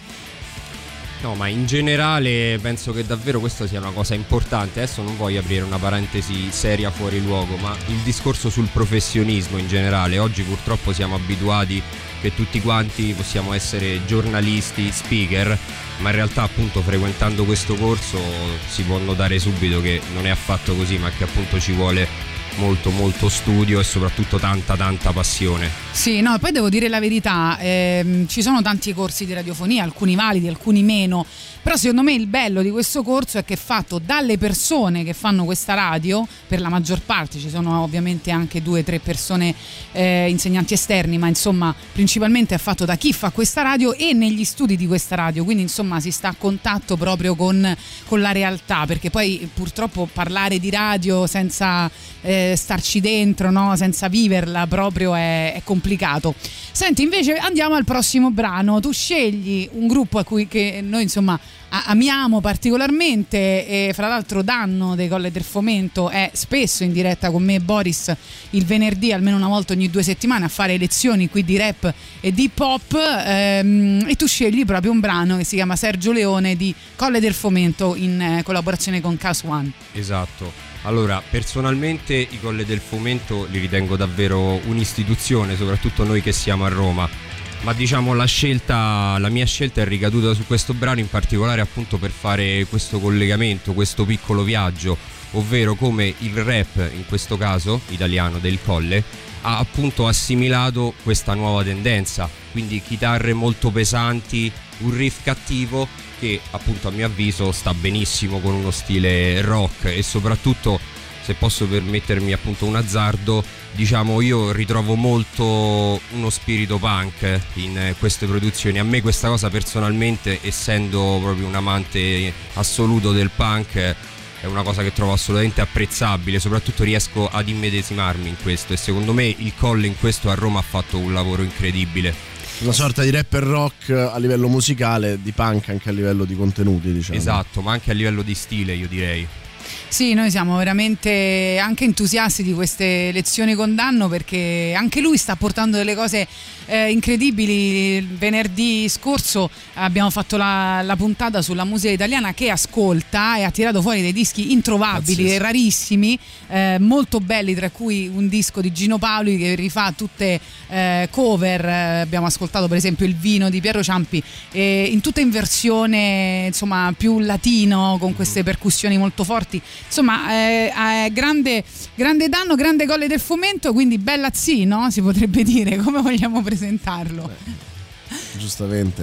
No, ma in generale penso che davvero questa sia una cosa importante. Adesso non voglio aprire una parentesi seria fuori luogo, ma il discorso sul professionismo in generale. Oggi purtroppo siamo abituati che tutti quanti possiamo essere giornalisti, speaker, ma in realtà appunto frequentando questo corso si può notare subito che non è affatto così, ma che appunto ci vuole molto molto studio e soprattutto tanta tanta passione. Sì, no, poi devo dire la verità, ehm, ci sono tanti corsi di radiofonia, alcuni validi, alcuni meno, però secondo me il bello di questo corso è che è fatto dalle persone che fanno questa radio, per la maggior parte, ci sono ovviamente anche due o tre persone eh, insegnanti esterni, ma insomma principalmente è fatto da chi fa questa radio e negli studi di questa radio, quindi insomma si sta a contatto proprio con, con la realtà, perché poi purtroppo parlare di radio senza eh, starci dentro, no? Senza viverla proprio è, è complicato. Senti, invece andiamo al prossimo brano. Tu scegli un gruppo a cui che noi insomma amiamo particolarmente, e fra l'altro Danno dei Colle del Fomento è spesso in diretta con me e Boris il venerdì, almeno una volta ogni due settimane, a fare lezioni qui di rap e di hip hop, ehm, e tu scegli proprio un brano che si chiama Sergio Leone di Colle del Fomento in eh, collaborazione con Cast One. Esatto. Allora, personalmente i Colle del Fomento li ritengo davvero un'istituzione, soprattutto noi che siamo a Roma. Ma diciamo la scelta, la mia scelta è ricaduta su questo brano in particolare appunto per fare questo collegamento, questo piccolo viaggio, ovvero come il rap, in questo caso italiano del Colle, ha appunto assimilato questa nuova tendenza, quindi chitarre molto pesanti, un riff cattivo che appunto a mio avviso sta benissimo con uno stile rock e soprattutto, se posso permettermi appunto un azzardo, diciamo io ritrovo molto uno spirito punk in queste produzioni. A me questa cosa personalmente, essendo proprio un amante assoluto del punk, è una cosa che trovo assolutamente apprezzabile, soprattutto riesco ad immedesimarmi in questo e secondo me il Colle in questo a Roma ha fatto un lavoro incredibile. Una sorta di rapper rock a livello musicale, di punk anche a livello di contenuti, diciamo. Esatto, ma anche a livello di stile, io direi. Sì, noi siamo veramente anche entusiasti di queste lezioni con Danno, perché anche lui sta portando delle cose eh, incredibili. Il venerdì scorso abbiamo fatto la, la puntata sulla musica italiana che ascolta e ha tirato fuori dei dischi introvabili, Pazzesco. rarissimi, eh, molto belli, tra cui un disco di Gino Paoli che rifà tutte eh, cover. Eh, abbiamo ascoltato per esempio Il Vino di Piero Ciampi, eh, in tutta in versione insomma più latino, con queste percussioni molto forti. Insomma, eh, eh, grande, grande Danno, grande Colle del Fomento, quindi bella zii, no? Si potrebbe dire, come vogliamo presentarlo? Beh, giustamente.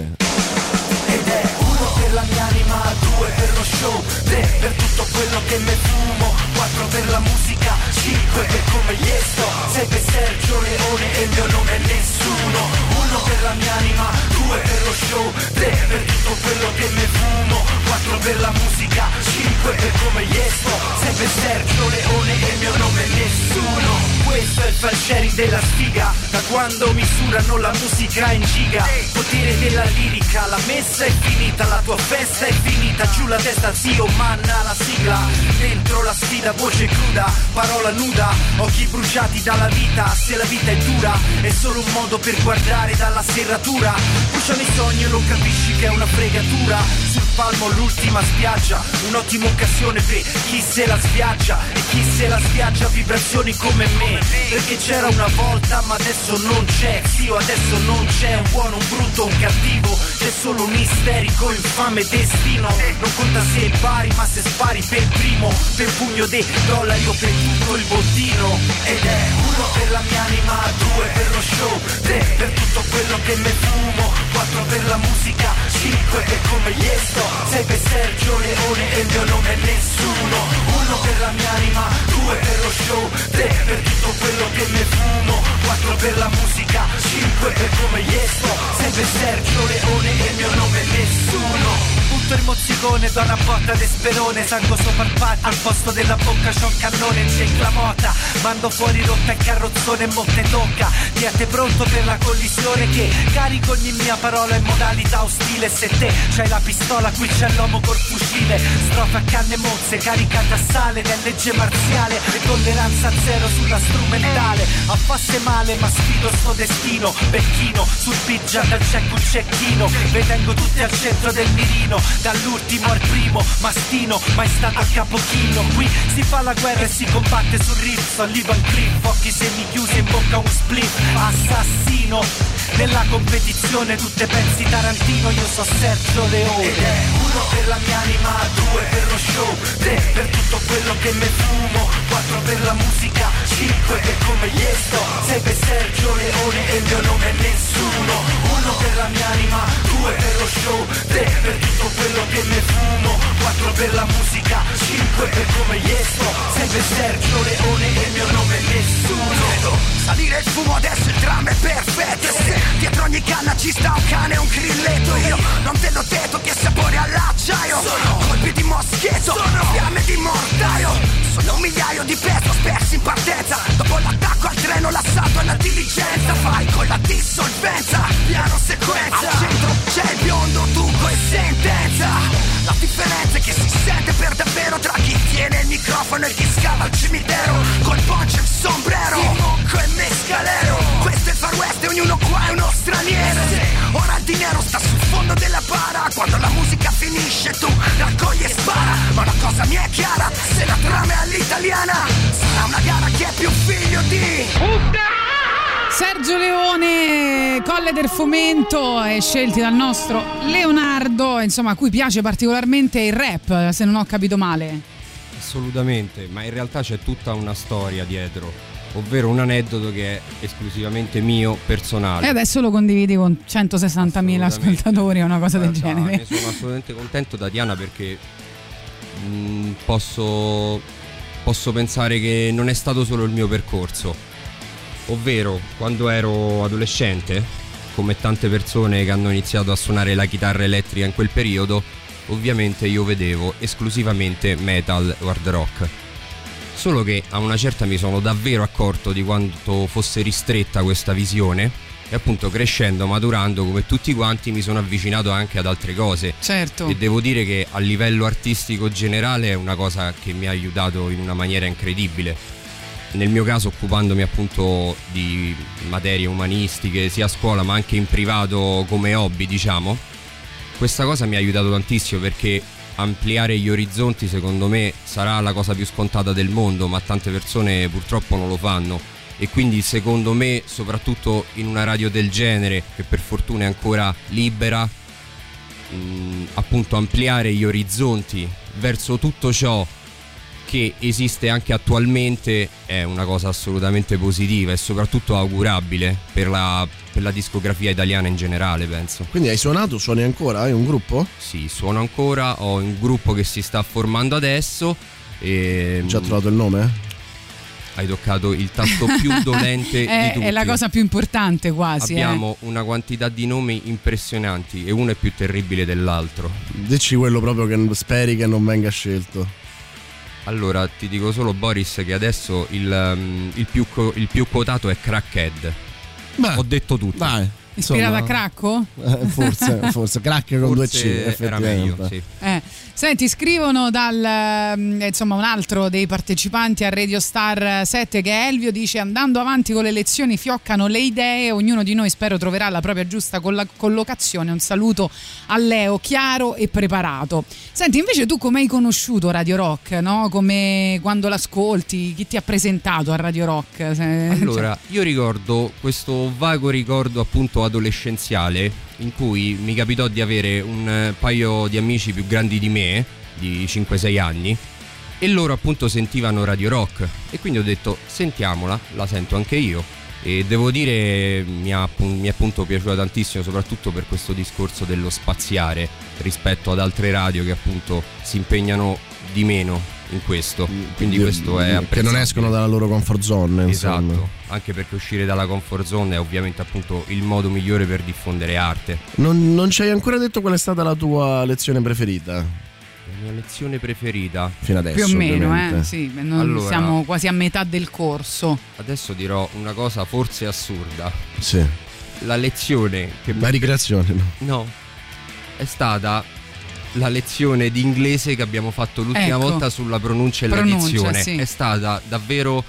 Ed è uno per la mia anima, due per lo show, tre per tutto quello che me fumo, quattro per la musica, cinque per come gli sto, sei per Sergio Leone e il mio nome è nessuno. Uno per la mia anima, due per lo show, tre per tutto quello che me fumo, quattro per la musica, cinque per come gli sto, sei per Sergio Leone e il mio nome è nessuno. Questo è il file sharing della sfiga, da quando misurano la musica in giga. Potere della lirica, la messa è finita, la tua festa è finita, giù la testa zio, manna la sigla. Dentro la sfida, voce cruda, parola nuda, occhi bruciati dalla vita. Se la vita è dura, è solo un modo per guardare dalla serratura. Bruciano i sogni e non capisci che è una fregatura. Sul palmo l'ultima spiaggia, un'ottima occasione per chi se la sviaggia. E chi se la sviaggia vibrazioni come me, perché c'era una volta ma adesso non c'è. Zio, adesso non c'è un buono, un brutto, un cattivo, c'è solo un isterico, infame destino. Non conta se è pari ma se spari per primo, per pugno dei dollari o per tutto il bottino. Ed è uno per la mia anima, due per lo show, tre per tutto quello che me fumo, quattro per la musica, cinque per come gli sto, sei per Sergio Leone e il mio nome è nessuno. Uno per la mia anima, due per lo show, tre per tutto quello che me fumo, quattro per la musica, cinque per come gli sto, sei per Sergio Leone e il mio nome è nessuno. Butto il mozzico furgone, do una botta de sperone, sangue sopra il pacco, al posto della bocca c'ho un cannone, c'è la mota, mando fuori rotta il carrozzone e mo te tocca, siete pronto per la collisione che carico ogni mia parola in modalità ostile, se te c'hai la pistola qui c'è l'uomo col fucile, strofa a canne mozze, caricata a sale, nel legge marziale, e tolleranza zero sulla strumentale, affasse male ma sfido sto destino, becchino, sul pigia dal cecco un cecchino, vedengo tutti al centro del mirino, dall'ultimo al primo, mastino, mai stato a capochino, qui si fa la guerra e si combatte sul riff, Sullivan Cliff, occhi semi chiusi in bocca un split, assassino, nella competizione tu te pensi Tarantino, io so Sergio Leone, ed è uno per la mia anima, due per lo show, tre per tutto quello che me fumo, quattro per la musica, cinque per come gli sto, sei per Sergio Leone e il mio nome è nessuno, uno per la mia anima, due per lo show, tre per tutto quello che me fumo, quattro per la musica, cinque per come gli sto, sei per Sergio Leone e il mio nome è nessuno. Vedo salire il fumo, adesso il dramma è perfetto, e se dietro ogni canna ci sta un cane e un grilletto, io non te l'ho detto che sapore all'acciaio, sono colpi di moschetto, sono fiamme di mortaio, sono un migliaio di peso spersi in partenza, dopo l'attacco al treno l'assalto alla diligenza, fai con la dissolvenza, piano sequenza, al centro c'è il biondo, tuco e sentenza, la differenza è che si sente per davvero tra chi tiene il microfono e chi scava il cimitero, col poncho e il sombrero, Monco e mescalero, questo è il Far West e ognuno qua è uno straniero, ora il dinero sta sul fondo della bara, quando la musica finisce tu raccogli e spara, ma una cosa mi è chiara, se la trama è all'italiana sarà una gara che è più figlio di Sergio Leone, Colle del Fomento, e scelti dal nostro Leonardo, insomma a cui piace particolarmente il rap, se non ho capito male. Assolutamente, ma in realtà c'è tutta una storia dietro, ovvero un aneddoto che è esclusivamente mio, personale. E adesso lo condividi con centosessantamila ascoltatori o una cosa del genere. Ne sono assolutamente contento, Tatiana, perché mh, posso, posso pensare che non è stato solo il mio percorso. Ovvero, quando ero adolescente, come tante persone che hanno iniziato a suonare la chitarra elettrica in quel periodo, ovviamente io vedevo esclusivamente metal o hard rock. Solo che a una certa mi sono davvero accorto di quanto fosse ristretta questa visione, e appunto crescendo, maturando come tutti quanti, mi sono avvicinato anche ad altre cose. Certo. E devo dire che a livello artistico generale è una cosa che mi ha aiutato in una maniera incredibile. Nel mio caso, occupandomi appunto di materie umanistiche sia a scuola ma anche in privato come hobby, diciamo, questa cosa mi ha aiutato tantissimo, perché ampliare gli orizzonti secondo me sarà la cosa più scontata del mondo, ma tante persone purtroppo non lo fanno, e quindi secondo me, soprattutto in una radio del genere che per fortuna è ancora libera, mh, appunto ampliare gli orizzonti verso tutto ciò che esiste anche attualmente è una cosa assolutamente positiva e soprattutto augurabile per la, per la discografia italiana in generale, penso. Quindi hai suonato, suoni ancora? Hai un gruppo? Sì, suono ancora, ho un gruppo che si sta formando adesso e... Già trovato il nome? Hai toccato il tasto più dolente è, di tutti. È la cosa più importante quasi. Abbiamo eh. una quantità di nomi impressionanti e uno è più terribile dell'altro. Dici quello proprio che speri che non venga scelto. Allora, ti dico solo, Boris, che adesso il, um, il, più, co- il più quotato è Crackhead. Beh, ho detto tutto. Dai, ispirato a Cracco? Eh, forse, forse Crack con due C, era meglio, sì. Eh. Senti, scrivono dal insomma un altro dei partecipanti a Radio Star sette, che è Elvio, dice: andando avanti con le lezioni fioccano le idee, ognuno di noi spero troverà la propria giusta coll- collocazione. Un saluto a Leo, chiaro e preparato. Senti, invece tu come hai conosciuto Radio Rock, no? Come, quando l'ascolti, chi ti ha presentato a Radio Rock? Se, allora, cioè... io ricordo questo vago ricordo appunto adolescenziale in cui mi capitò di avere un paio di amici più grandi di me, di cinque sei anni, e loro appunto sentivano Radio Rock, e quindi ho detto sentiamola, la sento anche io, e devo dire mi, ha, mi è appunto piaciuta tantissimo, soprattutto per questo discorso dello spaziare rispetto ad altre radio che appunto si impegnano di meno in questo, quindi Io, questo è apprezzabile. Che non escono dalla loro comfort zone, esatto, insomma. Anche perché uscire dalla comfort zone è ovviamente appunto il modo migliore per diffondere arte. Non, non ci hai ancora detto qual è stata la tua lezione preferita? La mia lezione preferita fino adesso, più o meno, ovviamente. eh? Sì, non Allora, siamo quasi a metà del corso. Adesso dirò una cosa forse assurda. Sì. La lezione che La ricreazione, no? No, è stata la lezione di inglese che abbiamo fatto l'ultima Ecco. volta sulla pronuncia e Pronuncia, l'edizione. sì. È stata davvero,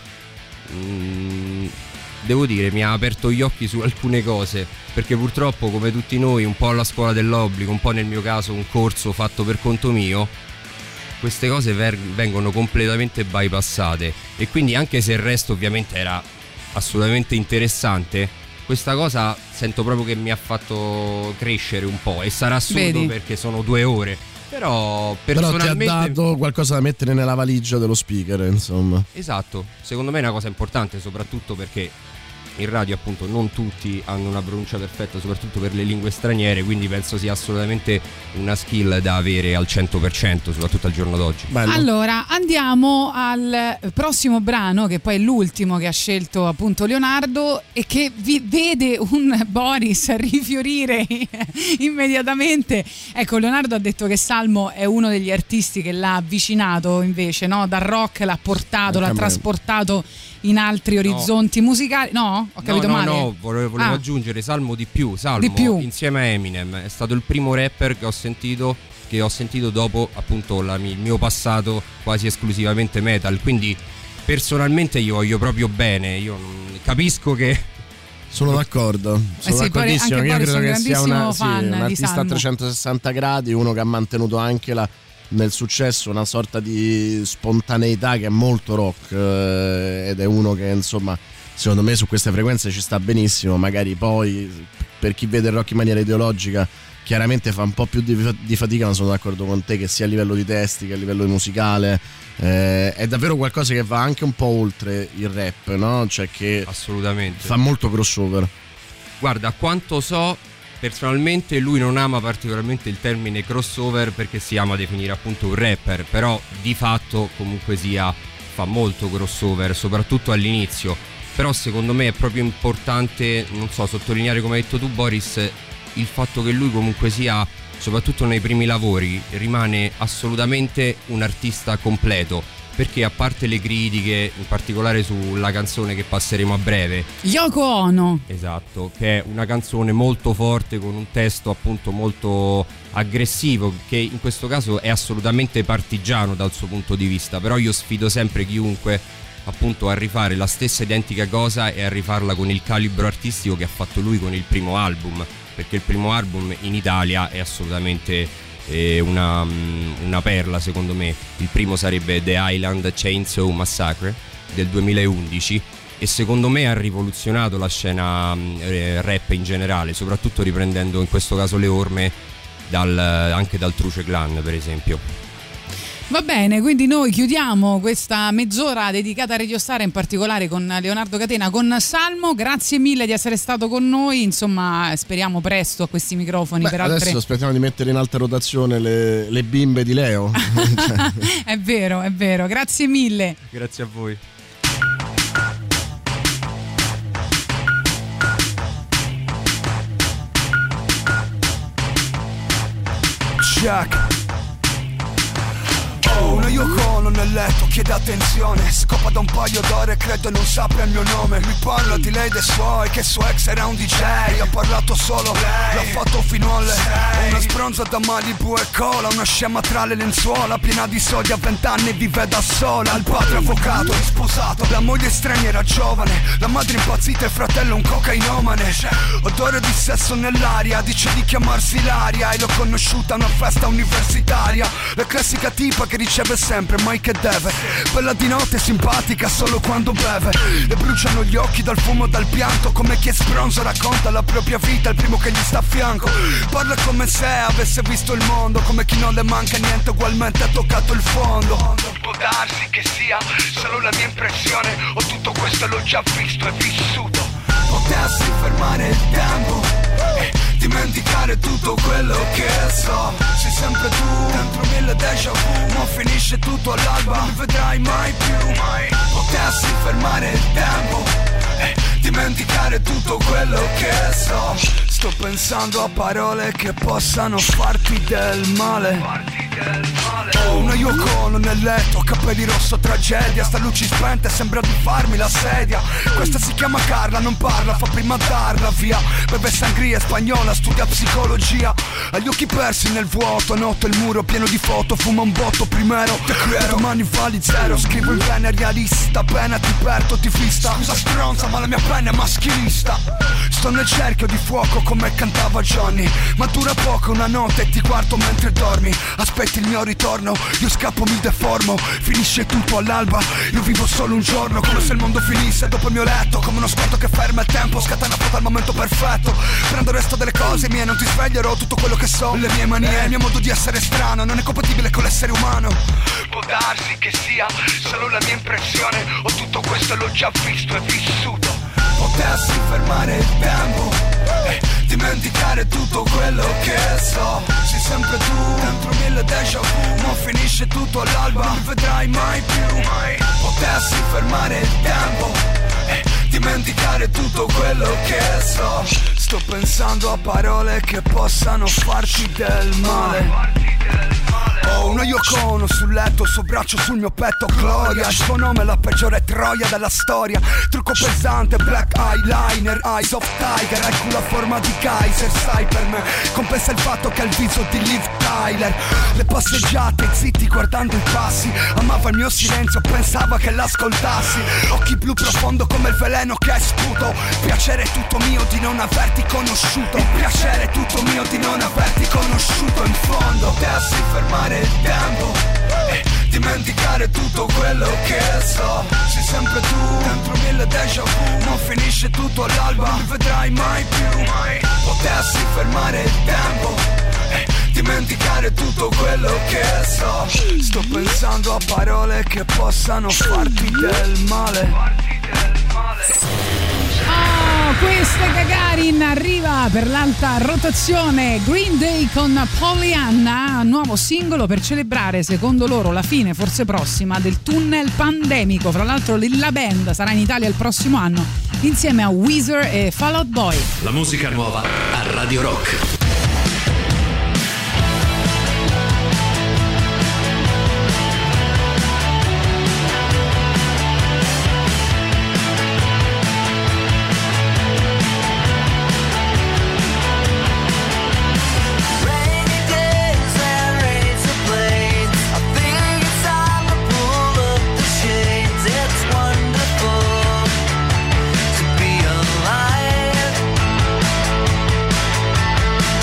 mm, devo dire, mi ha aperto gli occhi su alcune cose, perché purtroppo, come tutti noi, un po' alla scuola dell'obbligo, un po' nel mio caso un corso fatto per conto mio, queste cose ver- vengono completamente bypassate. E quindi, anche se il resto ovviamente era assolutamente interessante, questa cosa sento proprio che mi ha fatto crescere un po'. E sarà assurdo, Vedi? perché sono due ore. Però Però ti ha personalmente, dato qualcosa da mettere nella valigia dello speaker, insomma. esatto, secondo me è una cosa importante, soprattutto perché in radio appunto non tutti hanno una pronuncia perfetta, soprattutto per le lingue straniere, quindi penso sia assolutamente una skill da avere al cento per cento, soprattutto al giorno d'oggi. Allora, andiamo al prossimo brano, che poi è l'ultimo che ha scelto appunto Leonardo, e che vi vede un Boris rifiorire immediatamente. Ecco, Leonardo ha detto che Salmo è uno degli artisti che l'ha avvicinato invece, no? Dal rock l'ha portato, l'ha Anche a me. trasportato in altri orizzonti musicali. No? Ho capito no, no, male? No, volevo, volevo Ah. aggiungere Salmo di più. Salmo Di più. insieme a Eminem è stato il primo rapper che ho sentito che ho sentito dopo appunto la, il mio passato quasi esclusivamente metal. Quindi personalmente io voglio proprio bene. Io non- capisco che Sono d'accordo, sono sì, d'accordissimo. anche Io Boris credo è un che sia grandissimo una, sì, fan un di artista a Salmo. trecentosessanta gradi, uno che ha mantenuto anche la, nel successo una sorta di spontaneità che è molto rock, eh, ed è uno che insomma secondo me su queste frequenze ci sta benissimo. Magari poi per chi vede il rock in maniera ideologica chiaramente fa un po' più di, di fatica, ma sono d'accordo con te che sia a livello di testi che a livello musicale eh, è davvero qualcosa che va anche un po' oltre il rap, no? Cioè che assolutamente fa molto crossover. Guarda, a quanto so, personalmente lui non ama particolarmente il termine crossover perché si ama definire appunto un rapper, però di fatto comunque sia fa molto crossover, soprattutto all'inizio. Però secondo me è proprio importante, non so, sottolineare, come hai detto tu Boris, il fatto che lui comunque sia, soprattutto nei primi lavori, rimane assolutamente un artista completo, perché a parte le critiche, in particolare sulla canzone che passeremo a breve, Yoko Ono. esatto, che è una canzone molto forte con un testo appunto molto aggressivo, che in questo caso è assolutamente partigiano dal suo punto di vista. Però io sfido sempre chiunque appunto a rifare la stessa identica cosa e a rifarla con il calibro artistico che ha fatto lui con il primo album, perché il primo album in Italia è assolutamente eh, una, una perla secondo me. Il primo sarebbe The Highland Chainsaw Massacre del duemilaundici e secondo me ha rivoluzionato la scena eh, rap in generale, soprattutto riprendendo in questo caso le orme dal, anche dal Truce Clan per esempio. Va bene, quindi noi chiudiamo questa mezz'ora dedicata a Radio Star, in particolare con Leonardo Catena, con Salmo. Grazie mille di essere stato con noi, insomma speriamo presto a questi microfoni. Beh, per adesso altre... aspettiamo di mettere in alta rotazione le, le bimbe di Leo. È vero, è vero, grazie mille. Grazie a voi. Check. Una Yoko Ono nel letto chiede attenzione, scopa da un paio d'ore, credo non sappia il mio nome. Mi parla di lei e dei suoi, che suo ex era un D J. Ha parlato solo, l'ha fatto fino alle sei. Una sbronza da Malibu e cola, una scema tra le lenzuola, piena di soldi, a vent'anni vive da sola. Il padre avvocato, sposato, la moglie straniera giovane, la madre impazzita e il fratello un cocainomane. Odore di sesso nell'aria, dice di chiamarsi Ilaria e l'ho conosciuta a una festa universitaria. La classica tipa che riceve sempre mai che deve, bella di notte, simpatica solo quando beve. Le bruciano gli occhi dal fumo, dal pianto, come chi è sbronzo racconta la propria vita al primo che gli sta a fianco. Parla come se avesse visto il mondo, come chi non le manca niente, ugualmente ha toccato il fondo. Può darsi che sia solo la mia impressione, o tutto questo l'ho già visto e vissuto. Potessi fermare il tempo e dimenticare tutto quello che so. Sei sempre tu, dentro mille déjà vu, ma finisce tutto all'alba, non mi vedrai mai più. Potessi fermare il tempo e dimenticare tutto quello che so. Sto pensando a parole che possano farti del male. Ho una Yoko Ono nel letto, capelli rosso, tragedia. Sta luci spente, sembra di farmi la sedia. Questa si chiama Carla, non parla, fa prima darla via. Beve sangria spagnola, studia psicologia. Ha gli occhi persi nel vuoto, noto il muro pieno di foto. Fuma un botto primero, domani vali zero. Scrivo il bene realista, appena ti perdo ti fista. Scusa stronza ma la mia penna è maschilista. Sto nel cerchio di fuoco come cantava Johnny. Ma dura poco una notte e ti guardo mentre dormi. Aspetti il mio ritorno, io scappo, mi deformo. Finisce tutto all'alba, io vivo solo un giorno. Come se il mondo finisse dopo il mio letto. Come uno squarto che ferma il tempo, scatta una foto al momento perfetto. Prendo il resto delle cose mie, non ti sveglierò tutto quello che so. Le mie manie, il mio modo di essere strano non è compatibile con l'essere umano. Può darsi che sia solo la mia impressione, o tutto questo l'ho già visto e vissuto. Potessi fermare il tempo e dimenticare tutto quello che so. Sei sempre tu, dentro mille déjà vu. Ma finisce tutto all'alba, non mi vedrai mai più. Potessi fermare il tempo e dimenticare tutto quello che so. Sto pensando a parole che possano farti del male. Ho una Yoko Ono sul letto, il suo braccio sul mio petto, Gloria. Il suo nome è la peggiore troia della storia. Trucco pesante, black eyeliner, eyes of tiger. Hai culo a forma di Kaiser, sai per me compensa il fatto che ha il viso di Liv Tyler. Le passeggiate, zitti guardando i passi. Amava il mio silenzio, pensava che l'ascoltassi. Occhi blu profondo come il veleno che hai sputo. Piacere tutto mio di non averti conosciuto. Il piacere tutto mio di non averti conosciuto. In fondo potessi fermare il tempo e dimenticare tutto quello che so. Sei sempre tu, dentro mille déjà vu. Non finisce tutto all'alba, non mi vedrai mai più. Potessi fermare il tempo e dimenticare tutto quello che so. Sto pensando a parole che possano farti del male. Oh, questa Gagarin arriva per l'alta rotazione. Green Day con Pollyanna, nuovo singolo per celebrare, secondo loro, la fine, forse prossima, del tunnel pandemico. Fra l'altro la band sarà in Italia il prossimo anno insieme a Weezer e Fall Out Boy. La musica nuova a Radio Rock. Alive.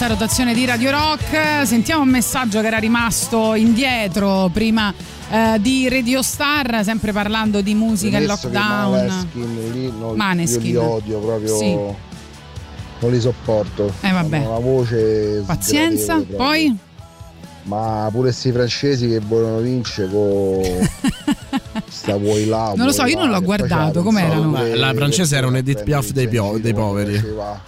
rotazione di Radio Rock. Sentiamo un messaggio che era rimasto indietro prima eh, di Radio Star, sempre parlando di musica e lockdown. Maneskin, lì, no, Maneskin. Io li odio proprio, sì. Non li sopporto. Eh vabbè. Hanno una voce pazienza, poi? Ma pure questi francesi che vogliono vincere con sta vuoi là. Non lo so, io non l'ho guardato, com'erano? La, la francese era un Edith Piaf dei, pio, dei poveri.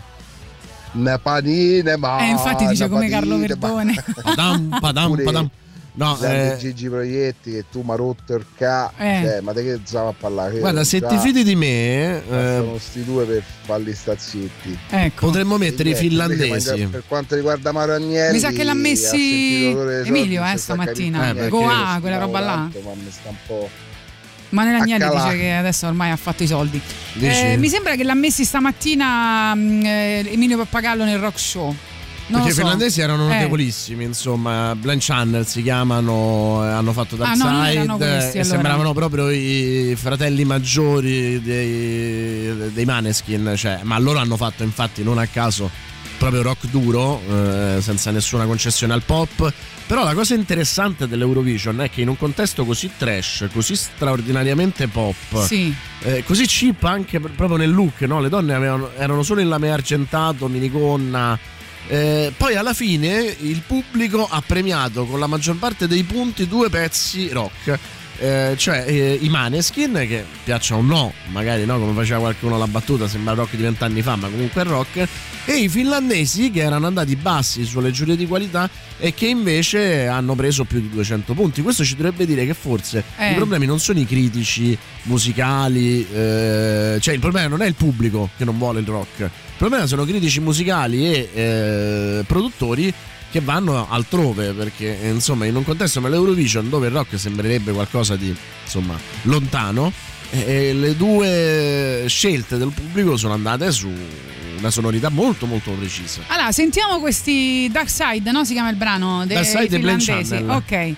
Ne panine, ma Eh, infatti dice come Carlo Verdone. Padam, padam, padam. No, eh, eh, Gigi Proietti che tu mi ha rotto il ca. Eh. Cioè, ma te che stava a parlare? guarda, se già ti fidi di me, sono eh, sti due per farli sta zitti. Ecco. potremmo mettere i Invece, finlandesi. Per quanto riguarda Mauro Agnelli, Mi sa che l'ha messi Emilio eh, stamattina. Eh, Goa, quella roba là. Ma mi sta un po'. Manuel Agnelli Accalà. dice che adesso ormai ha fatto i soldi. Dici? Eh, mi sembra che l'ha messi stamattina mh, eh, Emilio Pappagallo nel rock show. Non Perché lo i so. finlandesi erano Eh. notevolissimi, insomma, Blind Channel si chiamano, eh, hanno fatto Dark Ah, no, non Side erano questi, e allora. sembravano proprio i fratelli maggiori dei, dei Maneskin, cioè, ma loro hanno fatto infatti non a caso proprio rock duro, eh, senza nessuna concessione al pop. Però la cosa interessante dell'Eurovision è che in un contesto così trash, così straordinariamente pop, Sì. eh, così cheap anche per- proprio nel look, no? Le donne avevano, erano solo in lame argentato, minigonna. Eh, poi alla fine il pubblico ha premiato con la maggior parte dei punti due pezzi rock. Eh, cioè eh, i Maneskin, che piacciono o no, magari no, come faceva qualcuno la battuta, sembra rock di vent'anni fa, ma comunque è rock, e i finlandesi che erano andati bassi sulle giurie di qualità e che invece hanno preso più di duecento punti. Questo ci dovrebbe dire che forse Eh. i problemi non sono i critici musicali, eh, cioè il problema non è il pubblico che non vuole il rock, il problema sono critici musicali e eh, produttori che vanno altrove, perché insomma in un contesto come l'Eurovision dove il rock sembrerebbe qualcosa di insomma lontano, e le due scelte del pubblico sono andate su una sonorità molto molto precisa. Allora, sentiamo questi Dark Side, no? Si chiama il brano dei Dark Side e Blind finlandesi. Channel. Ok.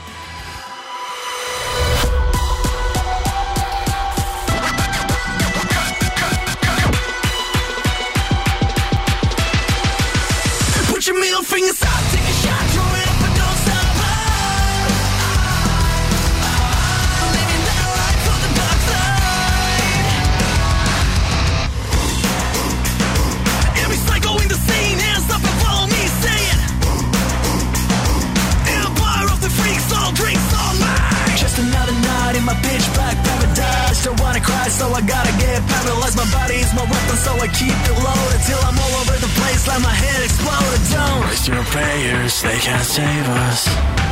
Put your middle fingers up, take a shot, throw it up and don't stop. Living that life on the dark side. Every psycho in the scene, hands up and follow me, say it. Empire of the freaks, all drinks, all night. Just another night in my pitch black paradise. Don't wanna cry, so I gotta get paralyzed. My body is my weapon, so I keep it loaded till I'm all over the place, like my head exploded. Don't waste your prayers, they can't save us.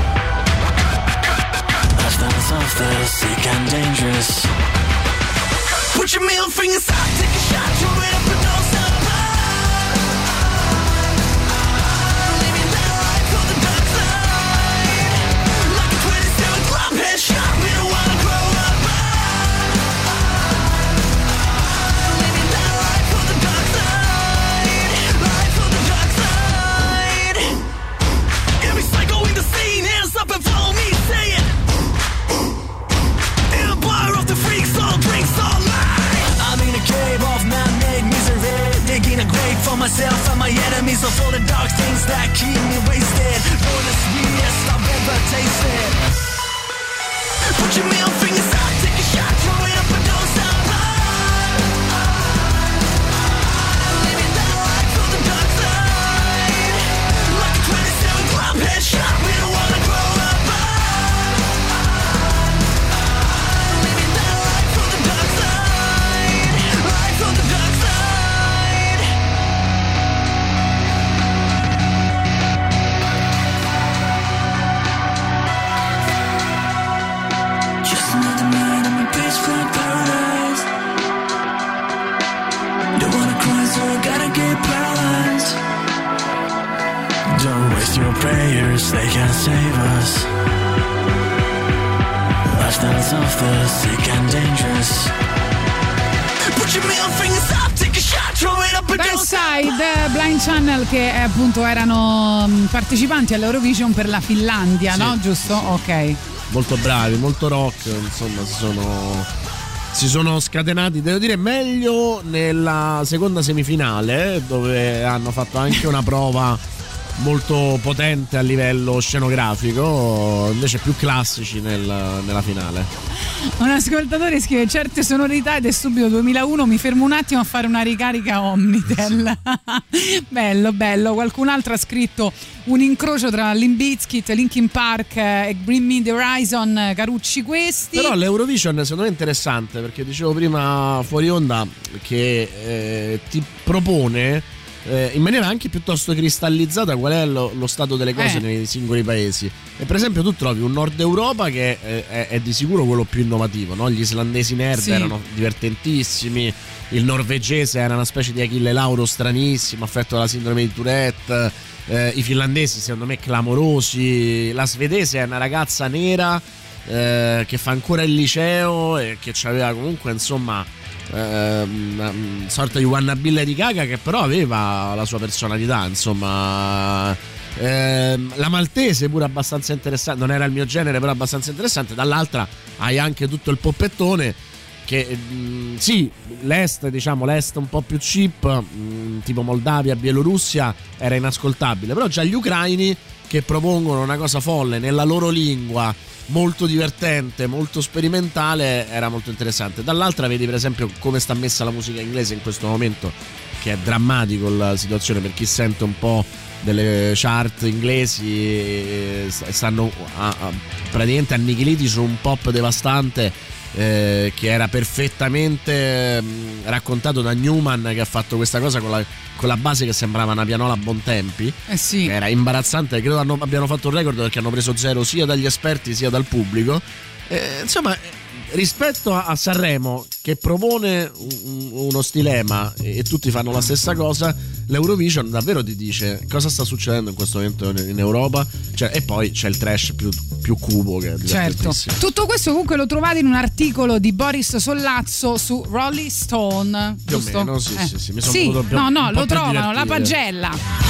Left us off the sick and dangerous. Put your middle fingers up, take a shot, throw it up and don't stop. Living that life on the dark side. Like a twenty-seven club headshot, we don't wanna grow up. Living that life on the dark side. Life on the dark side. Every psycho in the scene, hands up and follow me, say it. Empire of the freaks, all drinks, all night. I'm in a cave of man-made misery, digging a grave for myself and my enemies of all the dark things that keep me wasted. For the sweetest I've ever tasted. Put your middle fingers up, take a shot, throw it up and don't stop. Living that life on the dark side. Like a twenty-seven club headshot, we don't wanna grow up. Living that life on the dark side. Life on the dark side. Just another night in my pitch black paradise. Don't wanna cry, so I gotta get paralyzed. Don't waste your prayers, they can't save us. Lifestyles of the sick and dangerous. Put your middle fingers up, take a shot, throw it up and Dark don't stop. Side, Blind Channel, che eh, appunto erano mh, partecipanti all'Eurovision per la Finlandia, Sì. no? Giusto? Ok. Molto bravi, molto rock, insomma, si sono si sono scatenati, devo dire, meglio nella seconda semifinale, dove hanno fatto anche una prova molto potente a livello scenografico, invece più classici nel, nella finale. Un ascoltatore scrive certe sonorità ed è subito duemilauno, mi fermo un attimo a fare una ricarica Omnitel. Bello, bello. Qualcun altro ha scritto un incrocio tra Limp Bizkit, Linkin Park e Bring Me the Horizon, carucci questi. Però l'Eurovision secondo me è interessante, perché dicevo prima fuori onda che eh, ti propone eh, in maniera anche piuttosto cristallizzata qual è lo, lo stato delle cose eh. nei singoli paesi. E per esempio tu trovi un Nord Europa che è, è, è di sicuro quello più innovativo, no? Gli islandesi nerd sì. erano divertentissimi, il norvegese era una specie di Achille Lauro stranissimo, affetto dalla sindrome di Tourette, eh, i finlandesi secondo me clamorosi, la svedese è una ragazza nera eh, che fa ancora il liceo e che aveva comunque insomma eh, una sorta di wannabe Lady Gaga, che però aveva la sua personalità, insomma. Eh, la maltese pure abbastanza interessante, non era il mio genere però abbastanza interessante. Dall'altra hai anche tutto il poppettone che mh, sì, l'est, diciamo l'est un po' più cheap, mh, tipo Moldavia, Bielorussia era inascoltabile, però già gli ucraini che propongono una cosa folle nella loro lingua, molto divertente, molto sperimentale, era molto interessante. Dall'altra vedi per esempio come sta messa la musica inglese in questo momento, che è drammatico la situazione, per chi sente un po' delle chart inglesi, stanno a, a, praticamente annichiliti su un pop devastante eh, che era perfettamente mh, raccontato da Newman, che ha fatto questa cosa con la, con la base che sembrava una pianola a Bontempi, eh sì. era imbarazzante, credo hanno, abbiano fatto un record perché hanno preso zero sia dagli esperti sia dal pubblico. eh, insomma rispetto a Sanremo, che propone un, uno stilema e, e tutti fanno la stessa cosa, l'Eurovision davvero ti dice cosa sta succedendo in questo momento in, in Europa, cioè, e poi c'è il trash più, più cubo che è divertentissimo. Certo. Tutto questo comunque lo trovate in un articolo di Boris Sollazzo su Rolling Stone, più giusto? O meno, sì, eh. sì, sì, mi sono sì, più, no, no, lo divertire. trovano, la pagella.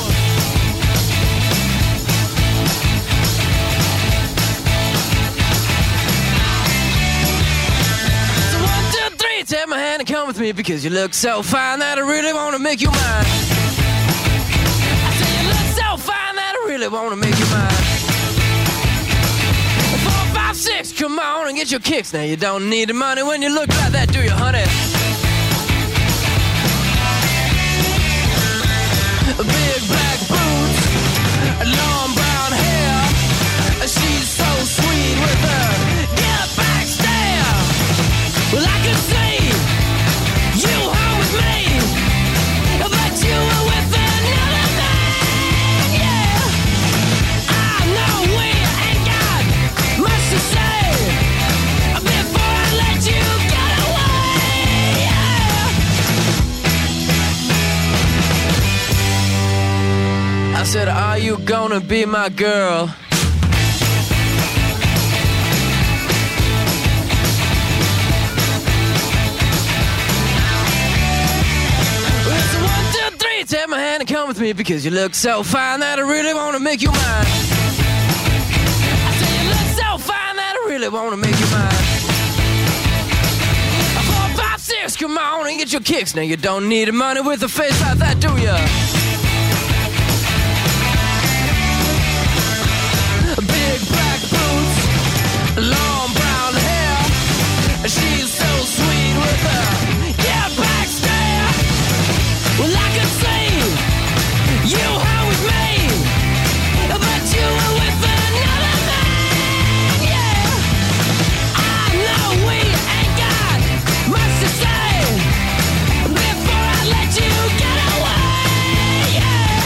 Take my hand and come with me because you look so fine that I really wanna make you mine. I say you look so fine that I really wanna make you mine. Four, five, six, come on and get your kicks. Now you don't need the money when you look like that, do you, honey? Big black boots, long brown hair. She's so sweet with her get back stare. Well, I can see you home with me, but you were with another man, yeah. I know we ain't got much to say before I let you get away, yeah. I said, are you gonna be my girl? Take my hand and come with me because you look so fine that I really wanna make you mine. I say you look so fine that I really wanna make you mine. Four, five, six, come on and get your kicks. Now you don't need the money with a face like that, do ya? Big black boots, long brown hair. She's so sweet with her get back stare. Well, I can see you home with me, but you were with another man, yeah. I know we ain't got much to say before I let you get away,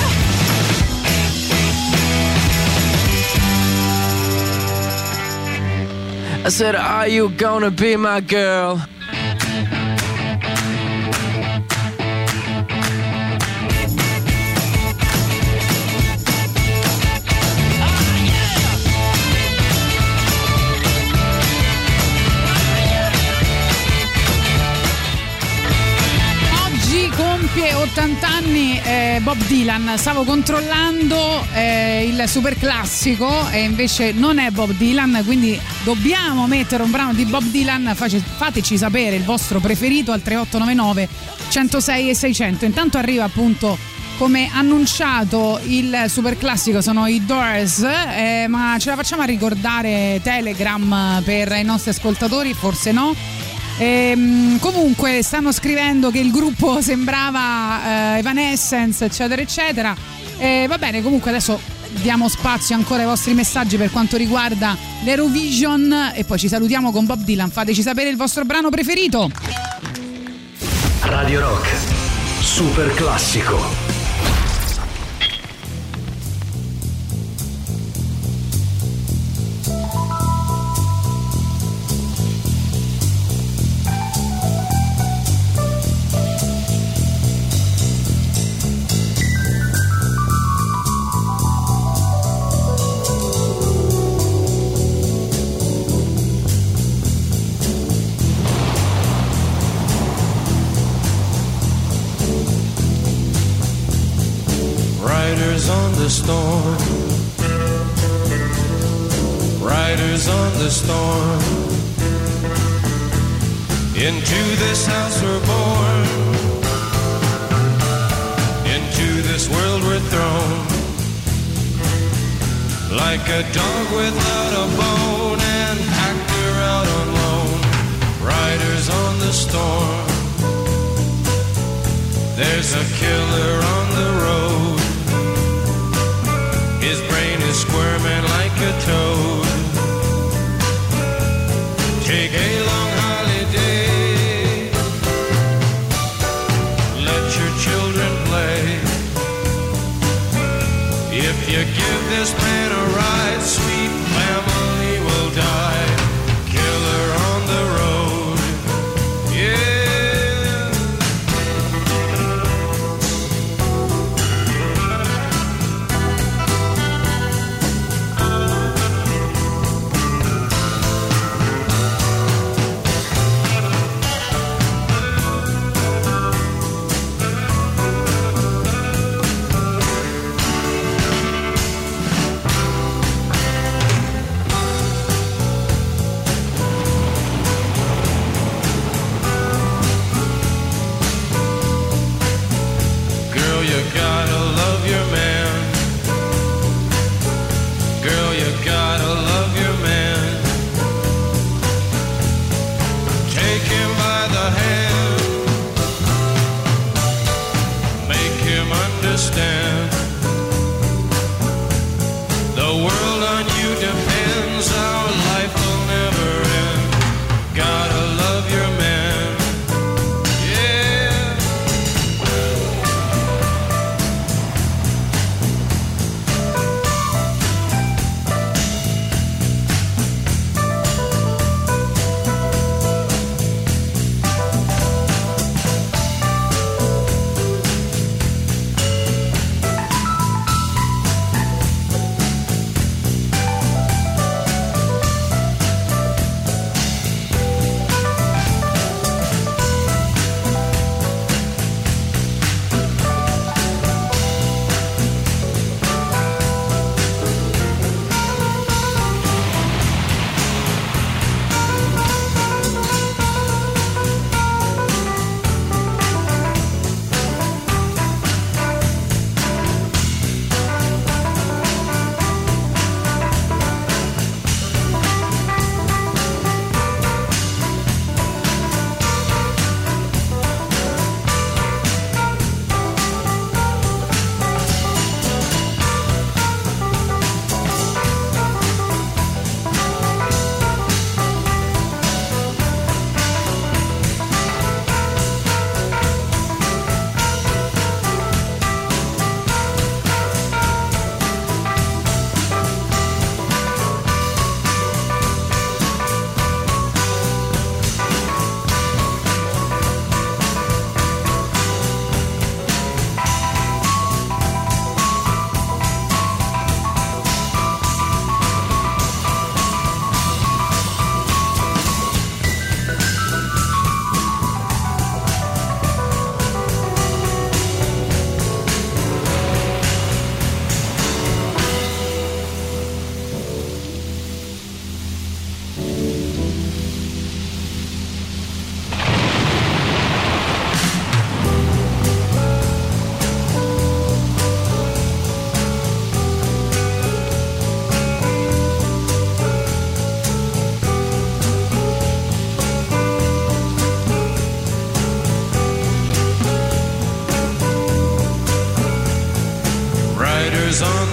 yeah. I said, are you gonna be my girl? ottanta anni eh, Bob Dylan. Stavo controllando eh, il super classico e invece non è Bob Dylan, quindi dobbiamo mettere un brano di Bob Dylan. Face, fateci sapere il vostro preferito al tre otto nove nove, centosei e seicento. Intanto arriva appunto come annunciato il super classico sono i Doors, eh, ma ce la facciamo a ricordare Telegram per i nostri ascoltatori? Forse no. E, comunque stanno scrivendo che il gruppo sembrava eh, Evanescence eccetera eccetera, e va bene, comunque adesso diamo spazio ancora ai vostri messaggi per quanto riguarda l'Eurovision e poi ci salutiamo con Bob Dylan. Fateci sapere il vostro brano preferito. Radio Rock super classico. On the storm, riders on the storm, into this house we're born, into this world we're thrown, like a dog without a bone, and actor out on loan, riders on the storm, there's a killer on the road. His brain is squirming like a toad. Take a long holiday. Let your children play. If you give this man a ride, sweet family will die. Killer on the road. Yeah.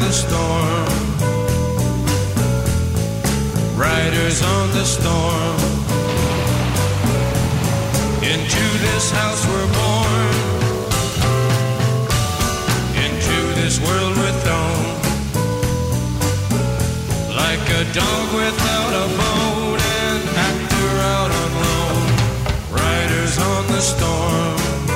the storm. Riders on the storm. Into this house we're born. Into this world we're thrown. Like a dog without a bone, an actor out on loan. Riders on the storm.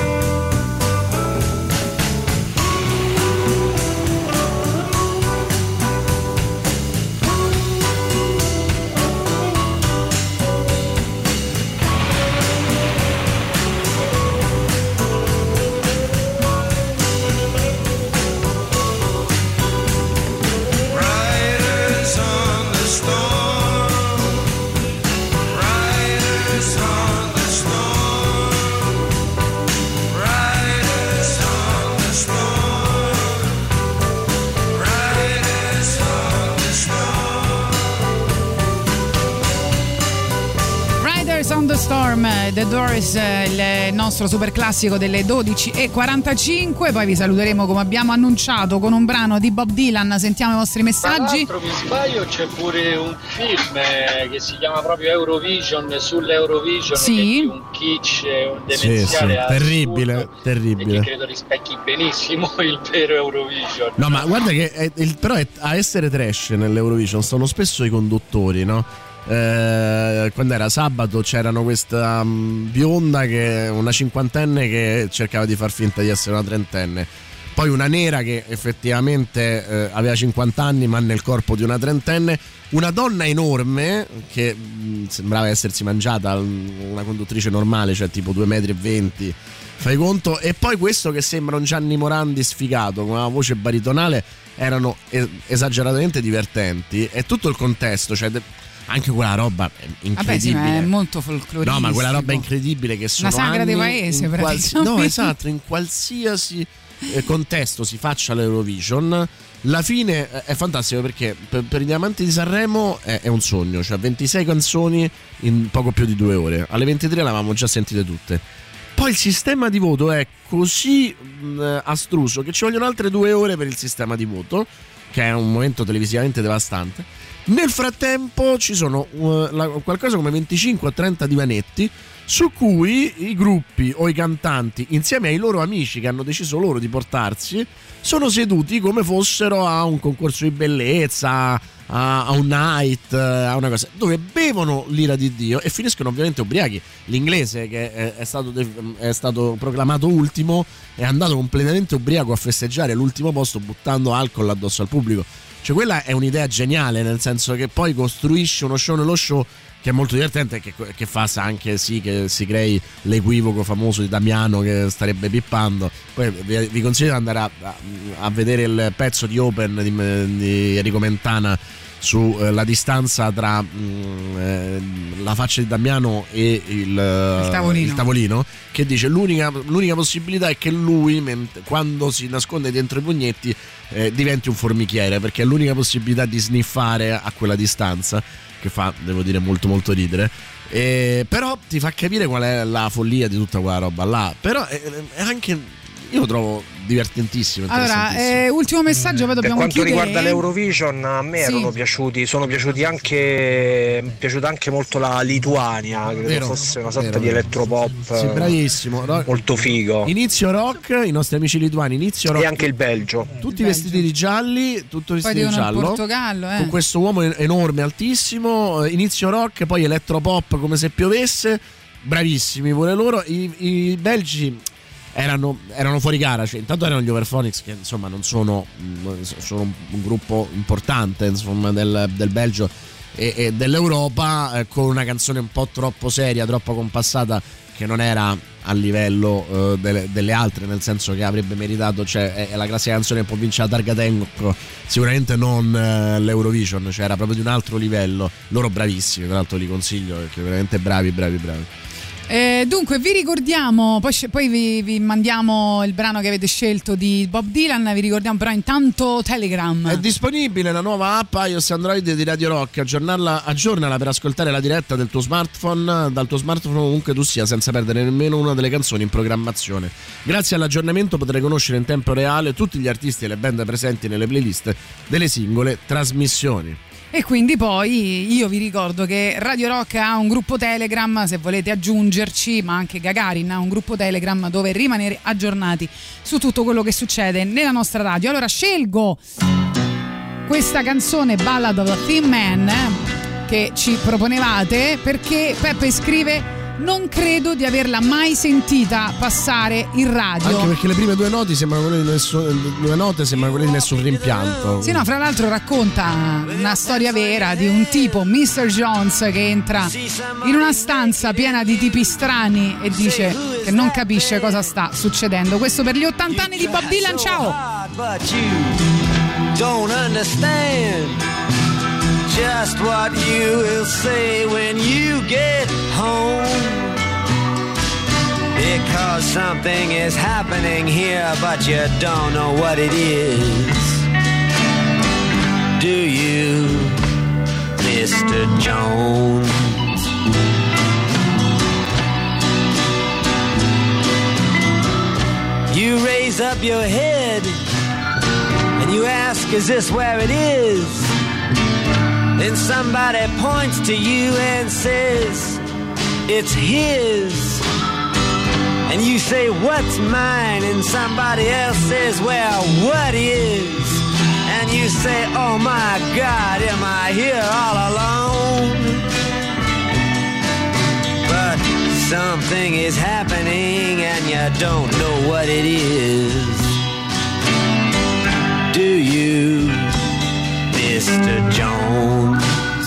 On the Storm, The Doors, il nostro super classico delle dodici e quarantacinque. Poi vi saluteremo come abbiamo annunciato con un brano di Bob Dylan. Sentiamo i vostri messaggi. Tra l'altro, mi sbaglio, c'è pure un film eh, che si chiama proprio Eurovision, sull'Eurovision, sì. che è un kitsch, un demenziale sì, sì. Terribile, terribile. e che credo rispecchi benissimo il vero Eurovision. No, ma guarda che è, il, però è, a essere trash nell'Eurovision sono spesso i conduttori, no? Eh, quando era sabato c'erano questa um, bionda che una cinquantenne che cercava di far finta di essere una trentenne, poi una nera che effettivamente eh, aveva cinquanta anni ma nel corpo di una trentenne, una donna enorme che mh, sembrava essersi mangiata una conduttrice normale, cioè tipo due metri e venti, fai conto, e poi questo che sembra un Gianni Morandi sfigato con una voce baritonale. Erano es- esageratamente divertenti, e tutto il contesto, cioè de- anche quella roba incredibile. Vabbè, sì, ma è molto folcloristico. No, ma quella roba incredibile che sono una sagra anni di paese, in praticamente. quals- no, esatto, in qualsiasi eh, contesto si faccia l'Eurovision, la fine è fantastico, perché per, per gli amanti di Sanremo è, è un sogno, cioè ventisei canzoni in poco più di due ore. Alle ventitré le avevamo già sentite tutte. Poi il sistema di voto è così mh, astruso che ci vogliono altre due ore per il sistema di voto, che è un momento televisivamente devastante. Nel frattempo ci sono uh, la, qualcosa come venticinque a trenta divanetti su cui i gruppi o i cantanti, insieme ai loro amici che hanno deciso loro di portarsi, sono seduti come fossero a un concorso di bellezza, a, a un night, a una cosa, dove bevono l'ira di Dio e finiscono ovviamente ubriachi. L'inglese, che è, è, stato, è stato proclamato ultimo, è andato completamente ubriaco a festeggiare l'ultimo posto buttando alcol addosso al pubblico. Cioè quella è un'idea geniale, nel senso che poi costruisce uno show nello show che è molto divertente, che, che fa anche sì che si crei l'equivoco famoso di Damiano che starebbe pippando. Poi vi, vi consiglio di andare a, a, a vedere il pezzo di Open di, di Enrico Mentana sulla eh, distanza tra mh, eh, la faccia di Damiano e il, il, tavolino. il tavolino, che dice l'unica, l'unica possibilità è che lui ment- quando si nasconde dietro i pugnetti eh, diventi un formichiere, perché è l'unica possibilità di sniffare a quella distanza, che fa, devo dire, molto molto ridere. Eh, però ti fa capire qual è la follia di tutta quella roba là. Però è, è anche, io lo trovo divertentissimo. Allora, eh, ultimo messaggio, poi dobbiamo Per quanto chiudere. riguarda l'Eurovision, a me Sì. erano piaciuti, sono piaciuti anche, mi è piaciuta anche molto la Lituania, credo Vero, fosse una sorta vero. di elettropop. Sì, bravissimo. Ro- molto figo. Inizio rock, i nostri amici lituani, inizio rock. E anche il Belgio. Tutti vestiti di gialli, tutto Poi vestiti di dicono il giallo. Portogallo, eh. Con questo uomo enorme, altissimo. Inizio rock, poi elettropop come se piovesse. Bravissimi pure loro. I, i belgi erano, erano fuori gara, cioè intanto erano gli Overphonics, che insomma non sono, sono un gruppo importante, insomma, del, del Belgio e, e dell'Europa, eh, con una canzone un po' troppo seria, troppo compassata, che non era a livello eh, delle, delle altre, nel senso che avrebbe meritato, cioè è, è la classica canzone che può vincere la targa Tenco, sicuramente non eh, l'Eurovision, cioè era proprio di un altro livello. Loro bravissimi, tra l'altro li consiglio, perché veramente bravi bravi bravi. Eh, dunque vi ricordiamo, poi, poi vi, vi mandiamo il brano che avete scelto di Bob Dylan, vi ricordiamo però intanto Telegram. È disponibile la nuova app iOS e Android di Radio Rock, aggiornarla, aggiornala per ascoltare la diretta del tuo smartphone, dal tuo smartphone ovunque tu sia, senza perdere nemmeno una delle canzoni in programmazione. Grazie all'aggiornamento potrai conoscere in tempo reale tutti gli artisti e le band presenti nelle playlist delle singole trasmissioni. E quindi poi io vi ricordo che Radio Rock ha un gruppo Telegram, se volete aggiungerci, ma anche Gagarin ha un gruppo Telegram dove rimanere aggiornati su tutto quello che succede nella nostra radio. Allora scelgo questa canzone Ballad of the Thin Man eh, che ci proponevate perché Peppe scrive: non credo di averla mai sentita passare in radio. Anche perché le prime due note sembrano quelle di nessun, due note sembrano quelle di nessun rimpianto. Sì, no, fra l'altro racconta una storia vera di un tipo, mister Jones, che entra in una stanza piena di tipi strani e dice che non capisce cosa sta succedendo. Questo per gli ottanta anni di Bob Dylan. Ciao! Don't understand just what you will say when you get home, because something is happening here but you don't know what it is. Do you, Mister Jones? You raise up your head and you ask, is this where it is? Then somebody points to you and says, it's his. And you say, what's mine? And somebody else says, well, what is? And you say, oh my God, am I here all alone? But something is happening and you don't know what it is. Do you, Mister Jones?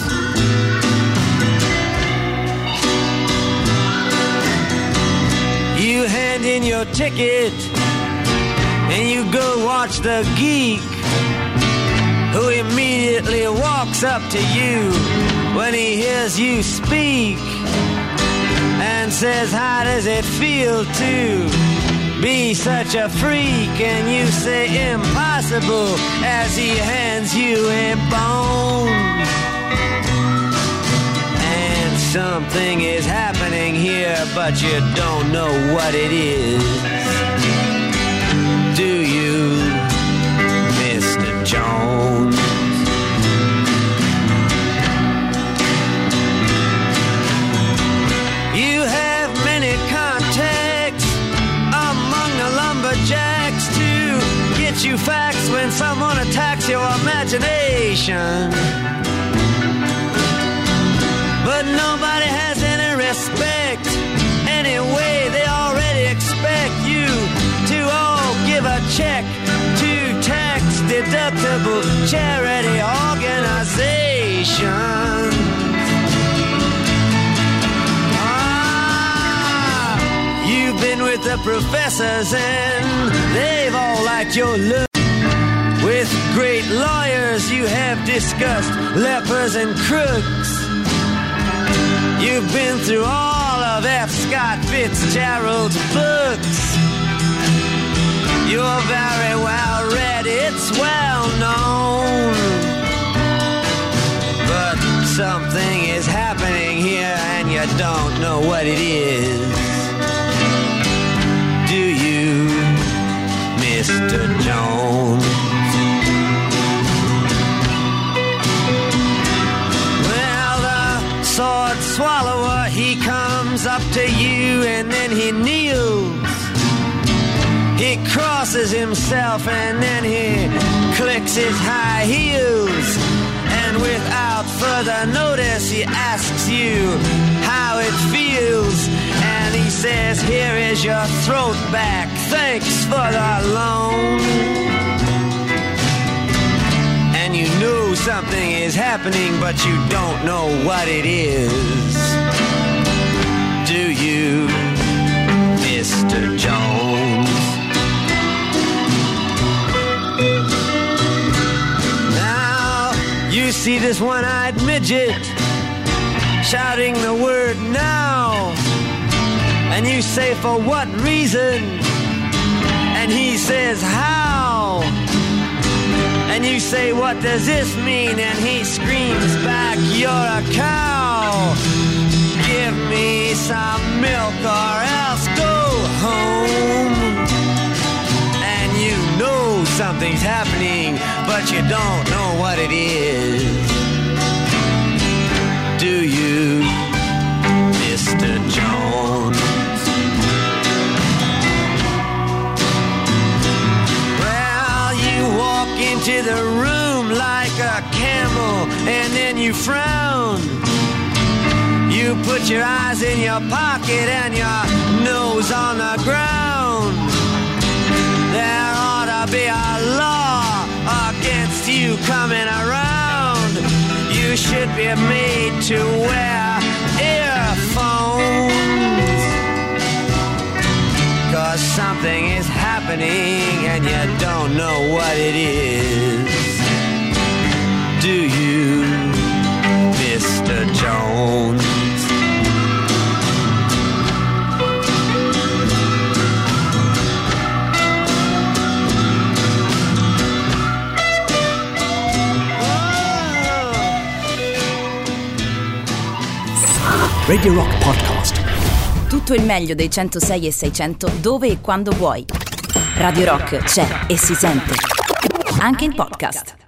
You hand in your ticket and you go watch the geek, who immediately walks up to you when he hears you speak and says, how does it feel to be such a freak? And you say, impossible, as he hands you a bone. And something is happening here, but you don't know what it is. Do you, Mister Jones? You have many contacts among the lumberjacks to get you facts when someone attacks your imagination. But nobody has any respect. Anyway, they already expect you to all give a check to tax-deductible charity organizations. Ah, you've been with the professors and they've all liked your look. With great lawyers you have discussed lepers and crooks. You've been through all of F. Scott Fitzgerald's books. You're very well read, it's well known. But something is happening here and you don't know what it is. Do you, Mister Jones? Sword swallower, he comes up to you and then he kneels. He crosses himself and then he clicks his high heels. And without further notice he asks you how it feels. And he says, here is your throat back, thanks for the loan. And you know something is happening, but you don't know what it is. Do you, Mister Jones? Now, you see this one-eyed midget shouting the word now. And you say, for what reason? And he says, how? And you say, what does this mean? And he screams back, you're a cow. Give me some milk or else go home. And you know something's happening, but you don't know what it is. Do you, Mister Jones? Well, you walk into the room like a camel, and then you frown. You put your eyes in your pocket and your nose on the ground. There ought to be a law against you coming around. You should be made to wear earphones. 'Cause something is happening and you don't know what it is. Do you, Mister Jones? Radio Rock Podcast. Tutto il meglio dei centosei e seicento dove e quando vuoi. Radio Rock c'è e si sente. Anche in podcast.